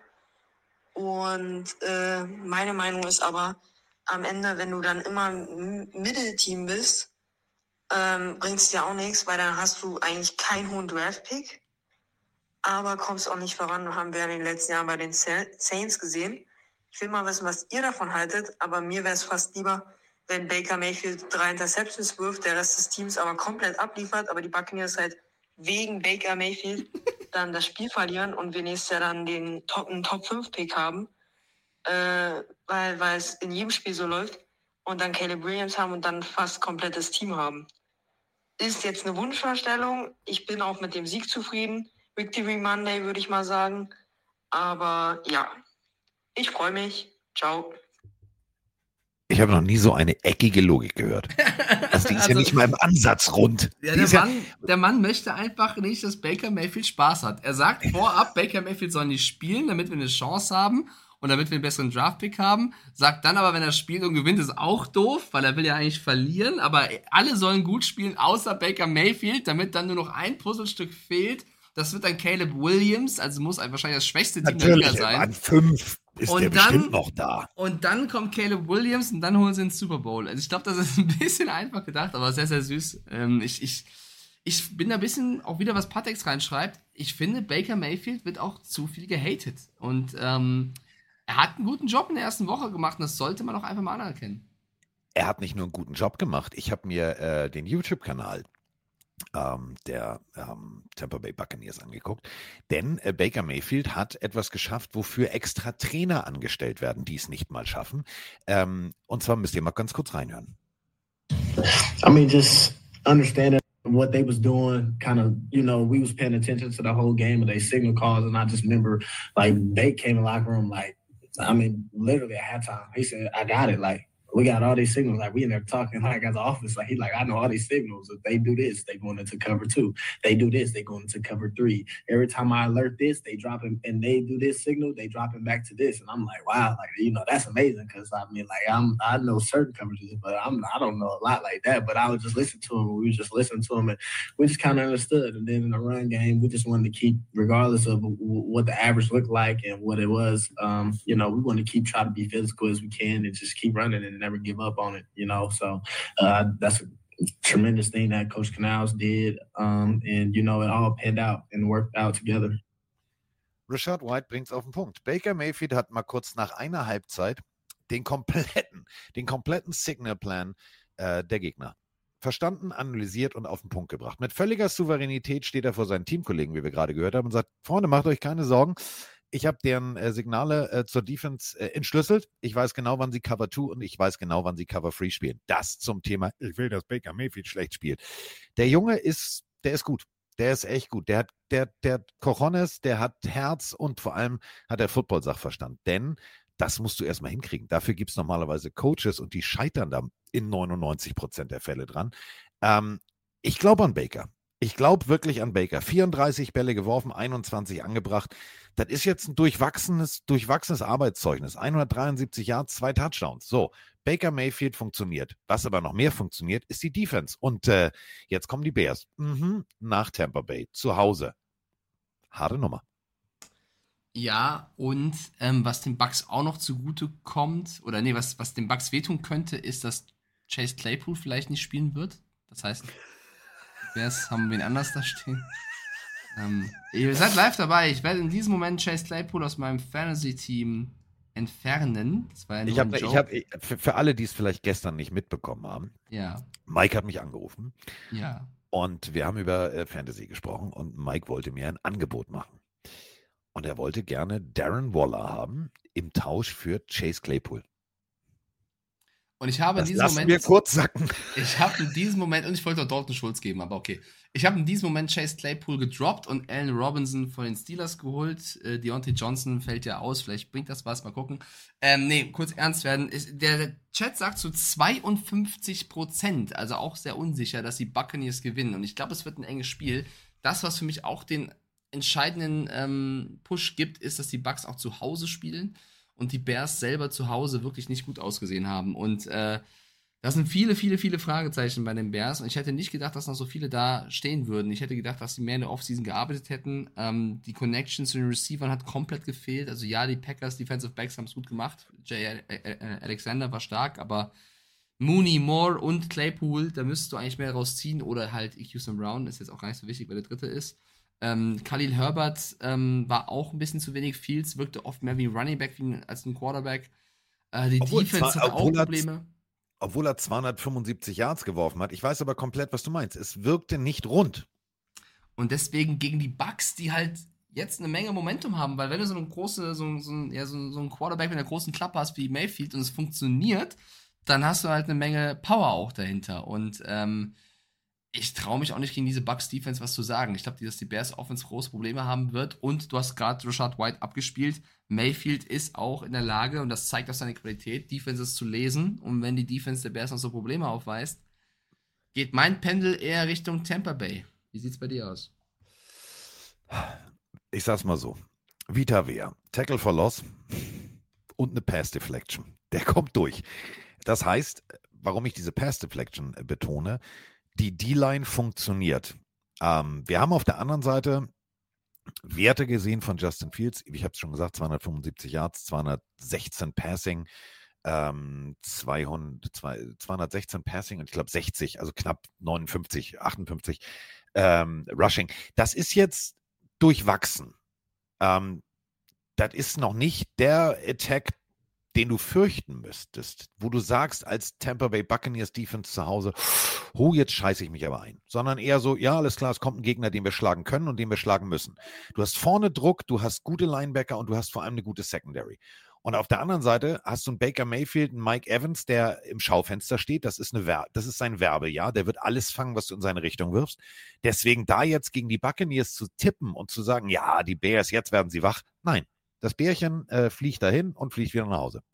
Und äh, meine Meinung ist aber, am Ende, wenn du dann immer ein Mittelteam bist, ähm, bringt es dir auch nichts, weil dann hast du eigentlich keinen hohen Draft-Pick, aber kommst auch nicht voran, haben wir in den letzten Jahren bei den Saints gesehen. Ich will mal wissen, was ihr davon haltet, aber mir wäre es fast lieber, wenn Baker Mayfield drei Interceptions wirft, der Rest des Teams aber komplett abliefert, aber die Buccaneers halt wegen Baker Mayfield dann das Spiel verlieren und wir nächstes Jahr dann den Top, einen Top fünf Pick haben, äh, weil, weil es in jedem Spiel so läuft und dann Caleb Williams haben und dann fast komplettes Team haben. Ist jetzt eine Wunschvorstellung. Ich bin auch mit dem Sieg zufrieden. Victory Monday, würde ich mal sagen. Aber ja, ich freue mich. Ciao. Ich habe noch nie so eine eckige Logik gehört. Also die ist Also- ja nicht mal im Ansatz rund. Ja, Die der, ist ja, Mann, der Mann möchte einfach nicht, dass Baker Mayfield Spaß hat. Er sagt vorab, Baker Mayfield soll nicht spielen, damit wir eine Chance haben und damit wir einen besseren Draftpick haben. Sagt dann aber, wenn er spielt und gewinnt, ist auch doof, weil er will ja eigentlich verlieren. Aber alle sollen gut spielen, außer Baker Mayfield, damit dann nur noch ein Puzzlestück fehlt. Das wird dann Caleb Williams, also muss wahrscheinlich das schwächste Team der Liga natürlich, sein. an fünf ist Und der dann- bestimmt noch da. Und dann kommt Caleb Williams und dann holen sie den Super Bowl. Also ich glaube, das ist ein bisschen einfach gedacht, aber sehr, sehr süß. Ähm, ich, ich, ich bin da ein bisschen, auch wieder was Patex reinschreibt, ich finde, Baker Mayfield wird auch zu viel gehatet. Und ähm, er hat einen guten Job in der ersten Woche gemacht und das sollte man auch einfach mal anerkennen. Er hat nicht nur einen guten Job gemacht. Ich habe mir äh, den YouTube-Kanal ähm, der ähm, Tampa Bay Buccaneers angeguckt. Denn äh, Baker Mayfield hat etwas geschafft, wofür extra Trainer angestellt werden, die es nicht mal schaffen. Ähm, und zwar müsst ihr mal ganz kurz reinhören. I mean, just understanding what they was doing, kind of, you know, we was paying attention to the whole game and they signal calls, and I just remember, like, they came in the locker room, like, I mean, literally at halftime, he said, I got it, like, we got all these signals, like, we in there talking, like, as an office, like, he like, I know all these signals. If they do this, they going into cover two. They do this, they going into cover three. Every time I alert this, they drop him, and they do this signal, they drop him back to this. And I'm like, wow, like, you know, that's amazing, because, I mean, like, I'm, I know certain coverages, but I'm, I don't know a lot like that, but I would just listen to him, we would just listen to him, and we just kind of understood. And then in the run game, we just wanted to keep, regardless of w- what the average looked like and what it was, um, you know, we wanted to keep trying to be physical as we can and just keep running and never give up on it, you know. So uh, that's a tremendous thing that Coach Canals did. Um, and, you know, it all panned out and worked out together. Rashad White bringt es auf den Punkt. Baker Mayfield hat mal kurz nach einer Halbzeit den kompletten, den kompletten Signalplan äh, der Gegner verstanden, analysiert und auf den Punkt gebracht. Mit völliger Souveränität steht er vor seinen Teamkollegen, wie wir gerade gehört haben, und sagt, Freunde, macht euch keine Sorgen. Ich habe deren äh, Signale äh, zur Defense äh, entschlüsselt. Ich weiß genau, wann sie Cover zwei und ich weiß genau, wann sie Cover drei spielen. Das zum Thema, ich will, dass Baker Mayfield schlecht spielt. Der Junge ist, der ist gut. Der ist echt gut. Der hat, der, der Cojones, der hat Herz und vor allem hat er Football-Sachverstand. Denn Das musst du erstmal hinkriegen. Dafür gibt es normalerweise Coaches und die scheitern da in neunundneunzig Prozent der Fälle dran. Ähm, ich glaube an Baker. Ich glaube wirklich an Baker. vierunddreißig Bälle geworfen, einundzwanzig angebracht. Das ist jetzt ein durchwachsenes, durchwachsenes Arbeitszeugnis. hundertdreiundsiebzig Yards, zwei Touchdowns. So, Baker Mayfield funktioniert. Was aber noch mehr funktioniert, ist die Defense. Und äh, jetzt kommen die Bears. Mhm, nach Tampa Bay, zu Hause. Harte Nummer. Ja, und ähm, was den Bucks auch noch zugute kommt, oder nee, was, was den Bucks wehtun könnte, ist, dass Chase Claypool vielleicht nicht spielen wird. Das heißt, die Bears haben wen anders da stehen. Ähm, ihr seid live dabei. Ich werde in diesem Moment Chase Claypool aus meinem Fantasy-Team entfernen. Das war ja nur Ich ein habe, Joke. ich hab, ich, für, für alle, die es vielleicht gestern nicht mitbekommen haben, Ja, Mike hat mich angerufen ja. und wir haben über äh, Fantasy gesprochen und Mike wollte mir ein Angebot machen. Und er wollte gerne Darren Waller haben im Tausch für Chase Claypool. Und ich habe in Das diesem lassen Moment. wir kurz sacken. Ich habe in diesem Moment, und ich wollte auch Dalton Schultz geben, aber okay. Ich habe in diesem Moment Chase Claypool gedroppt und Allen Robinson von den Steelers geholt. Äh, Deontay Johnson fällt ja aus, vielleicht bringt das was, mal gucken. Ähm, nee, kurz ernst werden. Ist, der, der Chat sagt zu zweiundfünfzig Prozent, also auch sehr unsicher, dass die Buccaneers gewinnen. Und ich glaube, es wird ein enges Spiel. Das, was für mich auch den entscheidenden ähm, Push gibt, ist, dass die Bucks auch zu Hause spielen und die Bears selber zu Hause wirklich nicht gut ausgesehen haben. Und äh, das sind viele, viele, viele Fragezeichen bei den Bears. Und ich hätte nicht gedacht, dass noch so viele da stehen würden. Ich hätte gedacht, dass sie mehr in der Offseason gearbeitet hätten. Ähm, die Connection zu den Receivern hat komplett gefehlt. Also ja, die Packers Defensive Backs haben es gut gemacht. Jay Alexander war stark, aber Mooney, Moore und Claypool, da müsstest du eigentlich mehr rausziehen. Oder halt E Q Sam Brown, ist jetzt auch gar nicht so wichtig, wer der dritte ist. Ähm, Khalil Herbert ähm, war auch ein bisschen zu wenig Fields, wirkte oft mehr wie ein Running Back wie als ein Quarterback. Äh, die Obwohl Defense zwar- hat auch obwohl er- Probleme. Obwohl er zweihundertfünfundsiebzig Yards geworfen hat. Ich weiß aber komplett, was du meinst. Es wirkte nicht rund. Und deswegen gegen die Bucks, die halt jetzt eine Menge Momentum haben, weil wenn du so eine große, so, so, ein, ja, so, so einen Quarterback mit einer großen Klappe hast wie Mayfield und es funktioniert, dann hast du halt eine Menge Power auch dahinter. Und ähm, ich traue mich auch nicht gegen diese Bucks-Defense was zu sagen. Ich glaube, dass die Bears Offense große Probleme haben wird. Und du hast gerade Rashad White abgespielt. Mayfield ist auch in der Lage, und das zeigt auch seine Qualität, Defenses zu lesen. Und wenn die Defense der Bears noch so Probleme aufweist, geht mein Pendel eher Richtung Tampa Bay. Wie sieht's bei dir aus? Ich sag's mal so. Vita Vea, Tackle for Loss und eine Pass Deflection. Der kommt durch. Das heißt, warum ich diese Pass Deflection betone, die D-Line funktioniert. Ähm, wir haben auf der anderen Seite Werte gesehen von Justin Fields. Ich habe es schon gesagt, zweihundertfünfundsiebzig Yards, zweihundertsechzehn Passing, ähm, zweihundert, zweihundertsechzehn Passing und ich glaube sechzig, also knapp neunundfünfzig, achtundfünfzig ähm, Rushing. Das ist jetzt durchwachsen. Ähm, das ist noch nicht der Attack, den du fürchten müsstest, wo du sagst als Tampa Bay Buccaneers Defense zu Hause, oh, jetzt scheiße ich mich aber ein. Sondern eher so, ja, alles klar, es kommt ein Gegner, den wir schlagen können und den wir schlagen müssen. Du hast vorne Druck, du hast gute Linebacker und du hast vor allem eine gute Secondary. Und auf der anderen Seite hast du einen Baker Mayfield, einen Mike Evans, der im Schaufenster steht. Das ist, eine Ver- das ist sein Werbejahr. Der wird alles fangen, was du in seine Richtung wirfst. Deswegen da jetzt gegen die Buccaneers zu tippen und zu sagen, ja, die Bears, jetzt werden sie wach. Nein. Das Bärchen äh, fliegt dahin und fliegt wieder nach Hause.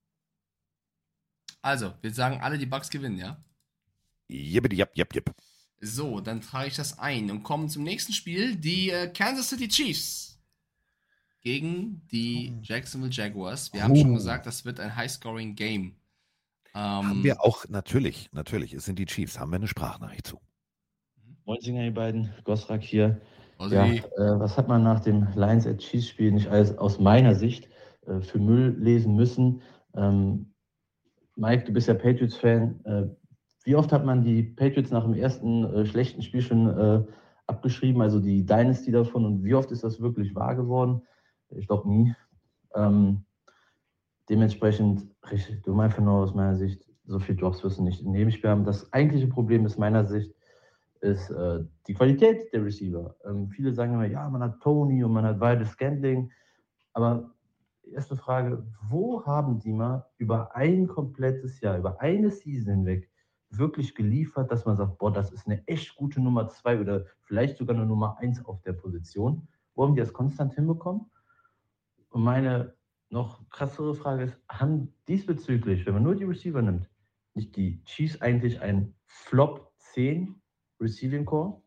Also, wir sagen alle, die Bucks gewinnen, ja? Jippidi, japp, japp, japp. So, dann trage ich das ein und kommen zum nächsten Spiel. Die äh, Kansas City Chiefs gegen die Jacksonville Jaguars. Wir haben Oh. schon gesagt, das wird ein High-Scoring-Game. Ähm, Haben wir auch, natürlich, natürlich, es sind die Chiefs. Haben wir eine Sprachnachricht zu. Moin Singer, ihr beiden. Gosrak hier. Ossi. Ja, äh, was hat man nach dem Lions at Chiefs Spiel nicht alles aus meiner Sicht äh, für Müll lesen müssen? Ähm, Mike, du bist ja Patriots-Fan. Äh, wie oft hat man die Patriots nach dem ersten äh, schlechten Spiel schon äh, abgeschrieben, also die Dynasty davon? Und wie oft ist das wirklich wahr geworden? Ich glaube nie. Ähm, dementsprechend, richtig, du meinst nur aus meiner Sicht, so viele Drops wirst du nicht in dem Spiel haben. Das eigentliche Problem ist meiner Sicht, ist äh, die Qualität der Receiver. Ähm, viele sagen immer, ja, man hat Tony und man hat Valdez Scantling, aber erste Frage, wo haben die mal über ein komplettes Jahr, über eine Season hinweg wirklich geliefert, dass man sagt, boah, das ist eine echt gute Nummer zwei oder vielleicht sogar eine Nummer eins auf der Position? Wo haben die das konstant hinbekommen? Und meine noch krassere Frage ist, haben diesbezüglich, wenn man nur die Receiver nimmt, nicht die Chiefs eigentlich ein Flop zehn Receiving Core?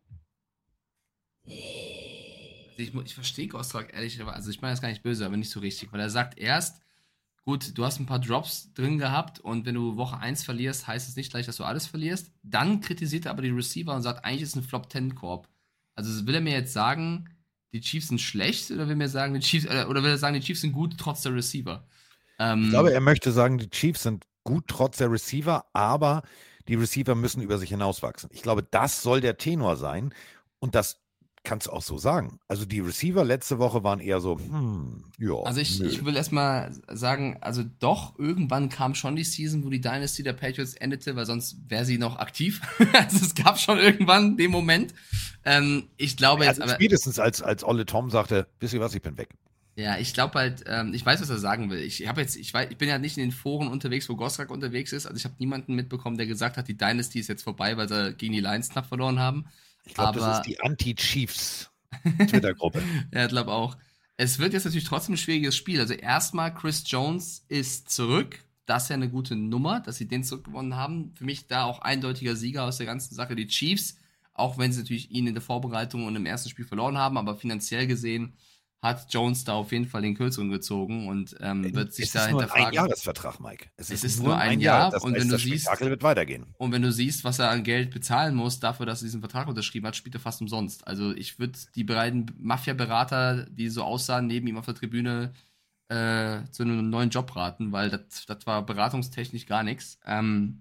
Ich, ich verstehe Gostrak ehrlich, also ich meine das gar nicht böse, aber nicht so richtig, weil er sagt erst, gut, du hast ein paar Drops drin gehabt und wenn du Woche eins verlierst, heißt es nicht gleich, dass du alles verlierst. Dann kritisiert er aber die Receiver und sagt, eigentlich ist es ein Flop zehn Korb. Also will er mir jetzt sagen, die Chiefs sind schlecht oder will er mir sagen, die Chiefs, oder will er sagen, die Chiefs sind gut trotz der Receiver? Ähm, ich glaube, er möchte sagen, die Chiefs sind gut trotz der Receiver, aber die Receiver müssen über sich hinauswachsen. Ich glaube, das soll der Tenor sein und das kannst du auch so sagen. Also die Receiver letzte Woche waren eher so, hm, ja. Also ich, nö. ich will erstmal sagen, also doch, irgendwann kam schon die Season, wo die Dynasty der Patriots endete, weil sonst wäre sie noch aktiv. Also es gab schon irgendwann den Moment. Ähm, ich glaube also jetzt aber... Spätestens als, als Olle Tom sagte, wisst ihr was, ich bin weg. Ja, ich glaube halt, ähm, ich weiß, was er sagen will. Ich habe jetzt, ich weiß, ich bin ja nicht in den Foren unterwegs, wo Gostrak unterwegs ist. Also ich habe niemanden mitbekommen, der gesagt hat, die Dynasty ist jetzt vorbei, weil sie gegen die Lions knapp verloren haben. Ich glaube, das ist die Anti-Chiefs-Twitter-Gruppe. Ja, ich glaube auch. Es wird jetzt natürlich trotzdem ein schwieriges Spiel. Also erstmal, Chris Jones ist zurück. Das ist ja eine gute Nummer, dass sie den zurückgewonnen haben. Für mich da auch eindeutiger Sieger aus der ganzen Sache. Die Chiefs, auch wenn sie natürlich ihn in der Vorbereitung und im ersten Spiel verloren haben, aber finanziell gesehen hat Jones da auf jeden Fall den Kürzeren gezogen und ähm, wird sich es da ist nur hinterfragen. ein Einjahresvertrag, Mike. Es, es ist, nur ein, ein Jahr, Jahr. Das und heißt, wenn du das siehst, Spektakel wird weitergehen. Und wenn du siehst, was er an Geld bezahlen muss, dafür, dass er diesen Vertrag unterschrieben hat, spielt er fast umsonst. Also ich würde die beiden Mafia-Berater, die so aussahen, neben ihm auf der Tribüne äh, zu einem neuen Job raten, weil das war beratungstechnisch gar nichts. Ähm,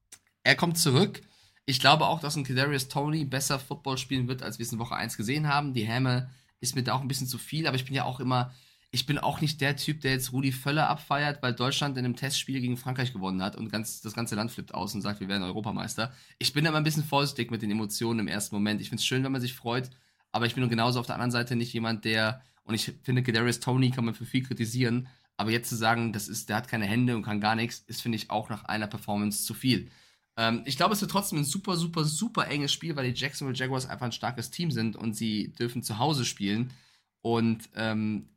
er kommt zurück. Ich glaube auch, dass ein Kadarius Toney besser Football spielen wird, als wir es in Woche eins gesehen haben. Die Häme ist mir da auch ein bisschen zu viel, aber ich bin ja auch immer, ich bin auch nicht der Typ, der jetzt Rudi Völler abfeiert, weil Deutschland in einem Testspiel gegen Frankreich gewonnen hat und ganz, das ganze Land flippt aus und sagt, wir werden Europameister. Ich bin immer ein bisschen vorsichtig mit den Emotionen im ersten Moment. Ich finde es schön, wenn man sich freut, aber ich bin genauso auf der anderen Seite nicht jemand, der, und ich finde, Kadarius Toney kann man für viel kritisieren, aber jetzt zu sagen, das ist, der hat keine Hände und kann gar nichts, ist, finde ich, auch nach einer Performance zu viel. Ähm, ich glaube, es wird trotzdem ein super, super, super enges Spiel, weil die Jacksonville Jaguars einfach ein starkes Team sind und sie dürfen zu Hause spielen. Und ähm,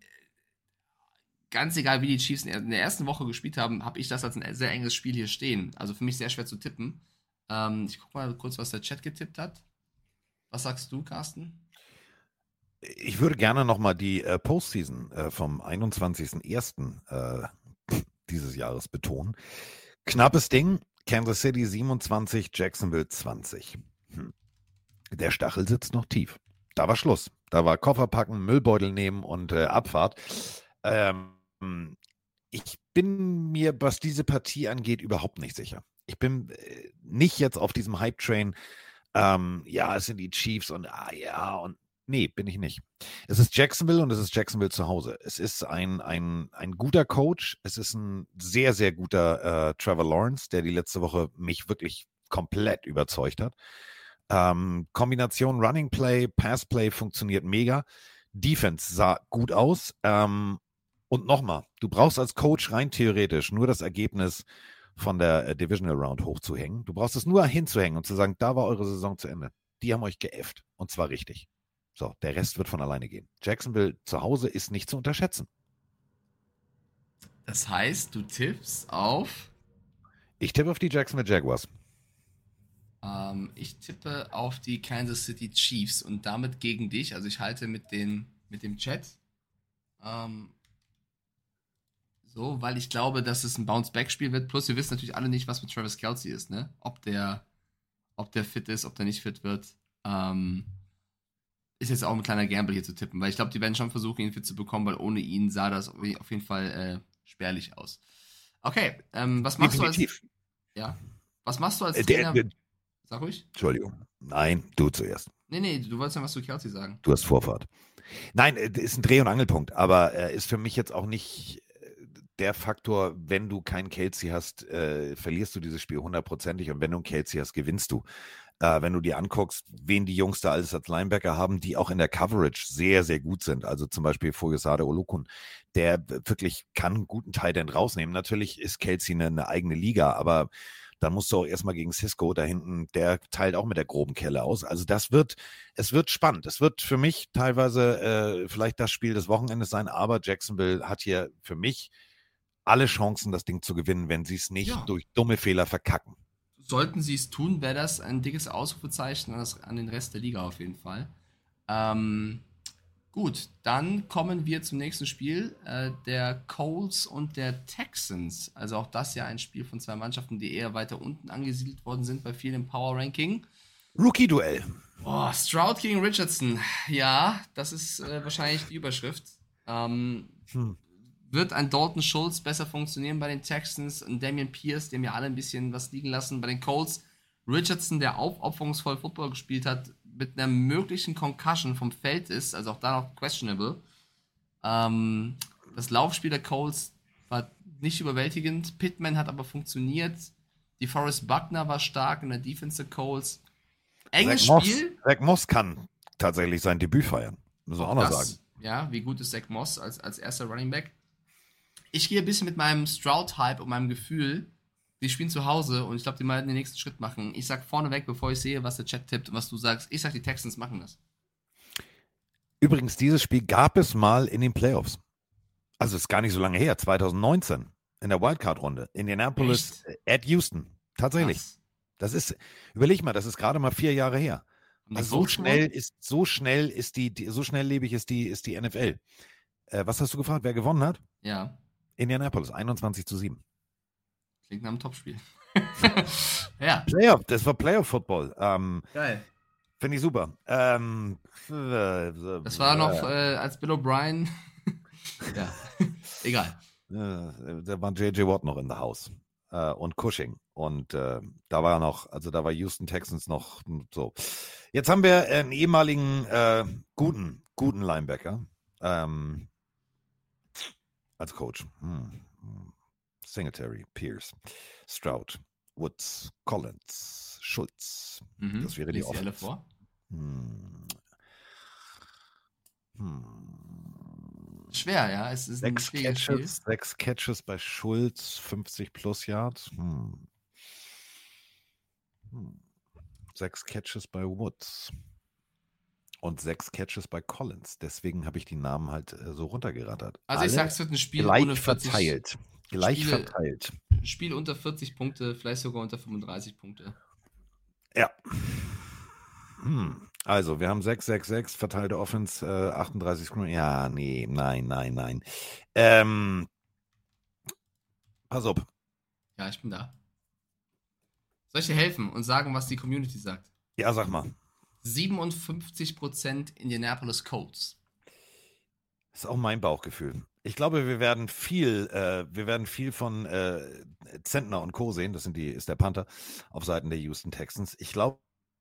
ganz egal, wie die Chiefs in der ersten Woche gespielt haben, habe ich das als ein sehr enges Spiel hier stehen. Also für mich sehr schwer zu tippen. Ähm, ich gucke mal kurz, was der Chat getippt hat. Was sagst du, Carsten? Ich würde gerne nochmal die äh, Postseason äh, vom einundzwanzigsten ersten Äh, dieses Jahres betonen. Knappes Ding. Kansas City siebenundzwanzig, Jacksonville zwanzig. Hm. Der Stachel sitzt noch tief. Da war Schluss. Da war Koffer packen, Müllbeutel nehmen und äh, Abfahrt. Ähm, ich bin mir, was diese Partie angeht, überhaupt nicht sicher. Ich bin äh, nicht jetzt auf diesem Hype-Train, ähm, ja, es sind die Chiefs und ah ja, und nee, bin ich nicht. Es ist Jacksonville und es ist Jacksonville zu Hause. Es ist ein, ein, ein guter Coach. Es ist ein sehr, sehr guter äh, Trevor Lawrence, der die letzte Woche mich wirklich komplett überzeugt hat. Ähm, Kombination Running Play, Pass Play funktioniert mega. Defense sah gut aus. Ähm, und nochmal, du brauchst als Coach rein theoretisch nur das Ergebnis von der äh, Divisional Round hochzuhängen. Du brauchst es nur hinzuhängen und zu sagen, da war eure Saison zu Ende. Die haben euch geäfft. Und zwar richtig. So, der Rest wird von alleine gehen. Jacksonville zu Hause ist nicht zu unterschätzen. Das heißt, du tippst auf? Ich tippe auf die Jacksonville Jaguars. Ähm, ich tippe auf die Kansas City Chiefs und damit gegen dich. Also ich halte mit, den, mit dem Chat. Ähm, so, weil ich glaube, dass es ein Bounce-Back-Spiel wird. Plus, wir wissen natürlich alle nicht, was mit Travis Kelce ist, ne? Ob der, ob der fit ist, ob der nicht fit wird. Ähm, ist jetzt auch ein kleiner Gamble hier zu tippen, weil ich glaube, die werden schon versuchen, ihn fit zu bekommen, weil ohne ihn sah das auf jeden Fall äh, spärlich aus. Okay, ähm, was machst Definitiv. du als... Ja, was machst du als Äh, Trainer... der, der, Sag ruhig. Entschuldigung. Nein, du zuerst. Nee, nee, du wolltest ja was zu Kelce sagen. Du hast Vorfahrt. Nein, äh, ist ein Dreh- und Angelpunkt, aber äh, ist für mich jetzt auch nicht der Faktor, wenn du keinen Kelce hast, äh, verlierst du dieses Spiel hundertprozentig und wenn du einen Kelce hast, gewinnst du. Äh, wenn du dir anguckst, wen die Jungs da alles als Linebacker haben, die auch in der Coverage sehr, sehr gut sind. Also zum Beispiel Foyesade Olokun, der wirklich kann einen guten Tight End rausnehmen. Natürlich ist Kelce eine, eine eigene Liga, aber dann musst du auch erstmal gegen Cisco da hinten, der teilt auch mit der groben Kelle aus. Also das wird, es wird spannend. Es wird für mich teilweise äh, vielleicht das Spiel des Wochenendes sein, aber Jacksonville hat hier für mich alle Chancen, das Ding zu gewinnen, wenn sie es nicht Ja. durch dumme Fehler verkacken. Sollten sie es tun, wäre das ein dickes Ausrufezeichen an, das, an den Rest der Liga auf jeden Fall. Ähm, gut, dann kommen wir zum nächsten Spiel, äh, der Colts und der Texans. Also auch das ja ein Spiel von zwei Mannschaften, die eher weiter unten angesiedelt worden sind bei vielen im Power Ranking. Rookie-Duell. Oh, Stroud gegen Richardson. Ja, das ist äh, wahrscheinlich die Überschrift. Ähm, Hm. Wird ein Dalton Schultz besser funktionieren bei den Texans? Ein Damian Pierce, dem ja alle ein bisschen was liegen lassen. Bei den Colts Richardson, der aufopferungsvoll Football gespielt hat, mit einer möglichen Concussion vom Feld ist, also auch da noch questionable. Ähm, das Laufspiel der Colts war nicht überwältigend. Pittman hat aber funktioniert. Die Forrest Buckner war stark in der Defense der Colts. Enges Zach Moss, Spiel. Zach Moss kann tatsächlich sein Debüt feiern. Muss man auch noch Das, sagen. Ja, wie gut ist Zach Moss als, als erster Running Back? Ich gehe ein bisschen mit meinem Stroud-Hype und meinem Gefühl. Die spielen zu Hause und ich glaube, die werden den nächsten Schritt machen. Ich sag vorneweg, bevor ich sehe, was der Chat tippt und was du sagst, ich sag, die Texans machen das. Übrigens, dieses Spiel gab es mal in den Playoffs. Also ist gar nicht so lange her, zwanzig neunzehn in der Wildcard-Runde. Indianapolis at Houston. Tatsächlich. Krass. Das ist, überleg mal, das ist gerade mal vier Jahre her. Haben die Also so Colts schnell gewonnen? ist, so schnell ist die, die so schnelllebig ist die, ist die N F L. Äh, was hast du gefragt, wer gewonnen hat? Ja, Indianapolis, einundzwanzig zu sieben. klingt nach einem Topspiel. Ja, Playoff, das war Playoff-Football. Ähm, geil. Finde ich super. Ähm, Das war noch, äh, als Bill O'Brien. Ja, egal. Äh, da war J J Watt noch in the house äh, und Cushing und äh, da war noch, also da war Houston Texans noch so. Jetzt haben wir einen ehemaligen äh, guten, guten Linebacker ähm, als Coach. Hm. Singletary, Pierce, Stroud, Woods, Collins, Schultz. Mhm. Das wäre die Lies sie alle Offense. vor. Hm. Hm. Schwer, ja. Es ist ein Sechs schwieriges Spiel. Catches, sechs Catches bei Schulz, fünfzig plus Yards. Hm. Hm. Sechs Catches bei Woods. Und sechs Catches bei Collins. Deswegen habe ich die Namen halt äh, so runtergerattert. Also ich Alle sag, es wird ein Spiel gleich ohne vierzig verteilt. Gleich Spiele- verteilt. Spiel unter vierzig Punkte, vielleicht sogar unter fünfunddreißig Punkte. Ja. Hm. Also, wir haben sechs sechs sechs, verteilte Offense, äh, achtunddreißig Sekunden. Ja, nee, nein, nein, nein. Ähm, pass auf. Ja, ich bin da. Soll ich dir helfen und sagen, was die Community sagt? Ja, sag mal. siebenundfünfzig Prozent Indianapolis Colts. Das ist auch mein Bauchgefühl. Ich glaube, wir werden viel, äh, wir werden viel von äh, Zentner und Co. sehen. Das sind die, ist der Panther auf Seiten der Houston Texans. Ich glaube,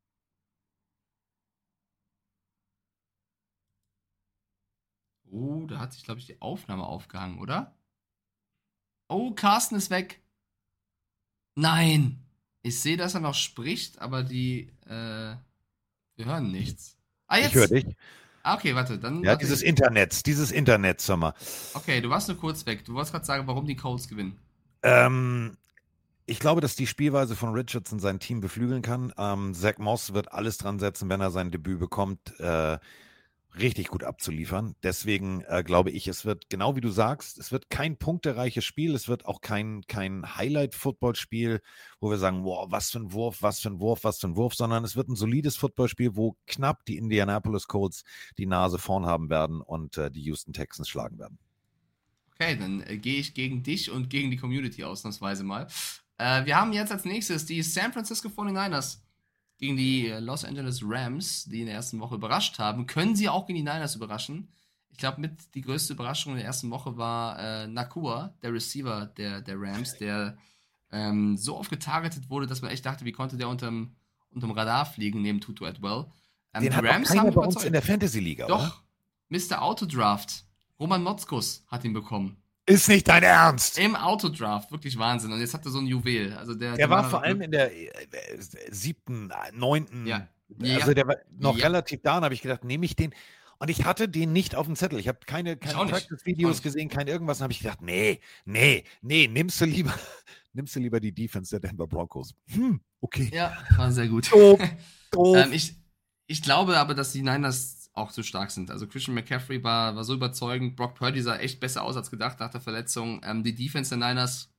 Oh, da hat sich, glaube ich, die Aufnahme aufgehangen, oder? Oh, Carsten ist weg. Nein. Ich sehe, dass er noch spricht, aber die, äh, wir hören nichts. Ah, jetzt. ich höre dich. Ah, okay, warte, dann. Ja, warte, dieses ich- Internet, dieses Internet, sag mal. Okay, du warst nur kurz weg. Du wolltest gerade sagen, warum die Colts gewinnen. Ähm, ich glaube, dass die Spielweise von Richardson sein Team beflügeln kann. Ähm, Zach Moss wird alles dran setzen, wenn er sein Debüt bekommt, äh, richtig gut abzuliefern. Deswegen äh, glaube ich, es wird, genau wie du sagst, es wird kein punktereiches Spiel, es wird auch kein, kein Highlight-Football-Spiel, wo wir sagen, wow, was für ein Wurf, was für ein Wurf, was für ein Wurf, sondern es wird ein solides Footballspiel, wo knapp die Indianapolis Colts die Nase vorn haben werden und äh, die Houston Texans schlagen werden. Okay, dann äh, gehe ich gegen dich und gegen die Community ausnahmsweise mal. Äh, wir haben jetzt als nächstes die San Francisco forty-niners gegen die äh, Los Angeles Rams, die in der ersten Woche überrascht haben. Können sie auch gegen die Niners überraschen? Ich glaube, mit die größte Überraschung in der ersten Woche war äh, Nakua, der Receiver der, der Rams, der ähm, so oft getargetet wurde, dass man echt dachte, wie konnte der unterm, unterm Radar fliegen, neben Tutu Atwell. Ähm, Den die hat auch Rams keiner haben bei uns überzeugt. in der Fantasy-Liga, oder? Doch, Mister Autodraft, Roman Motzkus hat ihn bekommen. Ist nicht dein Ernst. Im Autodraft, wirklich Wahnsinn. Und jetzt hat er so ein Juwel. Also der, Der die war waren vor noch- allem in der äh, äh, siebten, äh, neunten, Ja. also der war noch Ja. relativ da und habe ich gedacht, nehme ich den. Und ich hatte den nicht auf dem Zettel. Ich habe keine, keine Practice-Videos gesehen, kein irgendwas. Und habe ich gedacht, nee, nee, nee, nimmst du lieber, nimmst du lieber die Defense der Denver Broncos. Hm, okay. Ja, war sehr gut. Doof, doof. ähm, ich, ich glaube aber, dass die Niners auch zu stark sind. Also Christian McCaffrey war, war so überzeugend. Brock Purdy sah echt besser aus als gedacht nach der Verletzung. Ähm, die Defense der Niners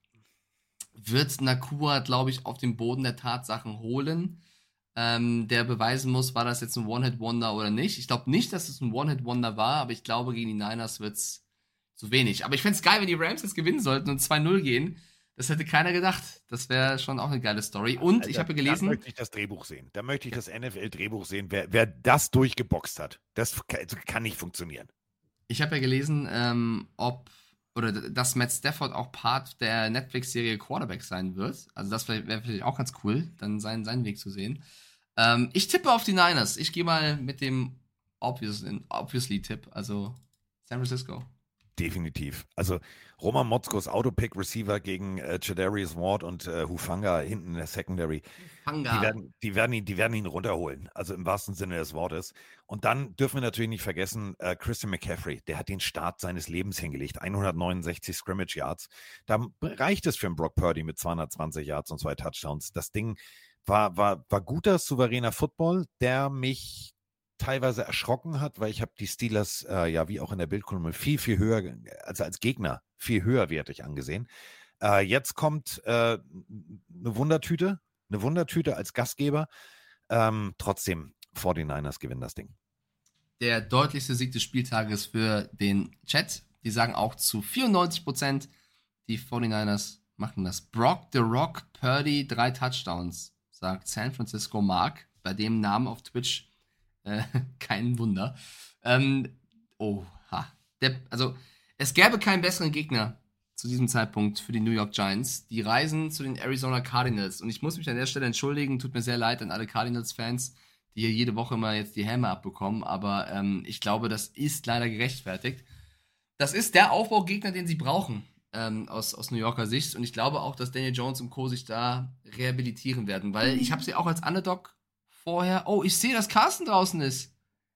wird Nakua, glaube ich, auf den Boden der Tatsachen holen. Ähm, der beweisen muss, war das jetzt ein One-Hit-Wonder oder nicht. Ich glaube nicht, dass es ein One-Hit-Wonder war, aber ich glaube, gegen die Niners wird es zu wenig. Aber ich fände es geil, wenn die Rams jetzt gewinnen sollten und zwei null gehen. Das hätte keiner gedacht. Das wäre schon auch eine geile Story. Und Alter, ich habe gelesen... Da möchte ich das Drehbuch sehen. Da möchte ich das N F L-Drehbuch sehen. Wer, wer das durchgeboxt hat, das kann, kann nicht funktionieren. Ich habe ja gelesen, ähm, ob... oder dass Matt Stafford auch Part der Netflix-Serie Quarterback sein wird. Also das wäre vielleicht auch ganz cool, dann seinen, seinen Weg zu sehen. Ähm, ich tippe auf die Niners. Ich gehe mal mit dem obvious, Obviously-Tipp, also San Francisco. Definitiv. Also Roman Motzkos Autopick Receiver gegen äh, Chadarius Ward und äh, Hufanga hinten in der Secondary. Hufanga. Die werden, die, werden ihn, die werden ihn runterholen. Also im wahrsten Sinne des Wortes. Und dann dürfen wir natürlich nicht vergessen, äh, Christian McCaffrey, der hat den Start seines Lebens hingelegt. hundertneunundsechzig Scrimmage Yards. Da reicht es für einen Brock Purdy mit zweihundertzwanzig Yards und zwei Touchdowns. Das Ding war, war, war guter, souveräner Football, der mich teilweise erschrocken hat, weil ich habe die Steelers, äh, ja wie auch in der Bildkolumne, viel, viel höher, also als Gegner, viel höherwertig angesehen. Äh, jetzt kommt äh, eine Wundertüte, eine Wundertüte als Gastgeber. Ähm, trotzdem, forty-niners gewinnen das Ding. Der deutlichste Sieg des Spieltages für den Chat. Die sagen auch zu vierundneunzig Prozent, die forty-niners machen das. Brock the Rock Purdy, drei Touchdowns, sagt San Francisco Mark. Bei dem Namen auf Twitch Äh, kein Wunder. Ähm, oha. Der, also, es gäbe keinen besseren Gegner zu diesem Zeitpunkt für die New York Giants. Die reisen zu den Arizona Cardinals. Und ich muss mich an der Stelle entschuldigen, tut mir sehr leid an alle Cardinals-Fans, die hier jede Woche mal jetzt die Häme abbekommen. Aber ähm, ich glaube, das ist leider gerechtfertigt. Das ist der Aufbaugegner, den sie brauchen, ähm, aus, aus New Yorker Sicht. Und ich glaube auch, dass Daniel Jones und Co. sich da rehabilitieren werden. Weil ich habe sie auch als Underdog vorher. Oh, ich sehe, dass Carsten draußen ist.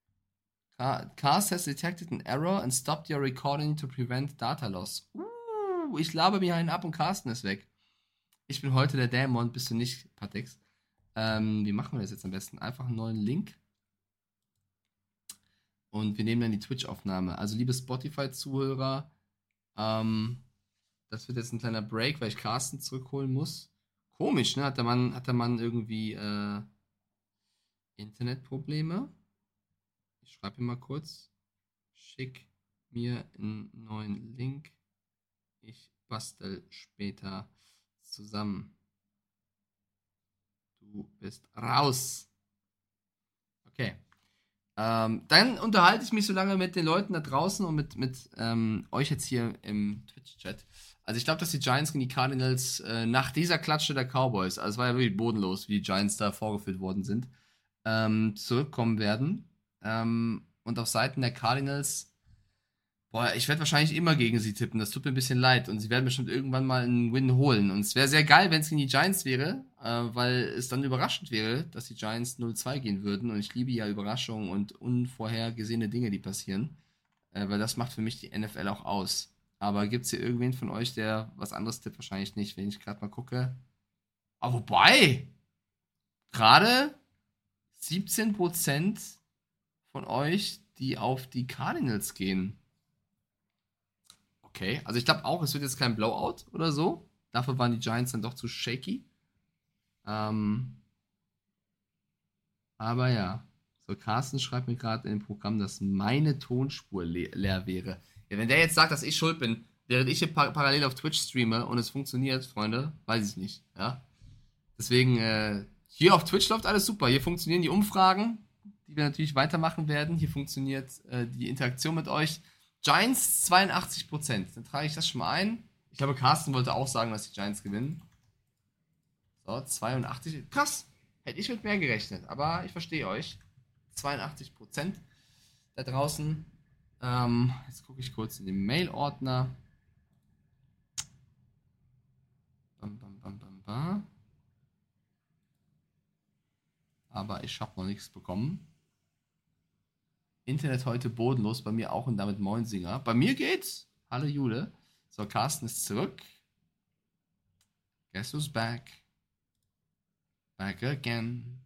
Cast has detected an error and stopped your recording to prevent data loss. Uh, ich laber mir einen ab und Carsten ist weg. Ich bin heute der Dämon, bist du nicht, Patex. Ähm, wie machen wir das jetzt am besten? Einfach einen neuen Link. Und wir nehmen dann die Twitch-Aufnahme. Also, liebe Spotify-Zuhörer, ähm, das wird jetzt ein kleiner Break, weil ich Carsten zurückholen muss. Komisch, ne? Hat der Mann, hat der Mann irgendwie, äh, Internetprobleme. Ich schreibe ihm mal kurz. Schick mir einen neuen Link. Ich bastel später zusammen. Du bist raus. Okay. Ähm, dann unterhalte ich mich so lange mit den Leuten da draußen und mit, mit ähm, euch jetzt hier im Twitch-Chat. Also ich glaube, dass die Giants gegen die Cardinals äh, nach dieser Klatsche der Cowboys, also es war ja wirklich bodenlos, wie die Giants da vorgeführt worden sind, Ähm, zurückkommen werden. Ähm, und auf Seiten der Cardinals, boah, ich werde wahrscheinlich immer gegen sie tippen. Das tut mir ein bisschen leid. Und sie werden bestimmt irgendwann mal einen Win holen. Und es wäre sehr geil, wenn es gegen die Giants wäre, äh, weil es dann überraschend wäre, dass die Giants null zwei gehen würden. Und ich liebe ja Überraschungen und unvorhergesehene Dinge, die passieren. Äh, weil das macht für mich die N F L auch aus. Aber gibt es hier irgendwen von euch, der was anderes tippt? Wahrscheinlich nicht, wenn ich gerade mal gucke. Aber wobei, gerade siebzehn Prozent von euch, die auf die Cardinals gehen. Okay, also ich glaube auch, es wird jetzt kein Blowout oder so. Dafür waren die Giants dann doch zu shaky. Ähm, aber ja. So, Carsten schreibt mir gerade in dem Programm, dass meine Tonspur le leer wäre. Ja, wenn der jetzt sagt, dass ich schuld bin, während ich hier par parallel auf Twitch streame und es funktioniert, Freunde, weiß ich nicht. Ja? Deswegen, äh, hier auf Twitch läuft alles super. Hier funktionieren die Umfragen, die wir natürlich weitermachen werden. Hier funktioniert äh, die Interaktion mit euch. Giants zweiundachtzig Prozent. Dann trage ich das schon mal ein. Ich glaube, Carsten wollte auch sagen, dass die Giants gewinnen. So, zweiundachtzig. Krass. Hätte ich mit mehr gerechnet. Aber ich verstehe euch. zweiundachtzig Prozent da draußen. Ähm, jetzt gucke ich kurz in den Mail-Ordner. Bam, bam, bam, bam, bam. Aber ich habe noch nichts bekommen. Internet heute bodenlos, bei mir auch und damit Moinsinger. Bei mir geht's. Hallo Jule. So, Carsten ist zurück. Guess who's back? Back again.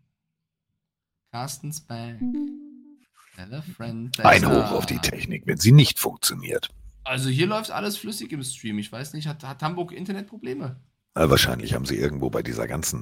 Carsten's back. Hello friend. Da Ein ist Hoch er. auf die Technik, wenn sie nicht funktioniert. Also hier läuft alles flüssig im Stream. Ich weiß nicht, hat, hat Hamburg Internetprobleme? Äh, wahrscheinlich haben sie irgendwo bei dieser ganzen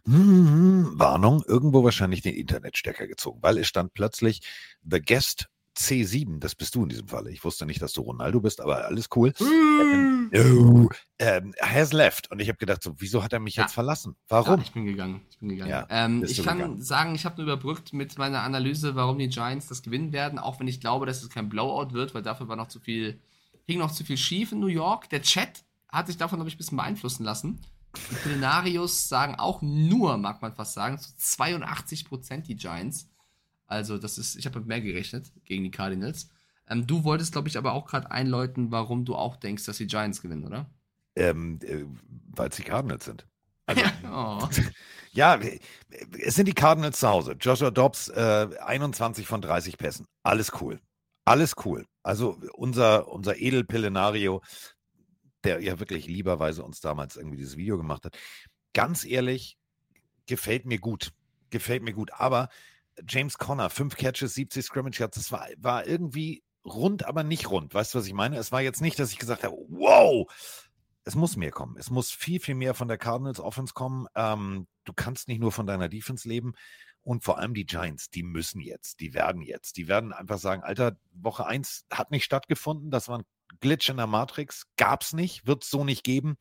mm, Warnung irgendwo wahrscheinlich den Internetstecker gezogen, weil es stand plötzlich The Guest C sieben, das bist du in diesem Falle. Ich wusste nicht, dass du Ronaldo bist, aber alles cool. ähm, oh, ähm, has left. Und ich habe gedacht, so, wieso hat er mich Ja. jetzt verlassen? Warum? Ja, ich bin gegangen. Ich bin gegangen. Ja, ähm, bist ich du kann gegangen. sagen, ich habe nur überbrückt mit meiner Analyse, warum die Giants das gewinnen werden, auch wenn ich glaube, dass es kein Blowout wird, weil dafür war noch zu viel, hing noch zu viel schief in New York. Der Chat hat sich davon, glaube ich, ein bisschen beeinflussen lassen. Die Plenarios sagen auch nur, mag man fast sagen, zu zweiundachtzig Prozent die Giants. Also das ist, ich habe mit mehr gerechnet gegen die Cardinals. Ähm, du wolltest, glaube ich, aber auch gerade einläuten, warum du auch denkst, dass die Giants gewinnen, oder? Ähm, äh, weil es die Cardinals sind. Also, Oh. ja, es sind die Cardinals zu Hause. Joshua Dobbs, äh, einundzwanzig von dreißig Pässen. Alles cool. Alles cool. Also unser, unser Edelpillenario, der ja wirklich lieberweise uns damals irgendwie dieses Video gemacht hat. Ganz ehrlich, gefällt mir gut. Gefällt mir gut. Aber James Conner, fünf Catches, siebzig Scrimmage Yards, das war, war irgendwie rund, aber nicht rund. Weißt du, was ich meine? Es war jetzt nicht, dass ich gesagt habe, wow, es muss mehr kommen. Es muss viel, viel mehr von der Cardinals Offense kommen. Ähm, du kannst nicht nur von deiner Defense leben. Und vor allem die Giants, die müssen jetzt, die werden jetzt. Die werden einfach sagen, Alter, Woche eins hat nicht stattgefunden. Das war ein Glitch in der Matrix. Gab's nicht, wird es so nicht geben.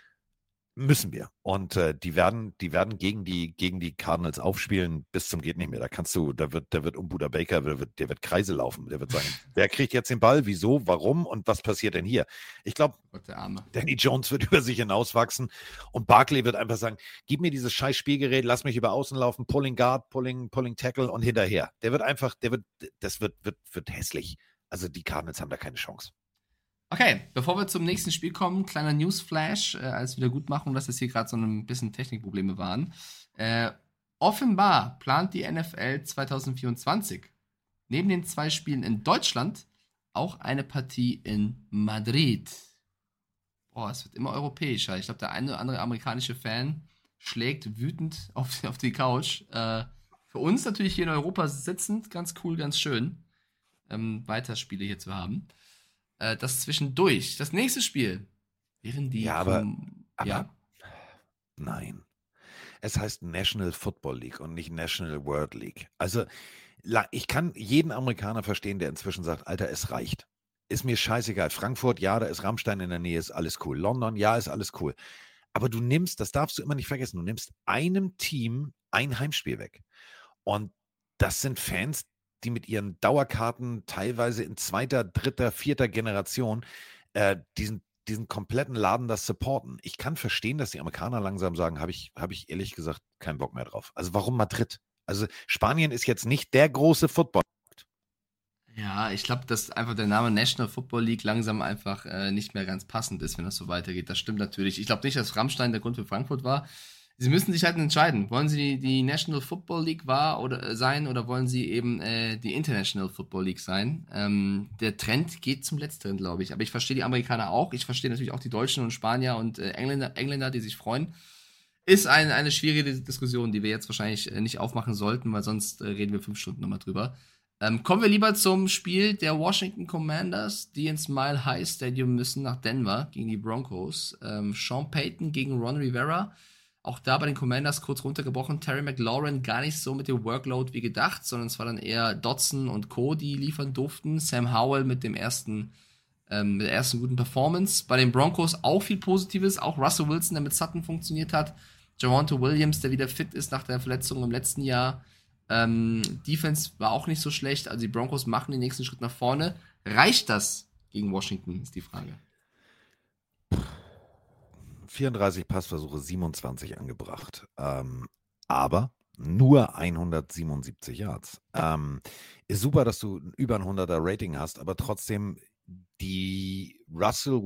Müssen wir. Und äh, die werden, die werden gegen die, gegen die Cardinals aufspielen bis zum geht nicht mehr. Da kannst du, da wird, der wird um Buda Baker, der wird, der wird Kreise laufen. Der wird sagen, wer kriegt jetzt den Ball, wieso, warum und was passiert denn hier? Ich glaube, Danny Jones wird über sich hinauswachsen und Barkley wird einfach sagen, gib mir dieses scheiß Spielgerät, lass mich über außen laufen, Pulling Guard, Pulling, Pulling Tackle und hinterher. Der wird einfach, der wird, das wird, wird, wird hässlich. Also die Cardinals haben da keine Chance. Okay, bevor wir zum nächsten Spiel kommen, kleiner Newsflash äh, als Wiedergutmachung, dass es hier gerade so ein bisschen Technikprobleme waren. Äh, offenbar plant die N F L zwanzig vierundzwanzig neben den zwei Spielen in Deutschland auch eine Partie in Madrid. Boah, es wird immer europäischer. Ich glaube, der eine oder andere amerikanische Fan schlägt wütend auf, auf die Couch. Äh, für uns natürlich hier in Europa sitzend, ganz cool, ganz schön, ähm, weiter Spiele hier zu haben. Das zwischendurch. Das nächste Spiel wären die. Ja, aber, vom, aber ja? nein. Es heißt National Football League und nicht National World League. Also ich kann jeden Amerikaner verstehen, der inzwischen sagt, Alter, es reicht. Ist mir scheißegal. Frankfurt, ja, da ist Rammstein in der Nähe, ist alles cool. London, ja, ist alles cool. Aber du nimmst, das darfst du immer nicht vergessen, du nimmst einem Team ein Heimspiel weg. Und das sind Fans, die mit ihren Dauerkarten teilweise in zweiter, dritter, vierter Generation äh, diesen, diesen kompletten Laden das supporten. Ich kann verstehen, dass die Amerikaner langsam sagen, habe ich, hab ich ehrlich gesagt keinen Bock mehr drauf. Also warum Madrid? Also Spanien ist jetzt nicht der große Football. Ja, ich glaube, dass einfach der Name National Football League langsam einfach äh, nicht mehr ganz passend ist, wenn das so weitergeht. Das stimmt natürlich. Ich glaube nicht, dass Rammstein der Grund für Frankfurt war. Sie müssen sich halt entscheiden. Wollen Sie die National Football League war oder äh, sein oder wollen Sie eben äh, die International Football League sein? Ähm, der Trend geht zum Letzteren, glaube ich. Aber ich verstehe die Amerikaner auch. Ich verstehe natürlich auch die Deutschen und Spanier und äh, Engländer, Engländer, die sich freuen. Ist ein, eine schwierige Diskussion, die wir jetzt wahrscheinlich äh, nicht aufmachen sollten, weil sonst äh, reden wir fünf Stunden nochmal drüber. Ähm, kommen wir lieber zum Spiel der Washington Commanders, die ins Mile High Stadium müssen nach Denver gegen die Broncos. Ähm, Sean Payton gegen Ron Rivera. Auch da bei den Commanders kurz runtergebrochen. Terry McLaurin gar nicht so mit dem Workload wie gedacht, sondern es war dann eher Dotson und Co., die liefern durften. Sam Howell mit dem ersten, ähm, mit der ersten guten Performance. Bei den Broncos auch viel Positives. Auch Russell Wilson, der mit Sutton funktioniert hat. Javonte Williams, der wieder fit ist nach der Verletzung im letzten Jahr. Ähm, Defense war auch nicht so schlecht. Also die Broncos machen den nächsten Schritt nach vorne. Reicht das gegen Washington, ist die Frage. vierunddreißig Passversuche, siebenundzwanzig angebracht. Ähm, aber nur hundertsiebenundsiebzig Yards. Ähm, ist super, dass du über ein hunderter Rating hast, aber trotzdem die Russell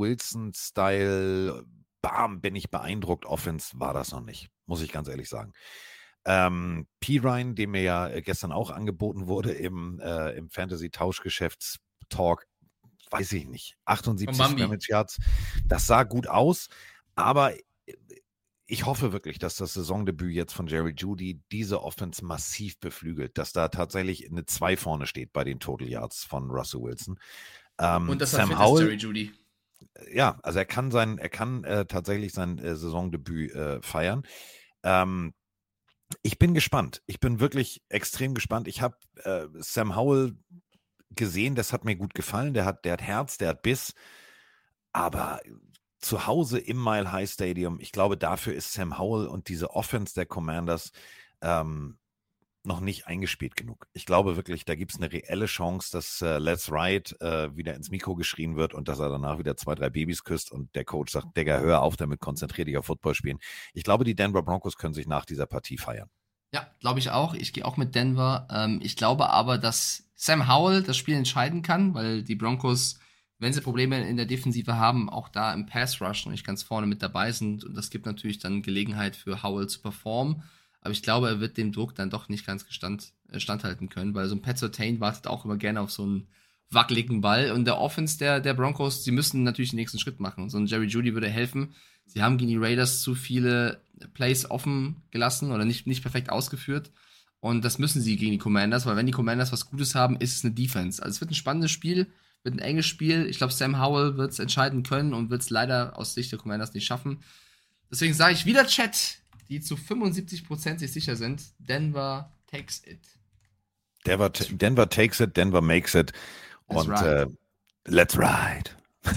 Wilson-Style, bam, bin ich beeindruckt, Offense war das noch nicht, muss ich ganz ehrlich sagen. Ähm, Pirine, dem mir ja äh, gestern auch angeboten wurde im, äh, im Fantasy-Tauschgeschäfts-Talk, weiß ich nicht, achtundsiebzig Scrimmage Yards, das sah gut aus, aber ich hoffe wirklich, dass das Saisondebüt jetzt von Jerry Jeudy diese Offense massiv beflügelt, dass da tatsächlich eine zwei vorne steht bei den Total Yards von Russell Wilson. Ähm, Und dass Sam er fit Howell, ist, Jerry Jeudy. Ja, also er kann sein, er kann äh, tatsächlich sein äh, Saisondebüt äh, feiern. Ähm, ich bin gespannt. Ich bin wirklich extrem gespannt. Ich habe äh, Sam Howell gesehen, das hat mir gut gefallen. Der hat, der hat Herz, der hat Biss. Aber zu Hause im Mile High Stadium, ich glaube, dafür ist Sam Howell und diese Offense der Commanders ähm, noch nicht eingespielt genug. Ich glaube wirklich, da gibt es eine reelle Chance, dass äh, Let's Ride äh, wieder ins Mikro geschrien wird und dass er danach wieder zwei, drei Babys küsst und der Coach sagt, Digga, hör auf damit, konzentrier dich auf Football spielen. Ich glaube, die Denver Broncos können sich nach dieser Partie feiern. Ja, glaube ich auch. Ich gehe auch mit Denver. Ähm, ich glaube aber, dass Sam Howell das Spiel entscheiden kann, weil die Broncos, wenn sie Probleme in der Defensive haben, auch da im Pass Rush nicht ganz vorne mit dabei sind. Und das gibt natürlich dann Gelegenheit für Howell zu performen. Aber ich glaube, er wird dem Druck dann doch nicht ganz gestand, äh, standhalten können, weil so ein Pat Surtain wartet auch immer gerne auf so einen wackeligen Ball. Und der Offense der, der Broncos, sie müssen natürlich den nächsten Schritt machen. Und so ein Jerry Jeudy würde helfen. Sie haben gegen die Raiders zu viele Plays offen gelassen oder nicht, nicht perfekt ausgeführt. Und das müssen sie gegen die Commanders, weil wenn die Commanders was Gutes haben, ist es eine Defense. Also es wird ein spannendes Spiel, wird ein enges Spiel. Ich glaube, Sam Howell wird es entscheiden können und wird es leider aus Sicht der Commanders nicht schaffen. Deswegen sage ich wieder Chat, die zu fünfundsiebzig Prozent sich sicher sind. Denver takes it. Denver, Denver takes it, Denver makes it. Let's Und ride. Äh, let's ride.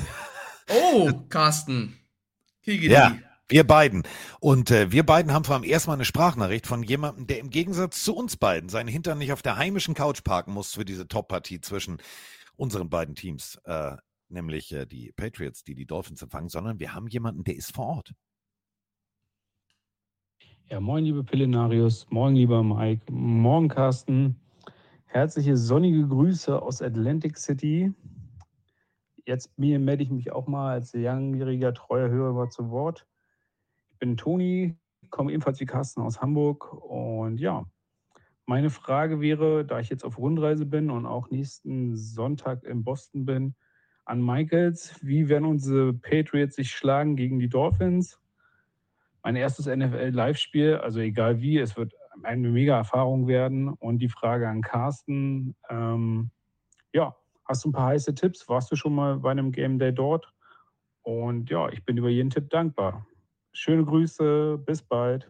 Oh, Carsten. Kriege Ja, die. wir beiden. Und äh, wir beiden haben vor allem erstmal eine Sprachnachricht von jemandem, der im Gegensatz zu uns beiden seinen Hintern nicht auf der heimischen Couch parken muss für diese Top-Partie zwischen unseren beiden Teams, äh, nämlich äh, die Patriots, die die Dolphins empfangen, sondern wir haben jemanden, der ist vor Ort. Ja, moin, liebe Pillenarius, moin, lieber Mike, morgen, Carsten. Herzliche sonnige Grüße aus Atlantic City. Jetzt melde ich mich auch mal als langjähriger, treuer Hörer zu Wort. Ich bin Toni, komme ebenfalls wie Carsten aus Hamburg. Und ja, meine Frage wäre, da ich jetzt auf Rundreise bin und auch nächsten Sonntag in Boston bin, an Michaels, wie werden unsere Patriots sich schlagen gegen die Dolphins? Mein erstes N F L-Live-Spiel, also egal wie, es wird eine mega Erfahrung werden. Und die Frage an Carsten, ähm, ja, hast du ein paar heiße Tipps? Warst du schon mal bei einem Game Day dort? Und ja, ich bin über jeden Tipp dankbar. Schöne Grüße, bis bald.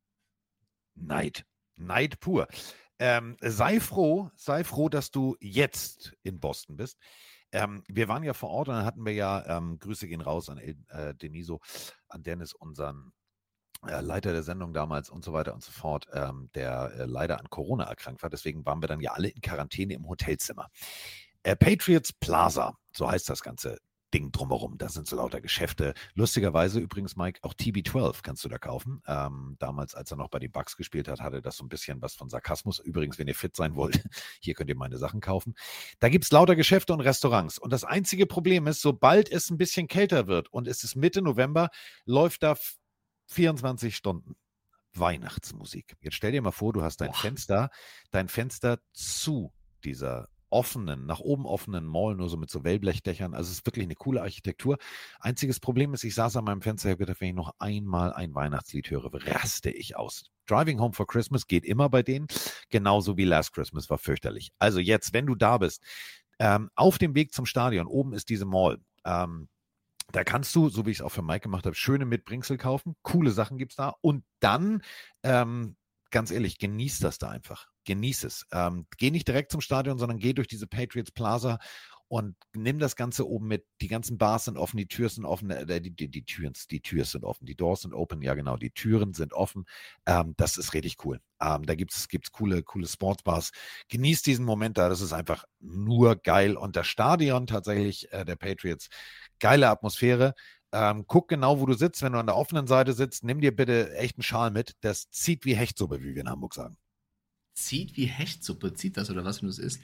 Neid. Neid pur. Ähm, sei froh, sei froh, dass du jetzt in Boston bist. Ähm, wir waren ja vor Ort und dann hatten wir ja, ähm, Grüße gehen raus an äh, Deniso, an Dennis, unseren äh, Leiter der Sendung damals und so weiter und so fort, ähm, der äh, leider an Corona erkrankt war. Deswegen waren wir dann ja alle in Quarantäne im Hotelzimmer. Äh, Patriots Plaza, so heißt das ganze Ding drumherum. Da sind so lauter Geschäfte. Lustigerweise übrigens, Mike, auch T B zwölf kannst du da kaufen. Ähm, damals, als er noch bei den Bucks gespielt hat, hatte das so ein bisschen was von Sarkasmus. Übrigens, wenn ihr fit sein wollt, hier könnt ihr meine Sachen kaufen. Da gibt es lauter Geschäfte und Restaurants. Und das einzige Problem ist, sobald es ein bisschen kälter wird und es ist Mitte November, läuft da vierundzwanzig Stunden Weihnachtsmusik. Jetzt stell dir mal vor, du hast dein Boah. Fenster, dein Fenster zu dieser offenen, nach oben offenen Mall, nur so mit so Wellblechdächern. Also es ist wirklich eine coole Architektur. Einziges Problem ist, ich saß an meinem Fenster und habe gedacht, wenn ich noch einmal ein Weihnachtslied höre, raste ich aus. Driving Home for Christmas geht immer bei denen, genauso wie Last Christmas war fürchterlich. Also jetzt, wenn du da bist, ähm, auf dem Weg zum Stadion, oben ist diese Mall, ähm, da kannst du, so wie ich es auch für Mike gemacht habe, schöne Mitbringsel kaufen. Coole Sachen gibt es da. Und dann, ähm, ganz ehrlich, genieß das da einfach. Genieß es. Ähm, geh nicht direkt zum Stadion, sondern geh durch diese Patriots Plaza und nimm das Ganze oben mit. Die ganzen Bars sind offen, die Türen sind offen, äh, die, die, die, Türen, die Türen sind offen, die Doors sind open, ja genau, die Türen sind offen. Ähm, das ist richtig cool. Ähm, da gibt es gibt's coole, coole Sportsbars. Genieß diesen Moment da, das ist einfach nur geil. Und das Stadion tatsächlich äh, der Patriots, geile Atmosphäre. Ähm, guck genau, wo du sitzt. Wenn du an der offenen Seite sitzt, nimm dir bitte echt einen Schal mit. Das zieht wie Hechtsuppe, wie wir in Hamburg sagen. Zieht wie Hechtsuppe, zieht das oder was, wenn du es isst?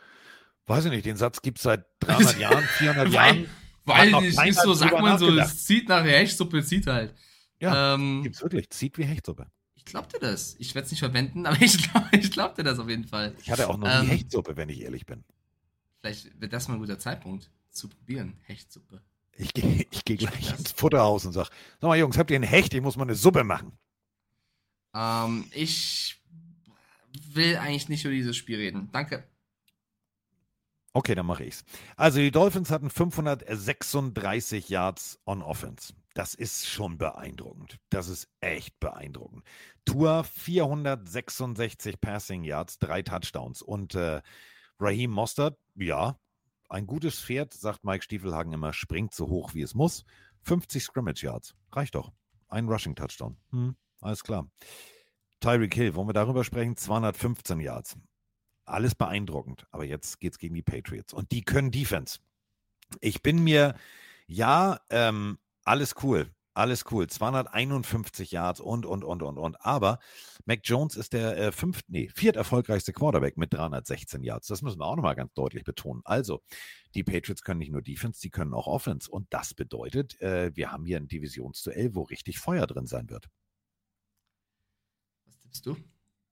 Weiß ich nicht, den Satz gibt es seit dreihundert Jahren, vierhundert Weil, Jahren. weil Hat noch es keiner ist so, sagt drüber man so, nachgedacht. es zieht nach der Hechtsuppe, zieht halt. Ja, Ähm, gibt's wirklich. Zieht wie Hechtsuppe. ich glaub dir das. Ich werde es nicht verwenden, aber ich glaub, ich glaub dir das auf jeden Fall. Ich hatte auch noch Ähm, nie Hechtsuppe, wenn ich ehrlich bin. Vielleicht wird das mal ein guter Zeitpunkt zu probieren. Hechtsuppe. Ich gehe ich geh gleich das? ins Futterhaus und sag, sag mal Jungs, habt ihr einen Hecht? Ich muss mal eine Suppe machen. Ähm, ich will eigentlich nicht über dieses Spiel reden. Danke. Okay, dann mache ich's. Also die Dolphins hatten fünfhundertsechsunddreißig Yards on Offense. Das ist schon beeindruckend. Das ist echt beeindruckend. Tua vierhundertsechsundsechzig Passing Yards, drei Touchdowns. Und äh, Raheem Mostert, ja, ein gutes Pferd, sagt Mike Stiefelhagen immer, springt so hoch, wie es muss. fünfzig Scrimmage Yards, reicht doch. Ein Rushing Touchdown. Hm, alles klar. Tyreek Hill, wollen wir darüber sprechen? zweihundertfünfzehn Yards. Alles beeindruckend, aber jetzt geht's gegen die Patriots. Und die können Defense. Ich bin mir, ja, ähm, alles cool, alles cool. zweihunderteinundfünfzig Yards und, und, und, und, und. Aber Mac Jones ist der äh, fünft, nee, viert erfolgreichste Quarterback mit dreihundertsechzehn Yards. Das müssen wir auch nochmal ganz deutlich betonen. Also, die Patriots können nicht nur Defense, die können auch Offense. Und das bedeutet, äh, wir haben hier ein Divisionsduell, wo richtig Feuer drin sein wird. Was tippst du?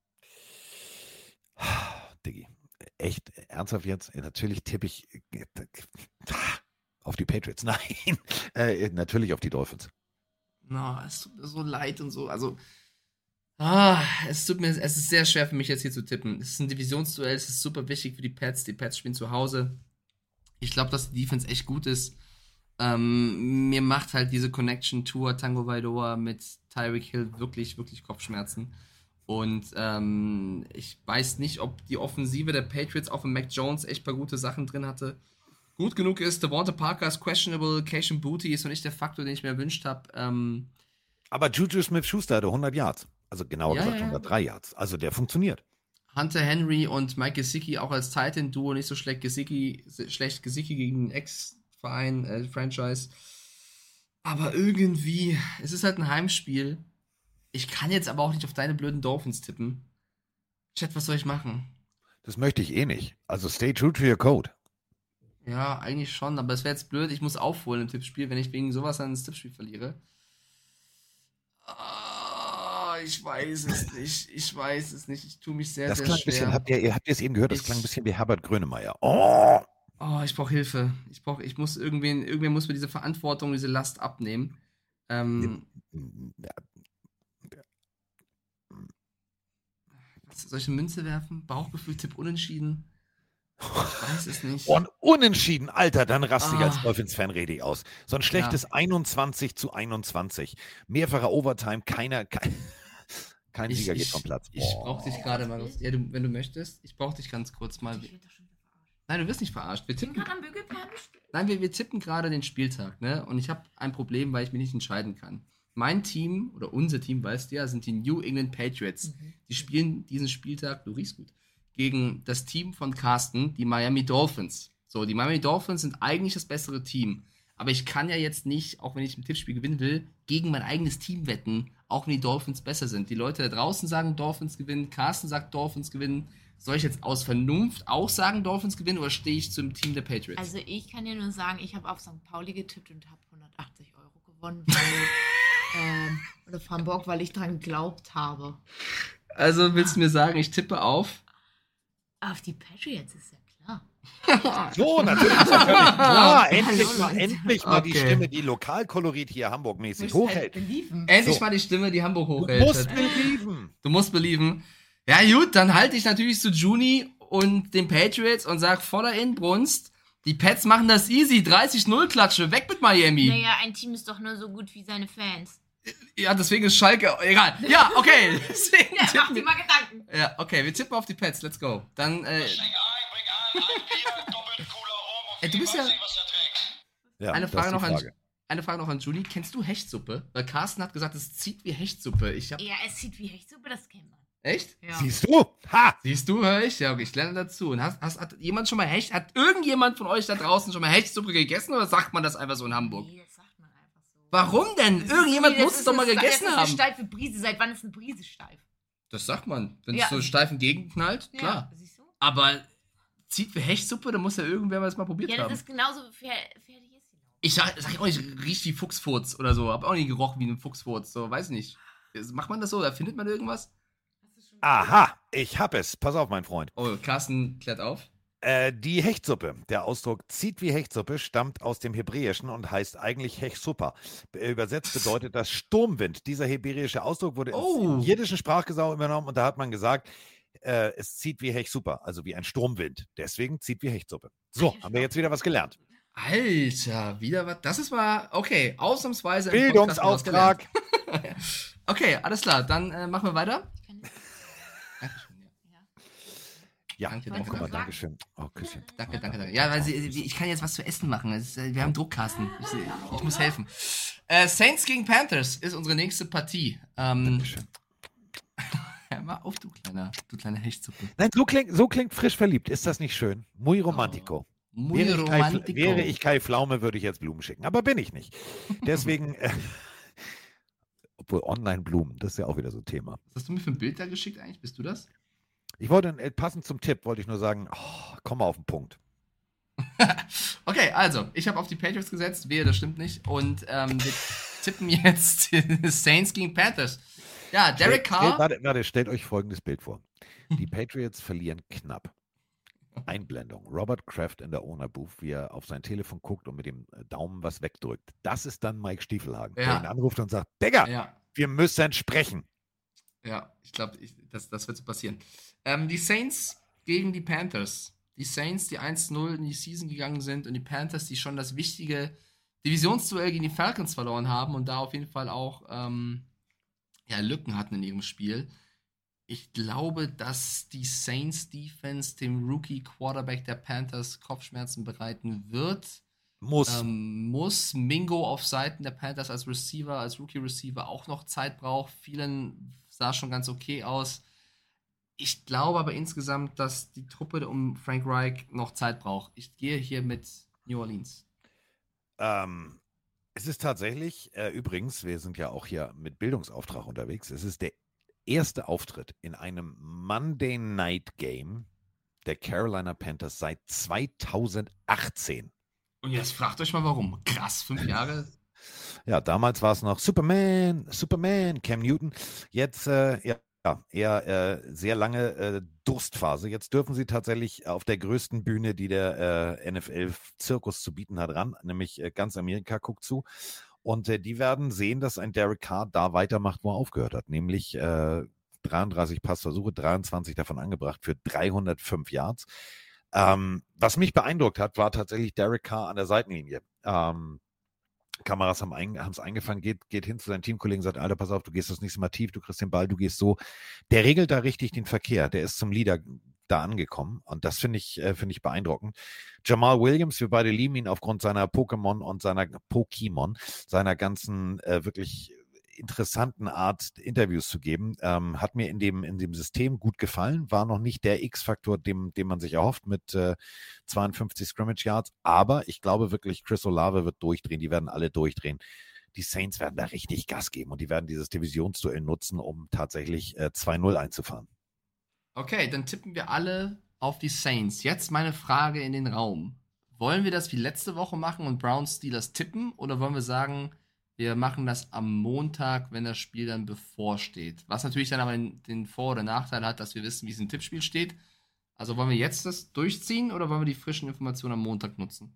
Diggi, echt, ernsthaft jetzt? Natürlich tippe ich äh, auf die Patriots. Nein, äh, natürlich auf die Dolphins. No, es tut mir so leid und so. Also, ah, es tut mir, es ist sehr schwer für mich jetzt hier zu tippen. Es ist ein Divisionsduell, es ist super wichtig für die Pats. Die Pats spielen zu Hause. Ich glaube, dass die Defense echt gut ist. Ähm, mir macht halt diese Connection Tour Tango Vailoa mit Tyreek Hill wirklich, wirklich Kopfschmerzen. Und ähm, ich weiß nicht, ob die Offensive der Patriots auch von Mac Jones echt ein paar gute Sachen drin hatte. Gut genug ist, Devonta Parker ist questionable, Cation Booty ist noch nicht der Faktor, den ich mir erwünscht habe. Ähm, Aber Juju Smith-Schuster hatte hundert Yards. Also genauer Ja, gesagt ja, ja. hundertdrei Yards. Also der funktioniert. Hunter Henry und Mike Gesicki auch als Titan-Duo nicht so schlecht. Gesicki, schlecht Gesicki gegen den Ex-Verein, äh, Franchise. Aber irgendwie, es ist halt ein Heimspiel. Ich kann jetzt aber auch nicht auf deine blöden Dolphins tippen. Chat, was soll ich machen? Das möchte ich eh nicht. Also stay true to your code. Ja, eigentlich schon, aber es wäre jetzt blöd, ich muss aufholen im Tippspiel, wenn ich wegen sowas dann ins Tippspiel verliere. Ah, ich weiß es nicht, ich weiß es nicht, ich tue mich sehr, Das sehr klang ein schwer. bisschen, habt ihr, ihr habt ihr es eben gehört, das Ich- klang ein bisschen wie Herbert Grönemeyer. Oh! Oh, ich brauche Hilfe. Ich brauche, ich muss irgendwen, irgendwer muss mir diese Verantwortung, diese Last abnehmen. Ähm, was, soll ich eine Münze werfen? Bauchgefühl, Tipp unentschieden? Ich weiß es nicht. Und unentschieden, Alter, dann raste ich als Ah. Dolphins-Fan richtig aus. So ein schlechtes Ja. einundzwanzig zu einundzwanzig. Mehrfacher Overtime, keiner, kein, kein Ich, Sieger geht ich, vom Platz. ich brauche dich gerade mal. Ja, du, wenn du möchtest, ich brauche dich ganz kurz mal. Nein, du wirst nicht verarscht. Wir Ich bin tippen, gerade am Bügelperlen bestellen. nein, wir, wir tippen gerade den Spieltag, ne? Und ich habe ein Problem, weil ich mich nicht entscheiden kann. Mein Team, oder unser Team, weißt du ja, sind die New England Patriots. Die spielen diesen Spieltag, du riechst gut, gegen das Team von Carsten, die Miami Dolphins. So, die Miami Dolphins sind eigentlich das bessere Team. Aber ich kann ja jetzt nicht, auch wenn ich im Tippspiel gewinnen will, gegen mein eigenes Team wetten, auch wenn die Dolphins besser sind. Die Leute da draußen sagen, Dolphins gewinnen, Carsten sagt, Dolphins gewinnen. Soll ich jetzt aus Vernunft auch sagen, Dolphins gewinnen, oder stehe ich zum Team der Patriots? Also ich kann dir nur sagen, ich habe auf Sankt Pauli getippt und habe hundertachtzig Euro gewonnen, weil, ähm, oder auf Hamburg, weil ich dran geglaubt habe. Also willst du mir sagen, ich tippe auf? Auf die Patriots ist ja klar. So, natürlich ist das völlig klar. Endlich Hallo, mal, Leute. endlich mal die Okay. Stimme, die Lokalkolorit hier Hamburg-mäßig hochhält. Endlich So. mal die Stimme, die Hamburg Du hochhält. musst belieben. Du musst belieben. Ja gut, dann halte ich natürlich zu Juni und den Patriots und sag voller Inbrunst, die Pets machen das easy, dreißig null Klatsche, weg mit Miami. Naja, ein Team ist doch nur so gut wie seine Fans. Ja, deswegen ist Schalke, egal. Ja, okay. Deswegen Ja, mach tippen dir wir, mal Gedanken. ja, okay, wir tippen auf die Pets, let's go. Dann, äh, Ey, du bist ja, Ja, eine das Frage ist noch die an, Frage. eine Frage noch an Juni, kennst du Hechtsuppe? Weil Carsten hat gesagt, es zieht wie Hechtsuppe. Ich hab, Ja, es sieht wie Hechtsuppe, das kennt man. echt? Ja. Siehst du? Ha! Siehst du, höre ich? Ja, okay, ich lerne dazu. Und hast, hast, hat jemand schon mal Hecht, hat irgendjemand von euch da draußen schon mal Hechtsuppe gegessen oder sagt man das einfach so in Hamburg? Nee, das sagt man einfach so. Warum denn? Das ist Irgendjemand wie- muss das es ist doch mal eine- gegessen das ist haben. eine steife Brise. Seit wann ist eine Brise steif? Das sagt man. Wenn es Ja. so steif in Gegend knallt, Ja, klar. siehst du? Aber zieht wie Hechtsuppe, da muss ja irgendwer was mal probiert Ja, haben. das ist genauso fer fertig ist die noch. Ich sag, sag ich auch nicht, riecht wie Fuchsfurz oder so. Hab auch nie gerochen wie ein Fuchsfurz, so, weiß nicht. Macht man das so? Da findet man irgendwas? Aha, ich hab es. Pass auf, mein Freund. Oh, Carsten klärt auf. Äh, die Hechtsuppe. Der Ausdruck zieht wie Hechtsuppe stammt aus dem Hebräischen und heißt eigentlich Hechsuppa. Be- Übersetzt bedeutet das Sturmwind. Dieser hebräische Ausdruck wurde Oh. im jiddischen Sprachgebrauch übernommen und da hat man gesagt, äh, es zieht wie Hechsuppa, also wie ein Sturmwind. Deswegen zieht wie Hechtsuppe. So, haben wir jetzt wieder was gelernt. Alter, wieder was. Das ist mal, okay, ausnahmsweise im Podcast mal was Bildungsauftrag. gelernt. Okay, alles klar, dann äh, machen wir weiter. Ja, Danke, oh, danke, guck mal, danke. Dankeschön. Oh, Küsschen. Danke, danke, danke. Ja, weil sie, ich kann jetzt was zu essen machen. Es ist, äh, wir haben Druck, Carsten. Ich, ich muss helfen. Äh, Saints gegen Panthers ist unsere nächste Partie. Ähm, Hör mal auf, du kleiner, du kleine Hechtsuppe. Nein, so klingt, so klingt frisch verliebt. Ist das nicht schön? Muy romantico. Muy wäre, ich Kai, romantico. wäre ich Kai Pflaume, würde ich jetzt Blumen schicken. Aber bin ich nicht. Deswegen, äh, obwohl Online-Blumen, das ist ja auch wieder so ein Thema. Was hast du mir für ein Bild da geschickt eigentlich? Bist du das? Ich wollte, äh, passend zum Tipp, wollte ich nur sagen, oh, komm mal auf den Punkt. Okay, also, ich habe auf die Patriots gesetzt. Wehe, das stimmt nicht. Und ähm, wir tippen jetzt Saints gegen Panthers. Ja, Derek Stellt- Carr. Stellt, warte, warte, stellt euch folgendes Bild vor. Die Patriots verlieren knapp. Einblendung. Robert Kraft in der Owner Booth, wie er auf sein Telefon guckt und mit dem Daumen was wegdrückt. Das ist dann Mike Stiefelhagen, Ja. der ihn anruft und sagt, Digga, Ja. wir müssen sprechen. Ja, ich glaube, das, das wird so passieren. Ähm, die Saints gegen die Panthers. Die Saints, die eins null in die Season gegangen sind und die Panthers, die schon das wichtige Divisionsduell gegen die Falcons verloren haben und da auf jeden Fall auch ähm, ja, Lücken hatten in ihrem Spiel. Ich glaube, dass die Saints Defense dem Rookie Quarterback der Panthers Kopfschmerzen bereiten wird. Muss. Ähm, muss. Mingo auf Seiten der Panthers als Receiver, als Rookie Receiver auch noch Zeit braucht. Vielen sah schon ganz okay aus. Ich glaube aber insgesamt, dass die Truppe um Frank Reich noch Zeit braucht. Ich gehe hier mit New Orleans. Ähm, es ist tatsächlich, äh, übrigens, wir sind ja auch hier mit Bildungsauftrag unterwegs, es ist der erste Auftritt in einem Monday Night Game der Carolina Panthers seit zweitausendachtzehn. Und jetzt fragt euch mal warum. Krass, fünf Jahre. Ja, damals war es noch Superman, Superman, Cam Newton. Jetzt äh, ja, eher äh, sehr lange äh, Durstphase. Jetzt dürfen sie tatsächlich auf der größten Bühne, die der äh, N F L-Zirkus zu bieten hat, ran. Nämlich äh, ganz Amerika guckt zu. Und äh, die werden sehen, dass ein Derek Carr da weitermacht, wo er aufgehört hat. Nämlich äh, dreiunddreißig Passversuche, dreiundzwanzig davon angebracht für dreihundertfünf Yards. Ähm, was mich beeindruckt hat, war tatsächlich Derek Carr an der Seitenlinie. Ähm, Kameras haben es eingefangen, geht, geht hin zu seinen Teamkollegen, sagt, Alter, pass auf, du gehst das nächste Mal tief, du kriegst den Ball, du gehst so. Der regelt da richtig den Verkehr, der ist zum Leader da angekommen und das finde ich, äh, finde ich beeindruckend. Jamal Williams, wir beide lieben ihn aufgrund seiner Pokémon und seiner Pokémon, seiner ganzen äh, wirklich interessanten Art, Interviews zu geben, ähm, hat mir in dem, in dem System gut gefallen, war noch nicht der X-Faktor, dem, dem man sich erhofft mit äh, zweiundfünfzig Scrimmage Yards, aber ich glaube wirklich, Chris Olave wird durchdrehen, die werden alle durchdrehen. Die Saints werden da richtig Gas geben und die werden dieses Divisionsduell nutzen, um tatsächlich äh, zwei null einzufahren. Okay, dann tippen wir alle auf die Saints. Jetzt meine Frage in den Raum. Wollen wir das wie letzte Woche machen und Browns Steelers tippen oder wollen wir sagen, wir machen das am Montag, wenn das Spiel dann bevorsteht? Was natürlich dann aber den, den Vor- oder Nachteil hat, dass wir wissen, wie es im Tippspiel steht. Also wollen wir jetzt das durchziehen oder wollen wir die frischen Informationen am Montag nutzen?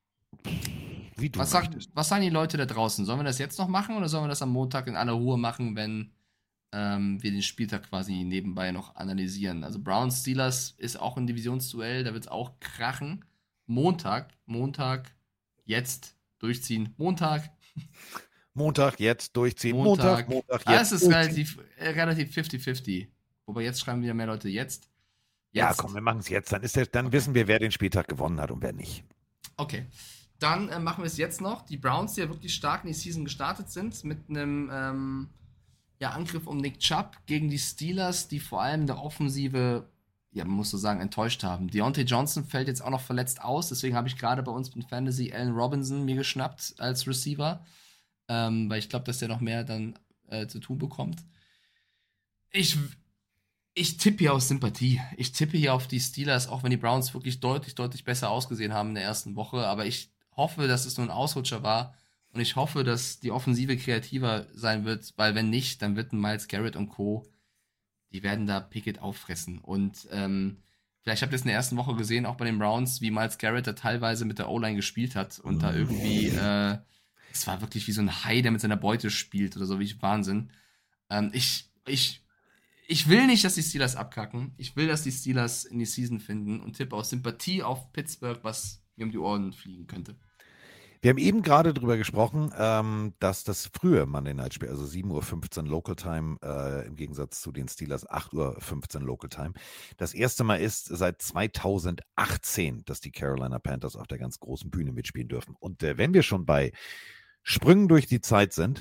Wie du was, sagt, was sagen die Leute da draußen? Sollen wir das jetzt noch machen oder sollen wir das am Montag in aller Ruhe machen, wenn ähm, wir den Spieltag quasi nebenbei noch analysieren? Also Browns Steelers ist auch ein Divisionsduell, da wird es auch krachen. Montag, Montag, jetzt durchziehen. Montag. Montag, jetzt durchziehen. Montag, Montag, Montag jetzt ah, es ist durchziehen. relativ, äh, relativ fifty fifty. Wobei jetzt schreiben wieder mehr Leute jetzt. Ja, Jetzt. komm, wir machen es jetzt. Dann, ist der, dann wissen wir, wer den Spieltag gewonnen hat und wer nicht. Okay. Dann äh, machen wir es jetzt noch. Die Browns, die ja wirklich stark in die Season gestartet sind, mit einem ähm, ja, Angriff um Nick Chubb gegen die Steelers, die vor allem in der Offensive, ja, man muss so sagen, enttäuscht haben. Deontay Johnson fällt jetzt auch noch verletzt aus, deswegen habe ich gerade bei uns mit Fantasy Allen Robinson mir geschnappt als Receiver, ähm, weil ich glaube, dass der noch mehr dann äh, zu tun bekommt. Ich, ich tippe hier aus Sympathie. Ich tippe hier auf die Steelers, auch wenn die Browns wirklich deutlich, deutlich besser ausgesehen haben in der ersten Woche, aber ich hoffe, dass es nur ein Ausrutscher war Und ich hoffe, dass die Offensive kreativer sein wird, weil wenn nicht, dann wird ein Myles Garrett und Co., die werden da Pickett auffressen. Und ähm, vielleicht habt ihr es in der ersten Woche gesehen, auch bei den Browns, wie Myles Garrett da teilweise mit der O-Line gespielt hat und da irgendwie, äh, es war wirklich wie so ein Hai, der mit seiner Beute spielt oder so, wie Wahnsinn. Ähm, ich, ich, ich will nicht, dass die Steelers abkacken. Ich will, dass die Steelers in die Season finden und tippe aus Sympathie auf Pittsburgh, was mir um die Ohren fliegen könnte. Wir haben eben gerade darüber gesprochen, ähm, dass das frühe Monday Night Spiel, also sieben Uhr fünfzehn Local Time, äh, im Gegensatz zu den Steelers acht Uhr fünfzehn Local Time, das erste Mal ist seit zweitausendachtzehn, dass die Carolina Panthers auf der ganz großen Bühne mitspielen dürfen. Und äh, wenn wir schon bei Sprüngen durch die Zeit sind,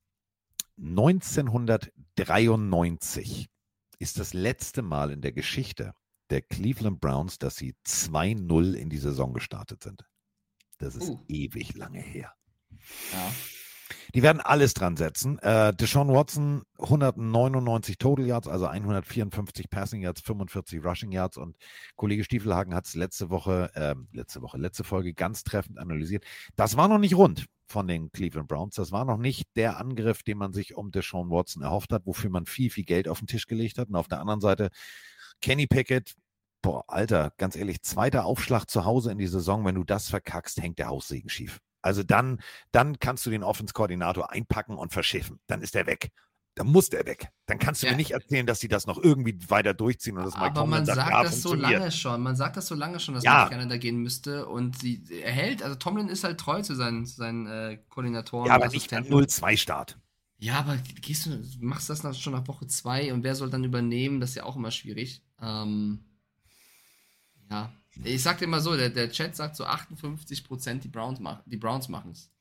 neunzehnhundertdreiundneunzig ist das letzte Mal in der Geschichte der Cleveland Browns, dass sie zwei null in die Saison gestartet sind. Das ist uh. ewig lange her. Ja. Die werden alles dran setzen. Äh, Deshaun Watson, hundertneunundneunzig Total Yards, also hundertvierundfünfzig Passing Yards, fünfundvierzig Rushing Yards. Und Kollege Stiefelhagen hat es letzte Woche, äh, letzte Woche, letzte Folge ganz treffend analysiert. Das war noch nicht rund von den Cleveland Browns. Das war noch nicht der Angriff, den man sich um Deshaun Watson erhofft hat, wofür man viel, viel Geld auf den Tisch gelegt hat. Und auf der anderen Seite Kenny Pickett. Boah, Alter, ganz ehrlich, zweiter Aufschlag zu Hause in die Saison, wenn du das verkackst, hängt der Haussegen schief. Also dann, dann kannst du den Offense-Koordinator einpacken und verschiffen. Dann ist der weg. Dann muss der weg. Dann kannst du ja. mir nicht erzählen, dass die das noch irgendwie weiter durchziehen und das Mike Aber man sagt, sagt ja, das so lange schon. Man sagt das so lange schon, dass ja. Mike Canada gehen müsste und sie er hält, also Tomlin ist halt treu zu seinen, seinen äh, Koordinatoren. Ja, aber nicht an null zwei Start. Ja, aber gehst du, machst das nach, schon nach Woche zwei und wer soll dann übernehmen? Das ist ja auch immer schwierig. Ähm, ja, ich sag dir mal so, der, der Chat sagt so achtundfünfzig Prozent die Browns, mach, die Browns machen es.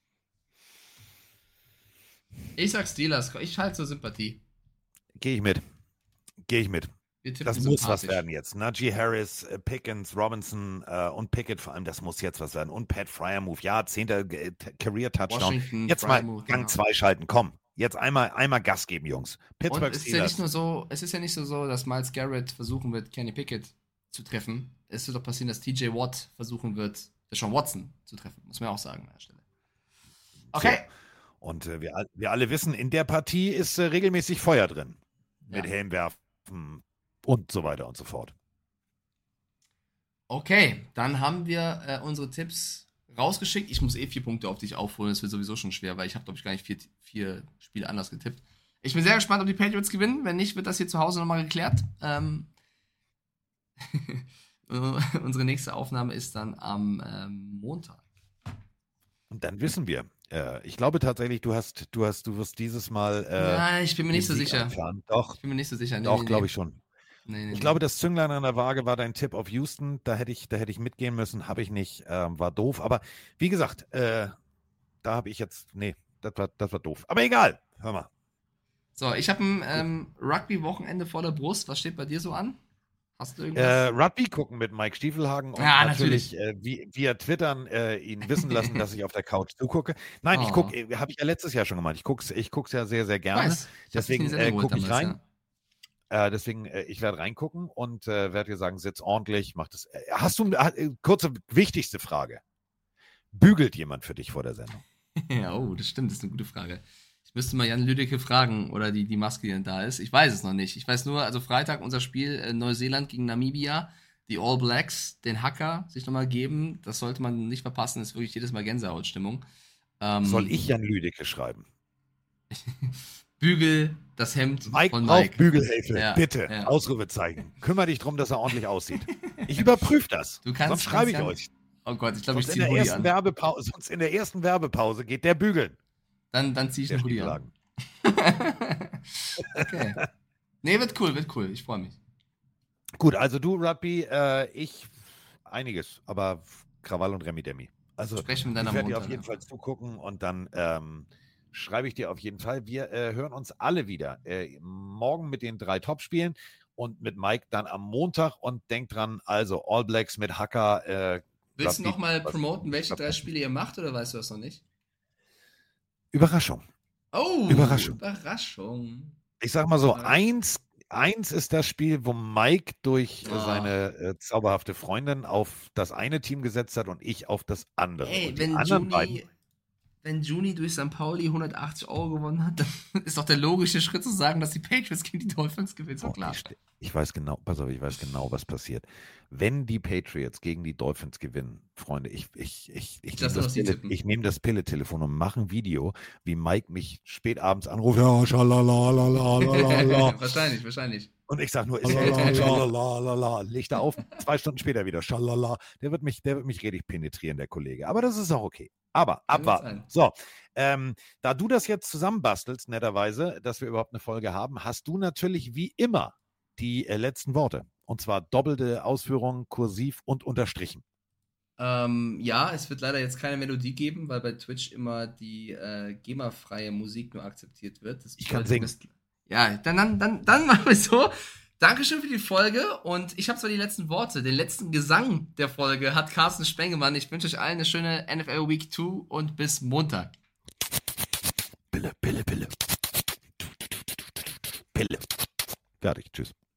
Ich sag Steelers, ich halte zur Sympathie. Gehe ich mit. Gehe ich mit. Das muss was werden jetzt. Najee Harris, Pickens, Robinson äh, und Pickett vor allem, das muss jetzt was werden. Und Pat Fryermuth, ja, zehnter äh, Career-Touchdown. Jetzt mal Gang zwei schalten, komm. Jetzt einmal, einmal Gas geben, Jungs. Pittsburgh und es ist ja nicht nur so, es ist ja nicht so, so, dass Myles Garrett versuchen wird, Kenny Pickett zu treffen. Es wird doch passieren, dass T J Watt versuchen wird, Deshaun Watson zu treffen. Muss man auch sagen an der Stelle. Okay. So. Und äh, wir, wir alle wissen, in der Partie ist äh, regelmäßig Feuer drin. Mit Ja. Helmwerfen und so weiter und so fort. Okay, dann haben wir äh, unsere Tipps rausgeschickt. Ich muss eh vier Punkte auf dich aufholen. Das wird sowieso schon schwer, weil ich habe, glaube ich, gar nicht vier, vier Spiele anders getippt. Ich bin sehr gespannt, ob die Patriots gewinnen. Wenn nicht, wird das hier zu Hause nochmal geklärt. Ähm Unsere nächste Aufnahme ist dann am ähm, Montag. Und dann wissen wir. Äh, ich glaube tatsächlich, du hast, du hast, du wirst dieses Mal. Äh, Nein, ich bin mir nicht so den Sieg sicher. einfahren. Doch. Ich bin mir nicht so sicher. Nee, Doch, nee, glaube nee. ich schon. Nee, nee, Ich nee. glaube, das Zünglein an der Waage war dein Tipp auf Houston. Da hätte ich, da hätte ich mitgehen müssen, habe ich nicht. Ähm, war doof. Aber wie gesagt, äh, da habe ich jetzt. Nee, das war, das war doof. Aber egal. Hör mal. So, ich habe ein ähm, Rugby-Wochenende vor der Brust. Was steht bei dir so an? Hast du irgendwas? Äh, Rugby gucken mit Mike Stiefelhagen und Ja, natürlich, äh, wie, via Twittern äh, ihn wissen lassen, dass ich auf der Couch zugucke. Nein, ich Oh. gucke, äh, habe ich ja letztes Jahr schon gemeint. Ich gucke es ich guck's ja sehr, sehr gerne. Weiß. Ich hab dich Deswegen in die Sendung äh, geholt gucke ich damals, rein. Äh, deswegen, äh, ich werde reingucken und äh, werde dir sagen, sitz ordentlich, mach das. Äh, hast du, äh, kurze, wichtigste Frage. Bügelt jemand für dich vor der Sendung? Ja, oh, das stimmt, das ist eine gute Frage. Ich müsste mal Jan Lüdecke fragen, oder die, die Maske, die dann da ist. Ich weiß es noch nicht. Ich weiß nur, also Freitag unser Spiel äh, Neuseeland gegen Namibia, die All Blacks, den Hacker sich nochmal geben. Das sollte man nicht verpassen, das ist wirklich jedes Mal Gänsehautstimmung. Ähm, Soll ich Jan Lüdecke schreiben? Bügel das Hemd Mike von braucht Mike. Bügelhilfe, Ja, bitte. ja. Ausrufezeichen. Kümmere dich darum, dass er ordentlich aussieht. Ich überprüfe das. Du kannst, Sonst schreibe ich kannst euch. Ja, oh Gott, ich glaube, ich Sonst ziehe in, einen der Hoodie ersten an. Werbepause, sonst in der ersten Werbepause geht der bügeln. Dann, dann ziehe ich Der einen Hoodie an. Stiefelhagen. Okay. Nee, wird cool, wird cool. Ich freue mich. Gut, also du Rugby, äh, ich einiges, aber Krawall und Remi Demi. Also Sprechen wir dann ich am werde dir Montag, auf jeden ja. Fall zugucken und dann ähm, schreibe ich dir auf jeden Fall. Wir äh, hören uns alle wieder äh, morgen mit den drei Topspielen und mit Mike dann am Montag und denkt dran, also All Blacks mit Hacker. Äh, Willst du Rugby- nochmal promoten, welche drei Spiele ihr macht, oder weißt du das noch nicht? Überraschung. Oh, Überraschung. Überraschung. Ich sag mal so, Überraschung. eins, eins ist das Spiel, wo Mike durch äh, Ah. seine äh, zauberhafte Freundin auf das eine Team gesetzt hat und ich auf das andere. Ey, und die wenn anderen Juni, beiden, wenn Juni durch Sankt Pauli hundertachtzig Euro gewonnen hat, dann ist doch der logische Schritt zu sagen, dass die Patriots gegen die Dolphins gewinnen. So Oh, klar. ich, ich weiß genau, pass auf, ich weiß genau, was passiert. Wenn die Patriots gegen die Dolphins gewinnen, Freunde, ich, ich, ich, ich, Ich nehme lasse das, noch sie Pille, tippen. ich nehm das Pille-Telefon und mache ein Video, wie Mike mich spät abends anruft. Ja, schalalalala. wahrscheinlich, wahrscheinlich. Und ich sage nur, ist jetzt schalalala, leg da auf, zwei Stunden später wieder, schalala. Der wird mich, der wird mich richtig penetrieren, der Kollege. Aber das ist auch okay. Aber Kann gut abwarten. sein. So, ähm, da du das jetzt zusammenbastelst, netterweise, dass wir überhaupt eine Folge haben, hast du natürlich wie immer die äh, letzten Worte. Und zwar doppelte Ausführungen, kursiv und unterstrichen. Ähm, ja, es wird leider jetzt keine Melodie geben, weil bei Twitch immer die äh, GEMA-freie Musik nur akzeptiert wird. Das Ich kann bedeutet, singen. dass- Ja, dann, dann, dann, dann machen wir es so. Dankeschön für die Folge und ich habe zwar die letzten Worte, den letzten Gesang der Folge hat Carsten Spengemann. Ich wünsche euch allen eine schöne N F L Week zwei und bis Montag. Pille, Pille, Pille. Pille. Fertig, tschüss.